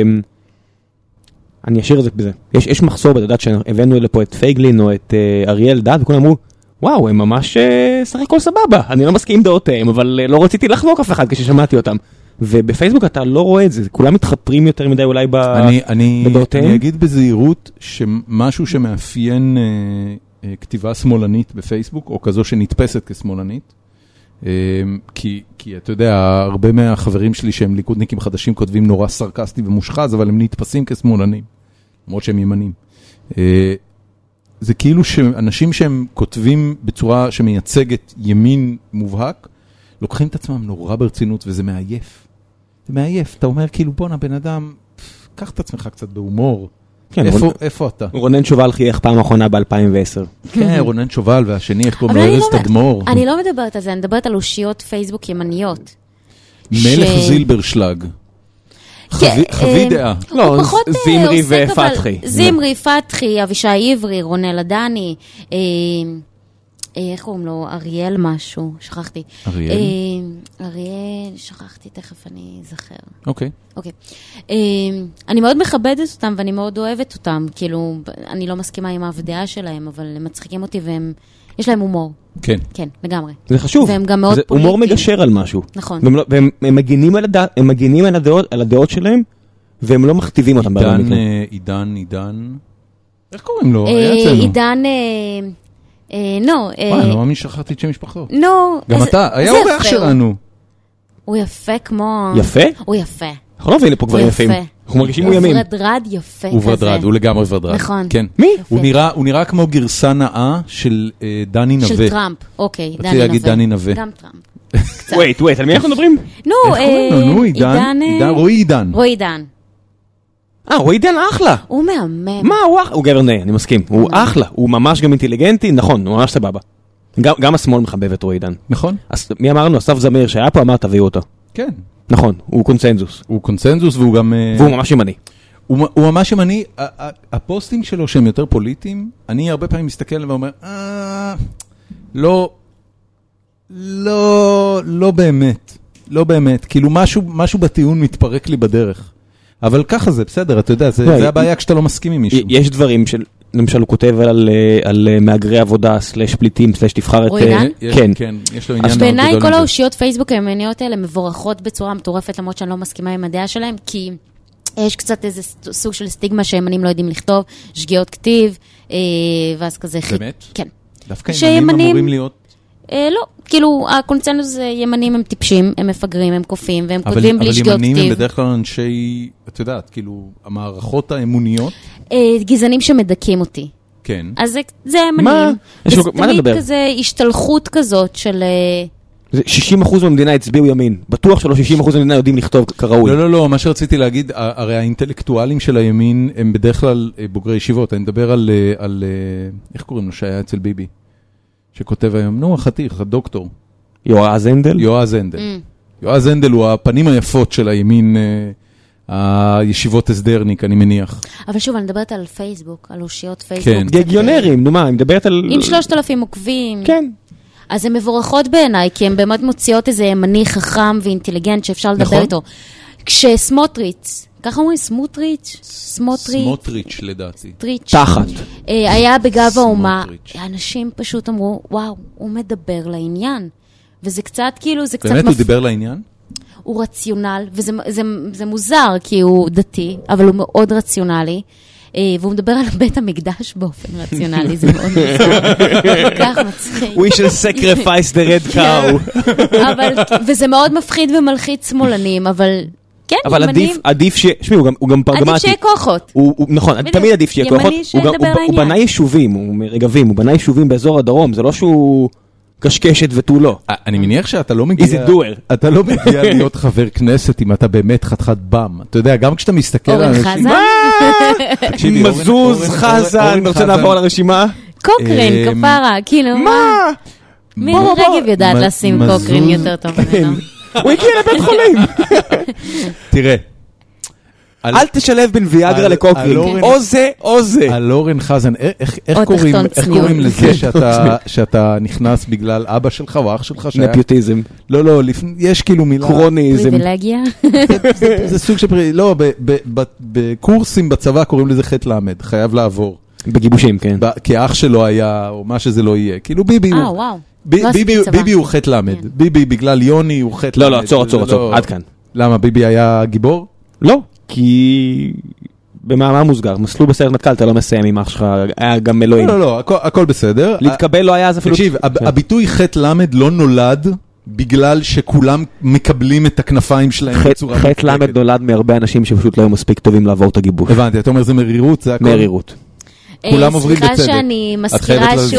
אני אשאיר את זה בזה. יש, יש מחסור, אתה יודעת שהבאנו לפה את פייגלין או את אה, אריאל דעת, וכולם אמרו, וואו, הם ממש אה, סך הכל סבבה. אני לא מסכים עם דעותיהם, אבל אה, לא רציתי לחנוק אף אחד כששמעתי אותם. ובפייסבוק אתה לא רואה את זה, כולם מתחפרים יותר מדי אולי ב... אני, אני, בדעותיהם? אני אגיד בזהירות שמשהו שמאפיין אה, אה, כתיבה שמאלנית בפייסבוק, או כזו שנתפסת כשמאלנית, אה, כי, כי אתה יודע, הרבה מהחברים שלי שהם ליכודניקים חדשים כותבים נורא סרקסטי ומושחז, אבל הם נתפסים כשמאלנים, למרות שהם ימנים. אה, זה כאילו שאנשים שהם כותבים בצורה שמייצגת ימין מובהק, לוקחים את עצמם נורא ברצינות, וזה מעייף. זה מעייף. אתה אומר, כאילו, בונה, בן אדם, קח את עצמך קצת בהומור. כן, איפה, רונן- איפה אתה? רונן שובל חייך פעם האחרונה ב-אלפיים ועשר. כן, רונן שובל, והשני, איך קוראים לו, אבל אני ארז לא- תדמור. אני לא מדברת על זה, אני מדברת על אושיות פייסבוק ימניות. מלך ש- זילברשלג. חבי- כן, חבי אה, דעה. לא, הוא פחות ז- אה, זמרי עוסק, אבל- ופתחי. זמרי, פתחי, אבישי עברי, רונל עדני, אה, אה, איך קוראים לו? אריאל משהו, שכחתי. אריאל? אה, אריאל, שכחתי, תכף אני אזכר. אוקיי. אוקיי. אה, אני מאוד מכבדת אותם ואני מאוד אוהבת אותם, כאילו, אני לא מסכימה עם הדעה שלהם, אבל הם מצחיקים אותי והם, יש להם הומור. כן. כן, לגמרי. זה חשוב. והם גם מאוד זה הומור פוליטיים. מגשר על משהו. נכון. והם, לא, והם הם מגינים, על הדע, הם מגינים על, הדעות, על הדעות שלהם, והם לא מכתיבים אותם. בהרבה עידן, מקרים. אה, עידן, עידן. איך קוראים לו? אה, היה אצלנו. עידן, אה, אה, נו, אה, וואי, אני לא מאמין שכחתי את שם משפחתו. נו. גם אז- אתה, היה זה אורח יפה, שלנו. הוא יפה כמו... יפה? הוא יפה. אנחנו לא מביאים לפה גברים יפה. יפים. אנחנו מרגישים מאוימים. הוא ורדרד יפה הוא כזה. ורדרד, הוא לגמרי ורדרד. נכון. כן. מי? הוא יפה. נראה, הוא נראה כמו גרסה נאה של אה, דני נווה. של טראמפ, אוקיי, דני נווה. להגיד דני נווה. גם טראמפ. וייט, וייט, על מי אנחנו מדברים? נו, איך קוראים לו? אה, נו, עידן, אה, עידן, רועי עידן. רועי עידן. אה, הוא עידן אחלה. הוא מהמם. מה, הוא אחלה. הוא גבר נאה, אני מסכים. הוא אחלה. הוא ממש גם אינטליגנטי, נכון, הוא ממש סבבה. גם, גם השמאל מחבב את רועי עידן. נכון? אז מי אמרנו? אסף זמיר שהיה פה, אמר תביאו אותו. כן. נכון, הוא קונצנזוס. הוא קונצנזוס והוא גם... אה, והוא ממש ימני. הוא, הוא ממש ימני, ה- ה- הפוסטים שלו שהם יותר פוליטיים, אני הרבה פעמים מסתכל ואומר, אה, לא, לא, לא באמת, לא באמת, כאילו משהו, משהו בטיעון מתפרק לי בדרך. אבל ככה זה, בסדר, אתה יודע, זה, לא, זה הבעיה כשאתה לא מסכים עם מישהו. יש דברים של... למשל הוא כותב על, אה, על אה, מהגרי עבודה, סלש פליטים, סלש תבחר את... רועי אה, עידן? יש, כן. כן, יש לו עניין אז מאוד גדול. בעיניי כל עם זה. האושיות פייסבוק הימניות האלה מבורכות בצורה מטורפת, למרות שאני לא מסכימה עם הדעה שלהם, כי יש קצת איזה סוג של סטיגמה שהימנים לא יודעים לכתוב, שגיאות כתיב, אה, ואז כזה... חי- באמת? כן. דווקא שימנים- ימנים אמורים להיות... אה, לא, כאילו, הקונצנזוס זה ימנים הם טיפשים, הם מפגרים, הם קופים, והם אבל, כותבים בלי אבל שגיאות ימנים הם כתיב. בדרך כלל אנשי, את יודעת, כאילו, המערכות האמוניות, אה, גזענים שמדכאים אותי. כן. אז זה, זה הימנים. מה? יש וזה לו- מה תמיד לדבר? כזה השתלחות כזאת של... אה, זה שישים אחוז מהמדינה הצביעו ימין. בטוח שלא שישים אחוז מהמדינה יודעים לכתוב כראוי. לא, לא, לא, מה שרציתי להגיד, הרי האינטלקטואלים של הימין הם בדרך כלל אה, בוגרי ישיבות, אני מדבר על, אה, על אה, איך קוראים לו שהיה אצל ביבי, שכותב היום, נו, החתיך, הדוקטור, יועז הנדל? יועז הנדל. Mm. יועז הנדל הוא הפנים היפות של הימין, אה, הישיבות הסדרניק, אני מניח. אבל שוב, אני מדברת על פייסבוק, על אושיות פייסבוק. כן. קצת, גגיונרים, נו מה, היא מדברת על... עם שלושת אלפים עוקבים. כן. אז הן מבורכות בעיניי, כי הן באמת מוציאות איזה ימני חכם ואינטליגנט שאפשר לדבר נכון. איתו. כשסמוטריץ', ככה אומרים, סמוטריץ', סמוטריץ', סמוטריץ' לדעתי. טריץ', תחת. אה, היה בגב האומה, סמוטריץ'. אנשים פשוט אמרו, וואו, הוא מדבר לעניין. וזה קצת, כאילו, זה קצת... באמת הוא מפ- דיבר לעניין? הוא רציונל, וזה זה, זה מוזר, כי הוא דתי, אבל הוא מאוד רציונלי. אה, והוא מדבר על בית המקדש באופן רציונלי, זה מאוד מוזר. כל כך מצחיק. We shall sacrifice the red cow. אבל, וזה מאוד מפחיד ומלחיץ שמאלנים, אבל כן, אבל ימנים, עדיף, עדיף ש... שמי, הוא גם- הוא גם פרגמטי. עדיף שיהיה כוחות. הוא, הוא, נכון, בדיוק. תמיד עדיף שיהיה ימני כוחות. הוא, שידבר גם- הוא, הוא לעניין. בנה יישובים, הוא מרגבים, הוא בנה יישובים באזור הדרום, זה לא שהוא קשקשת ותו לא. אני מניח שאתה לא מגיע... He's a doer. אתה לא מגיע להיות חבר כנסת אם אתה באמת חתיכת בם. אתה יודע, גם כשאתה מסתכל על אורן אנשים... חזן? תקשיבי, אורן- מזוז, אורן- חזן, אורן אני רוצה חזן. לעבור על הרשימה. קוקרין, אמ, כפרה, כאילו, מה? מירי בוא, בוא. רגב יודעת מ- לשים מזוז. קוקרין יותר טוב ממנו. הוא הגיע לבית חולים. תראה, אל תשלב בין ויאגרה לקוקרין, או זה או זה. על אורן חזן, איך קוראים לזה שאתה נכנס בגלל אבא שלך או אח שלך? נפיוטיזם. לא, לא, יש כאילו מילה... קרוניזם. פריבילגיה? זה סוג של פריבילגיה, לא, בקורסים בצבא קוראים לזה חטא למד, חייב לעבור. בגיבושים, כן. כי אח שלו היה, או מה שזה לא יהיה. כאילו ביבי הוא... אה, וואו. ביבי הוא חטא למד. ביבי בגלל יוני הוא חטא למד. לא, לא, עצור, עצור, עצור, עד כאן. למה, ביבי היה גיבור? לא, כי... במאמר מוסגר, מסלול בסרט מטכ"ל, אתה לא מסיים עם אח שלך, היה גם אלוהים. לא, לא, הכל בסדר. להתקבל לא היה אז אפילו... תקשיב, הביטוי חטא למד לא נולד בגלל שכולם מקבלים את הכנפיים שלהם בצורה... חטא למד נולד מהרבה אנשים שפשוט לא היו מספיק טובים לעבור את הגיבוש. הבנתי, אתה אומר זה מרירות, זה הכל? מרירות. כולם עוברים בצדק. סליחה שאני מזכירה שוב.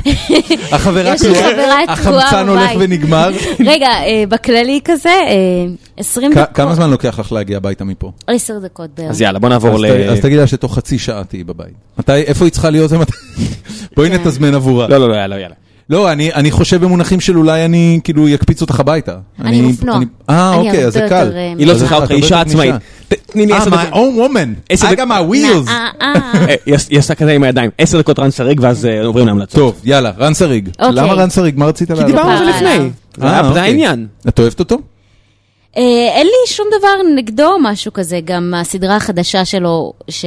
החברה תקועה, החמצן הולך ונגמר. רגע, בכללי כזה, עשרים דקות. כמה זמן לוקח לך להגיע הביתה מפה? עשר דקות בערך. אז יאללה, בוא נעבור ל... אז תגיד לה שתוך חצי שעה תהי בבית. מתי, איפה היא צריכה להיות? בואי נתזמן עבורה. לא, לא, לא, יאללה, יאללה. לא, אני, אני חושב במונחים של אולי אני, כאילו, יקפיץ אותך הביתה. אני מופנוע. אה, אוקיי, אז זה קל. היא לא צריכה אותך, אישה עצמאית. תני לי עשר דקות. Ah, my own woman. I got my wheels. היא עושה כזה עם הידיים. עשר דקות רן שריג, ואז עוברים להמלצות. טוב, יאללה, רן שריג. למה רן שריג? מה רצית להעלות? כי דיברנו על זה לפני. זה העניין. את אוהבת אותו? אין לי שום דבר נגדו, משהו כזה. גם הסדרה החדשה שלו, ש...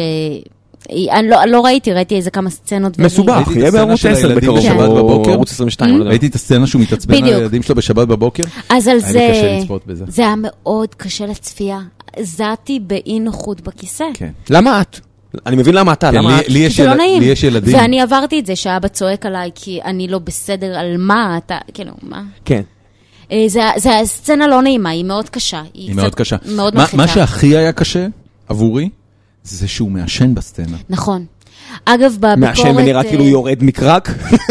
אני לא, לא ראיתי, ראיתי איזה כמה סצנות. מסובך, יהיה בערוץ עשר בקרוב, או ערוץ עשרים ושתיים. ראיתי את הסצנה שהוא מתעצבן על הילדים שלו בשבת בבוקר. אז על זה, היה לי קשה לצפות בזה. זה היה מאוד קשה לצפייה. זעתי באי נוחות בכיסא. למה את? אני מבין למה אתה, למה את? זה לא נעים. לי יש ילדים. ואני עברתי את זה שהאבא צועק עליי, כי אני לא בסדר על מה אתה, כאילו, מה? כן. זה הסצנה לא נעימה, היא מאוד קשה. היא מאוד קשה. מאוד מלחיצה. מה שהכי היה קשה עבורי, זה שהוא מעשן בסצנה. נכון. אגב, בביקורת... מעשן ונראה כאילו יורד מקרק.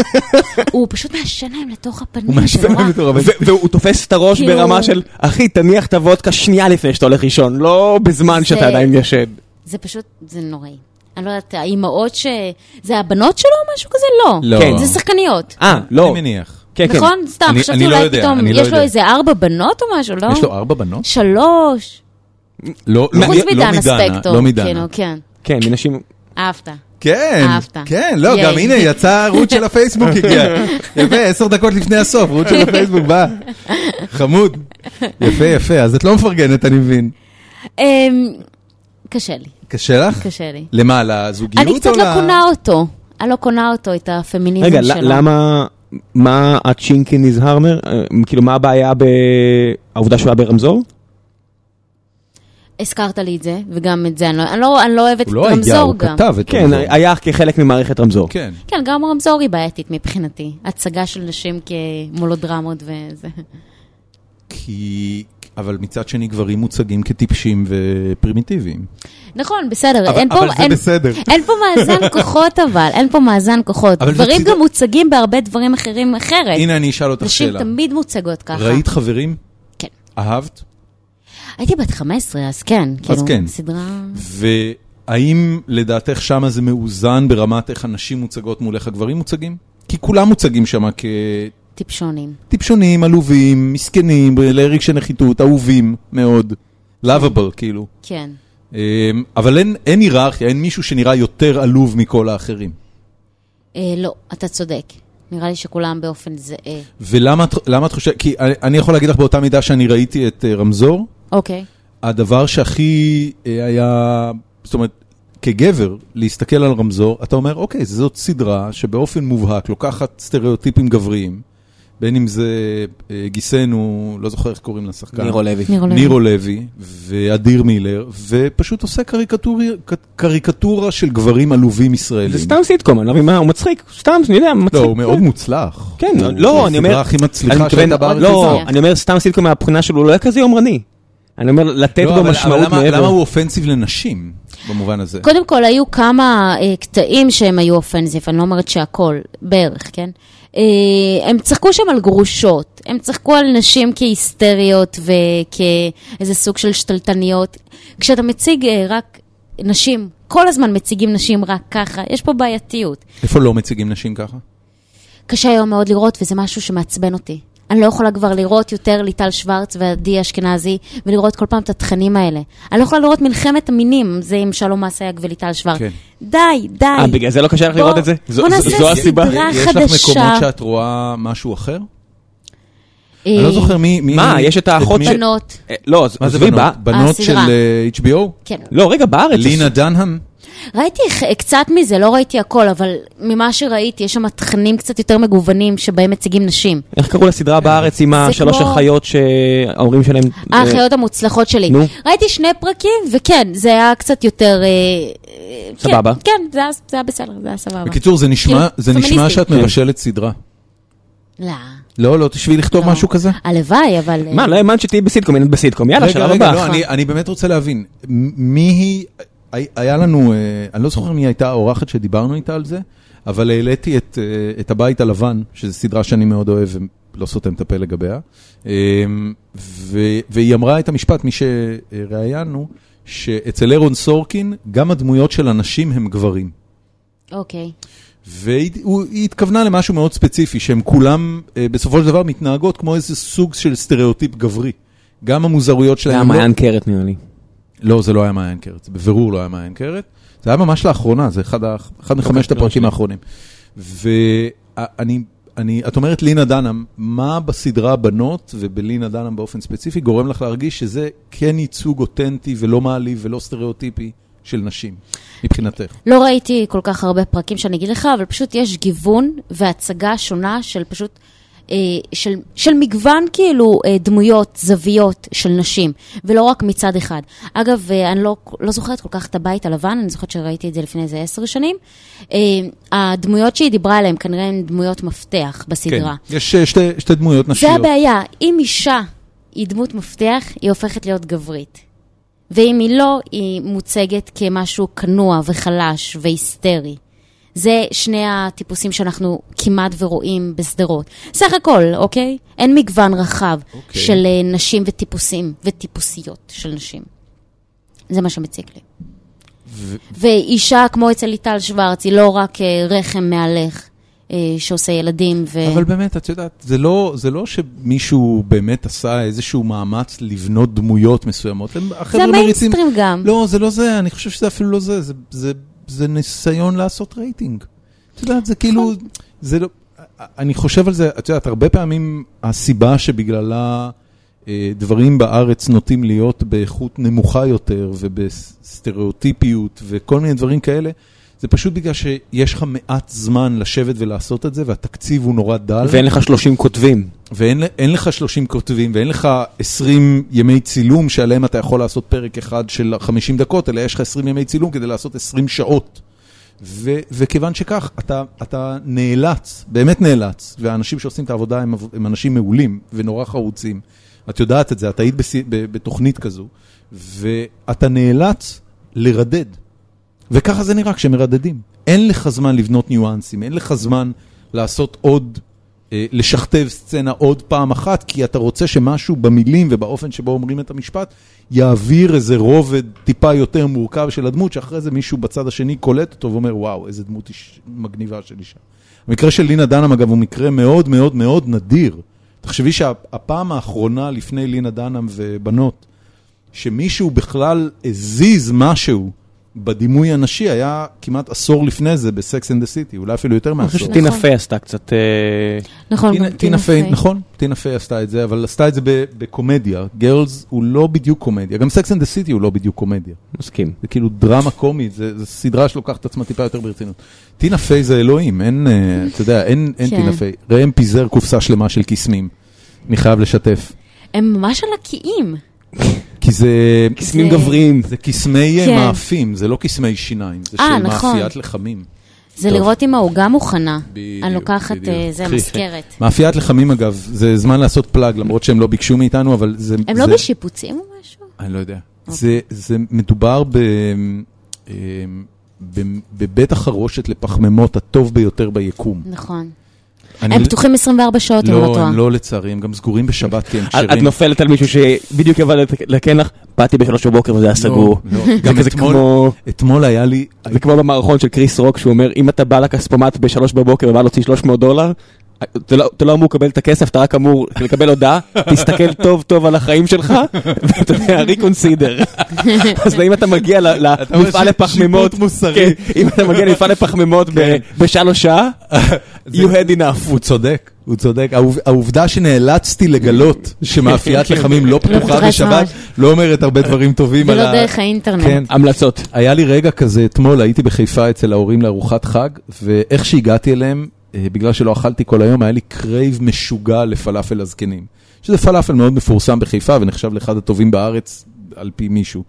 הוא פשוט מעשן להם לתוך הפנים. הוא מעשן להם לתוך הפנים. והוא תופס את הראש ברמה של, אחי, תניח את הוודקה שנייה לפני שאתה הולך לישון, לא בזמן שאתה עדיין ישן. זה פשוט, זה נוראי. אני לא יודעת, האימהות ש... זה הבנות שלו או משהו כזה? לא. לא. זה שחקניות. אה, לא. אני מניח. נכון? סתם, חשבתי אולי פתאום, יש לו איזה ארבע בנות או משהו, לא? יש לו ארבע בנות? שלוש. לא מדנה, לא מדנה. כן. כן, מנשים... אהבת. כן, אהבת. כן, לא, גם הנה, יצא רות של הפייסבוק הגיע. יפה, עשר דקות לפני הסוף, רות של הפייסבוק בא. חמוד. יפה, יפה, אז את לא מפרגנת, אני מבין. קשה לי. קשה לך? קשה לי. למה, לזוגיות? אני קצת לא קונה אותו. אני לא קונה אותו, את הפמיניזם שלו. רגע, למה, מה הצ'ינקי נזהר אומר? כאילו, מה הבעיה בעובדה שהוא היה ברמזור? הזכרת לי את זה, וגם את זה, אני לא, אני לא, אני לא אוהבת הוא לא רמזור היה, הוא גם. כתב את כן, רמזור. היה כחלק ממערכת רמזור. כן. כן, גם רמזור היא בעייתית מבחינתי. הצגה של נשים כמולודרמות וזה. כי... אבל מצד שני גברים מוצגים כטיפשים ופרימיטיביים. נכון, בסדר. אבל, אין אבל פה, זה אין, בסדר. אין פה מאזן כוחות אבל, אין פה מאזן כוחות. גברים ציג... גם מוצגים בהרבה דברים אחרים אחרת. הנה אני אשאל אותך נשים שאלה. נשים תמיד מוצגות ככה. ראית חברים? כן. אהבת? הייתי בת חמש עשרה, אז כן. אז כאילו, כן. סדרה... והאם לדעתך שמה זה מאוזן ברמת איך אנשים מוצגות מול איך הגברים מוצגים? כי כולם מוצגים שמה כ... טיפשונים. טיפשונים, עלובים, מסכנים, לרגשי נחיתות, אהובים מאוד. lovable, כאילו. כן. אבל אין, אין היררכיה, אין מישהו שנראה יותר עלוב מכל האחרים. אה, לא, אתה צודק. נראה לי שכולם באופן זהה. ולמה למה את חושבת? כי אני, אני יכול להגיד לך באותה מידה שאני ראיתי את uh, רמזור. אוקיי. הדבר שהכי uh, היה, זאת אומרת, כגבר, להסתכל על רמזור, אתה אומר, אוקיי, זאת סדרה שבאופן מובהק לוקחת סטריאוטיפים גבריים, בין אם זה גיסנו, לא זוכר איך קוראים לשחקן. נירו לוי. נירו לוי, ואדיר מילר, ופשוט עושה קריקטורה של גברים עלובים ישראלים. זה סתם סיטקום, אני לא מבין מה, הוא מצחיק, סתם, אני יודע, מצחיק. לא, הוא מאוד מוצלח. כן, לא, אני אומר... הסדרה הכי מצליחה שהייתה בארץ. לא, אני אומר, סתם סיטקום מהבחינה שלו, הוא לא היה כזה יומרני. אני אומר, לתת בו משמעות מעבר. למה הוא אופנסיב לנשים, במובן הזה? קודם כל, היו כמה קטעים שהם היו אופנסיב, אני לא אומרת שהכל, בערך, כן? הם צחקו שם על גרושות, הם צחקו על נשים כהיסטריות וכאיזה סוג של שתלטניות. כשאתה מציג רק נשים, כל הזמן מציגים נשים רק ככה, יש פה בעייתיות. איפה לא מציגים נשים ככה? קשה היום מאוד לראות, וזה משהו שמעצבן אותי. אני לא יכולה כבר לראות יותר ליטל שוורץ ועדי אשכנזי, ולראות כל פעם את התכנים האלה. אני לא יכולה לראות מלחמת המינים, זה עם שלום אסייג וליטל שוורץ. כן. די, די. אה, בגלל זה לא קשה לך לראות את זה? בוא נעשה סדרה חדשה. יש לך מקומות שאת רואה משהו אחר? אני לא זוכר מי... מה, יש את האחות... בנות. לא, מה זה עזבי, בנות? בנות של אייץ' בי או? כן. לא, רגע, בארץ. לינה דנהאם? ראיתי קצת מזה, לא ראיתי הכל, אבל ממה שראיתי, יש שם תכנים קצת יותר מגוונים שבהם מציגים נשים. איך קראו לסדרה בארץ עם השלוש החיות שההורים שלהם... החיות המוצלחות שלי. ראיתי שני פרקים, וכן, זה היה קצת יותר... סבבה. כן, זה היה בסדר, זה היה סבבה. בקיצור, זה נשמע שאת מבשלת סדרה. לא. לא, לא, תשבי לכתוב משהו כזה? הלוואי, אבל... מה, לא האמנת שתהי בסיטקום, הנה בסיטקום, יאללה, שלב הבא. רגע, רגע, אני באמת רוצה להבין, מי היא... היה לנו, אני לא זוכר מי הייתה האורחת שדיברנו איתה על זה, אבל העליתי את, את הבית הלבן, שזו סדרה שאני מאוד אוהב ולא סותם את הפה לגביה, והיא אמרה את המשפט, מי שראיינו, שאצל אירון סורקין, גם הדמויות של אנשים הם גברים. אוקיי. והיא התכוונה למשהו מאוד ספציפי, שהם כולם בסופו של דבר מתנהגות כמו איזה סוג של סטריאוטיפ גברי. גם המוזרויות שלהם... זה מעיין קרת נראה לי. לא, זה לא היה מעיין קרת, זה בבירור לא היה מעיין קרת. זה היה ממש לאחרונה, זה אחד, אחד מחמשת הפרקים האחרונים. ואני, אני, את אומרת לינה דנהאם, מה בסדרה בנות ובלינה דנהאם באופן ספציפי גורם לך להרגיש שזה כן ייצוג אותנטי ולא מעליב ולא סטריאוטיפי של נשים, מבחינתך? לא ראיתי כל כך הרבה פרקים שאני אגיד לך, אבל פשוט יש גיוון והצגה שונה של פשוט... של, של מגוון כאילו דמויות, זוויות של נשים, ולא רק מצד אחד. אגב, אני לא, לא זוכרת כל כך את הבית הלבן, אני זוכרת שראיתי את זה לפני איזה עשר שנים. הדמויות שהיא דיברה עליהן, כנראה הן דמויות מפתח בסדרה. כן, יש שתי, שתי דמויות נשיות. זה הבעיה, אם אישה היא דמות מפתח, היא הופכת להיות גברית. ואם היא לא, היא מוצגת כמשהו קנוע וחלש והיסטרי. זה שני הטיפוסים שאנחנו כמעט ורואים בסדרות. סך הכל, אוקיי? אין מגוון רחב אוקיי. של נשים וטיפוסים וטיפוסיות של נשים. זה מה שמציק לי. ו... ואישה כמו אצל ליטל שוורץ, היא לא רק רחם מהלך שעושה ילדים. ו... אבל באמת, את יודעת, זה לא, זה לא שמישהו באמת עשה איזשהו מאמץ לבנות דמויות מסוימות. זה מיינסטרים גם. לא, זה לא זה, אני חושב שזה אפילו לא זה, זה... זה... זה ניסיון לעשות רייטינג. את יודעת, זה כאילו, זה לא, אני חושב על זה, את יודעת, הרבה פעמים הסיבה שבגללה דברים בארץ נוטים להיות באיכות נמוכה יותר ובסטריאוטיפיות וכל מיני דברים כאלה, זה פשוט בגלל שיש לך מעט זמן לשבת ולעשות את זה, והתקציב הוא נורא דל. ואין לך שלושים כותבים. ואין לך שלושים כותבים, ואין לך עשרים ימי צילום שעליהם אתה יכול לעשות פרק אחד של חמישים דקות, אלא יש לך עשרים ימי צילום כדי לעשות עשרים שעות. ו- וכיוון שכך, אתה, אתה נאלץ, באמת נאלץ, והאנשים שעושים את העבודה הם, הם אנשים מעולים ונורא חרוצים. את יודעת את זה, את היית בס- בתוכנית כזו, ואתה נאלץ לרדד. וככה זה נראה כשמרדדים. אין לך זמן לבנות ניואנסים, אין לך זמן לעשות עוד, אה, לשכתב סצנה עוד פעם אחת, כי אתה רוצה שמשהו במילים ובאופן שבו אומרים את המשפט, יעביר איזה רובד טיפה יותר מורכב של הדמות, שאחרי זה מישהו בצד השני קולט אותו ואומר, וואו, איזה דמות מגניבה של אישה. המקרה של לינה דנהאם, אגב, הוא מקרה מאוד מאוד מאוד נדיר. תחשבי שהפעם האחרונה לפני לינה דנהאם ובנות, שמישהו בכלל הזיז משהו, בדימוי הנשי היה כמעט עשור לפני זה בסקס אנד דה סיטי, אולי אפילו יותר מעשור. אני חושב שטינה פיי עשתה קצת... נכון, טינה פיי, נכון, טינה פיי עשתה את זה, אבל עשתה את זה בקומדיה. גרלס הוא לא בדיוק קומדיה, גם סקס אנד דה סיטי הוא לא בדיוק קומדיה. מסכים. זה כאילו דרמה קומית, זה סדרה שלוקחת את עצמה טיפה יותר ברצינות. טינה פיי זה אלוהים, אין, אתה יודע, אין טינה פיי. ראם פיזר קופסה שלמה של קסמים. אני חייב לשתף. הם ממש ענקיים. כי זה... קסמים גבריים. זה קסמי מאפים, זה לא קסמי שיניים, זה של מאפיית לחמים. זה לראות אם העוגה מוכנה. אני לוקחת, זה מזכרת. מאפיית לחמים אגב, זה זמן לעשות פלאג, למרות שהם לא ביקשו מאיתנו, אבל זה... הם לא בשיפוצים או משהו? אני לא יודע. זה מדובר בבית החרושת לפחמימות הטוב ביותר ביקום. נכון. הם פתוחים עשרים וארבע שעות, אם לא טועה. לא, הם לא לצערי, הם גם סגורים בשבת, כי הם כשרים. את נופלת על מישהו שבדיוק יבוא לקן לך, באתי בשלוש בבוקר וזה היה סגור. גם אתמול היה לי... זה כמו במערכון של קריס רוק, שהוא אומר, אם אתה בא לכספומט בשלוש בבוקר ובא להוציא שלוש מאות דולר, אתה לא אמור לקבל את הכסף, אתה רק אמור לקבל הודעה, תסתכל טוב טוב על החיים שלך, ואתה יודע, ריקונסידר. אז אם אתה מגיע למפעל לפחמימות, אם אתה מגיע למפעל לפחמימות בשלוש שעה, you had enough. הוא צודק, הוא צודק. העובדה שנאלצתי לגלות שמאפיית לחמים לא פתוחה בשבת, לא אומרת הרבה דברים טובים. ולא דרך האינטרנט. המלצות. היה לי רגע כזה, אתמול הייתי בחיפה אצל ההורים לארוחת חג, ואיך שהגעתי אליהם, בגלל שלא אכלתי כל היום, היה לי קרייב משוגע לפלאפל הזקנים. שזה פלאפל מאוד מפורסם בחיפה, ונחשב לאחד הטובים בארץ, על פי מישהו.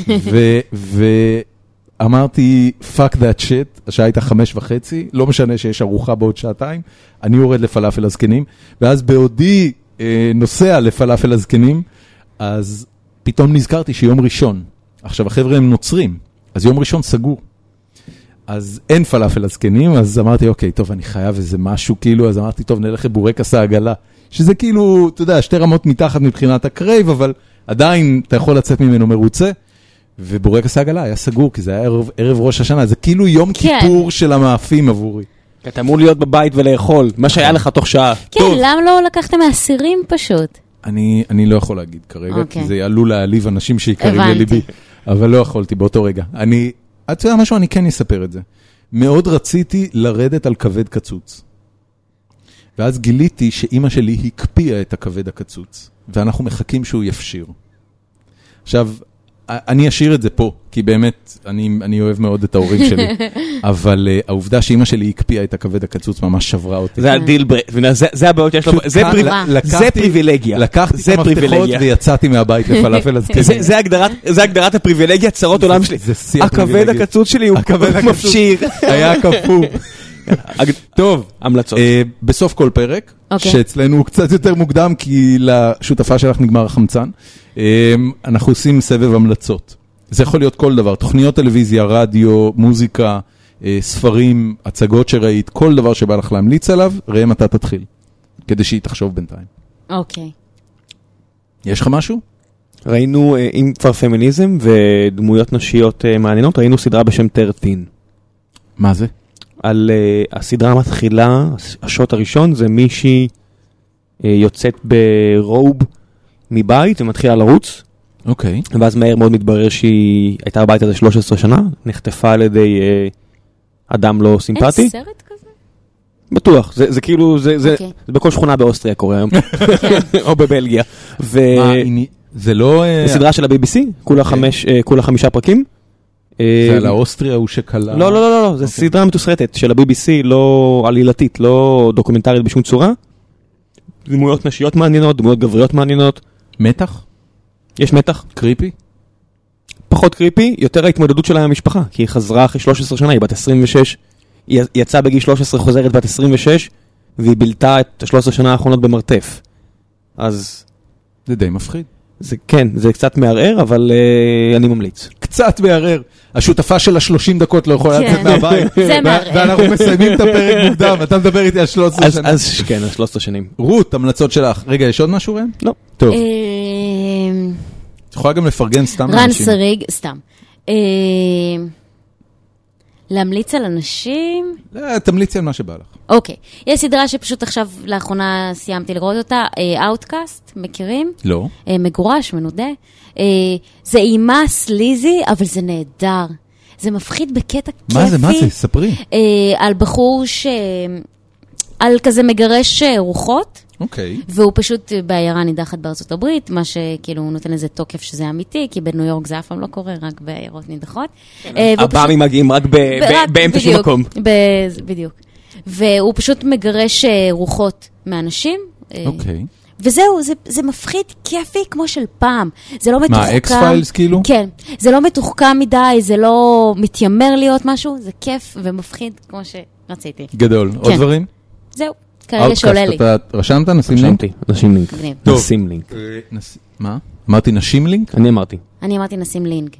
ואמרתי, fuck that shit, השעה הייתה חמש וחצי, לא משנה שיש ארוחה בעוד שעתיים, אני יורד לפלאפל הזקנים, ואז בעודי נוסע לפלאפל הזקנים, אז פתאום נזכרתי שיום ראשון, עכשיו החבר'ה הם נוצרים, אז יום ראשון סגור. אז אין פלאפל הזקנים, אז אמרתי, אוקיי, טוב, אני חייב איזה משהו, כאילו, אז אמרתי, טוב, נלך לבורקס העגלה, שזה כאילו, אתה יודע, שתי רמות מתחת מבחינת הקרייב, אבל עדיין אתה יכול לצאת ממנו מרוצה, ובורקס העגלה היה סגור, כי זה היה ערב, ערב ראש השנה, זה כאילו יום כן. כיפור של המאפים עבורי. אתה אמור להיות בבית ולאכול, מה שהיה לך תוך שעה. כן, טוב. למה לא לקחת מהסירים פשוט? אני, אני לא יכול להגיד כרגע, אוקיי. כי זה עלול להעליב אנשים שיקרים לליבי, אבל לא יכולתי באותו רגע. אני... את יודע משהו, אני כן אספר את זה. מאוד רציתי לרדת על כבד קצוץ. ואז גיליתי שאמא שלי הקפיאה את הכבד הקצוץ, ואנחנו מחכים שהוא יפשיר. עכשיו, אני אשאיר את זה פה, כי באמת, אני, אני אוהב מאוד את ההורים שלי, אבל uh, העובדה שאמא שלי הקפיאה את הכבד הקצוץ ממש שברה אותי. זה הדיל, זה, זה הבעיות שיש לו, זה, פריב... לקחתי, זה פריבילגיה. לקחתי זה כמה מפתחות ויצאתי מהבית לפלאפל הזקנים. זה, זה, הגדרת, זה הגדרת הפריבילגיה, צרות עולם שלי. זה שיא הכבד הקצוץ שלי הוא מפשיר. היה כפור. טוב, המלצות. בסוף כל פרק, שאצלנו הוא קצת יותר מוקדם, כי לשותפה שלך נגמר החמצן, אנחנו עושים סבב המלצות. זה יכול להיות כל דבר, תוכניות טלוויזיה, רדיו, מוזיקה, ספרים, הצגות שראית, כל דבר שבא לך להמליץ עליו, ראם אתה תתחיל, כדי שהיא תחשוב בינתיים. אוקיי. יש לך משהו? ראינו, אם כבר פמיניזם ודמויות נשיות מעניינות, ראינו סדרה בשם תרטין. מה זה? על uh, הסדרה המתחילה, השוט הראשון, זה מישהי uh, יוצאת ברוב מבית ומתחילה לרוץ. אוקיי. Okay. ואז מהר מאוד מתברר שהיא הייתה בבית הזה שלוש עשרה שנה, נחטפה על ידי uh, אדם לא סימפטי. אין סרט כזה? בטוח, זה, זה כאילו, זה, זה, okay. זה בכל שכונה באוסטריה קורה היום. או בבלגיה. ו... מה, זה לא... זה סדרה של ה-בי בי סי, כולה, okay. חמש, uh, כולה חמישה פרקים. זה על האוסטריה הוא שקלה... לא, לא, לא, לא, זה סדרה מתוסרטת של ה-בי בי סי, לא עלילתית, לא דוקומנטרית בשום צורה. דמויות נשיות מעניינות, דמויות גבריות מעניינות. מתח? יש מתח. קריפי? פחות קריפי, יותר ההתמודדות שלה עם המשפחה, כי היא חזרה אחרי שלוש עשרה שנה, היא בת עשרים ושש, היא יצאה בגיל שלוש עשרה, חוזרת בת עשרים ושש, והיא בילתה את שלוש עשרה שנה האחרונות במרתף. אז... זה די מפחיד. זה כן, זה קצת מערער, אבל uh, אני ממליץ. קצת מערער. השותפה של ה-שלושים דקות לא יכולה לצאת מהבית. זה מערער. ואנחנו מסיימים את הפרק מוקדם, אתה מדבר איתי על שלוש עשרה שנים. אז כן, על שלוש עשרה שנים. רות, המלצות שלך. רגע, יש עוד משהו, רן? לא. טוב. את יכולה גם לפרגן סתם לאנשים. רן שריג, סתם. להמליץ על אנשים? לא, תמליצי על מה שבא לך. אוקיי. יש סדרה שפשוט עכשיו לאחרונה סיימתי לראות אותה, Outcast, מכירים? לא. מגורש, מנודה. זה אימה סליזי, אבל זה נהדר. זה מפחיד בקטע כיפי. מה זה, מה זה? ספרי. על בחור ש... על כזה מגרש רוחות. אוקיי. והוא פשוט בעיירה נידחת בארצות הברית, מה שכאילו נותן לזה תוקף שזה אמיתי, כי בניו יורק זה אף פעם לא קורה, רק בעיירות נידחות. הבאמים מגיעים רק באמצע של מקום. בדיוק. והוא פשוט מגרש רוחות מאנשים. אוקיי. וזהו, זה, זה מפחיד כיפי כמו של פעם. זה לא מתוחכם. מה, אקס-פיילס כאילו? כן. זה לא מתוחכם מדי, זה לא מתיימר להיות משהו, זה כיף ומפחיד כמו שרציתי. גדול. כן. עוד דברים? זהו. כאלה שעולה לי. אתה רשמת? נשים לינק? נשים לינק. טוב. נשים לינק. מה? אמרתי נשים לינק? אני אמרתי. אני אמרתי נשים לינק.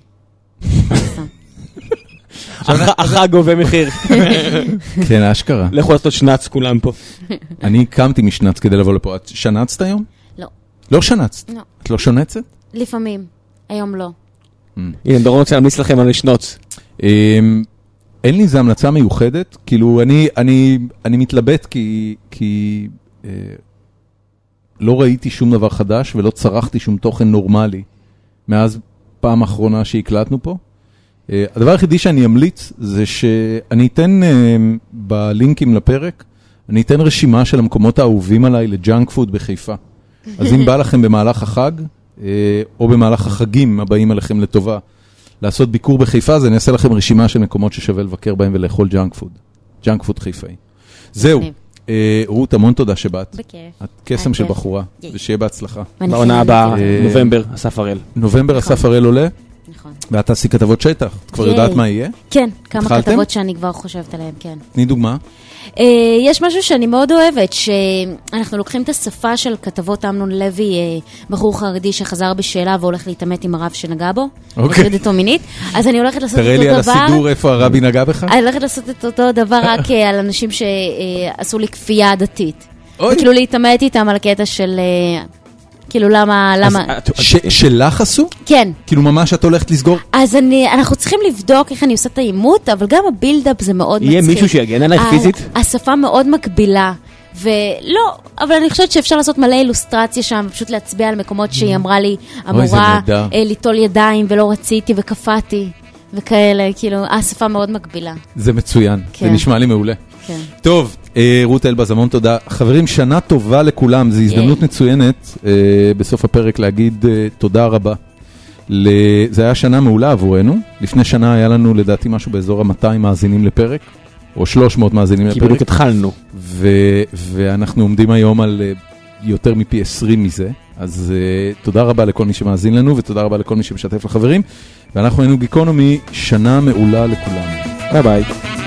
החג גובה מחיר. כן, אשכרה. לכו לעשות שנץ כולם פה. אני קמתי משנץ כדי לבוא לפה. את שנצת היום? לא. לא שנצת? לא. את לא שונצת? לפעמים. היום לא. הנה, דורון רוצה להמליץ לכם על שנוץ. אין לי איזו המלצה מיוחדת, כאילו אני, אני, אני מתלבט כי, כי אה, לא ראיתי שום דבר חדש ולא צרכתי שום תוכן נורמלי מאז פעם האחרונה שהקלטנו פה. אה, הדבר היחידי שאני אמליץ זה שאני אתן אה, בלינקים לפרק, אני אתן רשימה של המקומות האהובים עליי לג'אנק פוד בחיפה. אז אם בא לכם במהלך החג, אה, או במהלך החגים הבאים עליכם לטובה, לעשות ביקור בחיפה, אז אני אעשה לכם רשימה של מקומות ששווה לבקר בהם ולאכול ג'אנק פוד. ג'אנק פוד חיפאי. זהו. רות, המון תודה שבאת. בכיף. את קסם של בחורה, ושיהיה בהצלחה. בעונה הבאה, נובמבר, אסף הראל. נובמבר אסף הראל עולה, נכון. ואת תעשי כתבות שטח. את כבר יודעת מה יהיה? כן, כמה התחלתם? כתבות שאני כבר חושבת עליהן, כן. תני דוגמה. אה, יש משהו שאני מאוד אוהבת, שאנחנו לוקחים את השפה של כתבות אמנון לוי, אה, בחור חרדי שחזר בשאלה והולך להתאמת עם הרב שנגע בו, אוקיי. הטריד אותו מינית, אז אני הולכת לעשות תראה את לי אותו על דבר. הסידור איפה הרבי נגע בך. אני הולכת לעשות את אותו דבר רק אה, על אנשים שעשו לי כפייה דתית. אוי. וכאילו להתאמת איתם על הקטע של, אה, כאילו למה, למה, ש- שלך עשו? כן. כאילו ממש את הולכת לסגור? אז אני, אנחנו צריכים לבדוק איך אני עושה את האימות, אבל גם הבילדאפ זה מאוד מצחיק. יהיה מישהו שיגן עלייך ה- פיזית? השפה מאוד מקבילה, ולא, אבל אני חושבת שאפשר לעשות מלא אילוסטרציה שם, פשוט להצביע על מקומות שהיא אמרה לי, זה אמורה נהדר. אה, ליטול ידיים ולא רציתי וקפאתי, וכאלה, כאילו, השפה מאוד מקבילה. זה מצוין, זה כן. נשמע לי מעולה. כן. טוב, אה, רות אלבז, המון תודה. חברים, שנה טובה לכולם, זו הזדמנות מצוינת אה, בסוף הפרק להגיד אה, תודה רבה. ל... זה היה שנה מעולה עבורנו, לפני שנה היה לנו לדעתי משהו באזור ה-מאתיים מאזינים לפרק, או שלוש מאות מאזינים כי לפרק, בדיוק התחלנו. ו... ואנחנו עומדים היום על אה, יותר מפי עשרים מזה, אז אה, תודה רבה לכל מי שמאזין לנו, ותודה רבה לכל מי שמשתף לחברים, ואנחנו היינו גיקונומי, שנה מעולה לכולם. ביי ביי.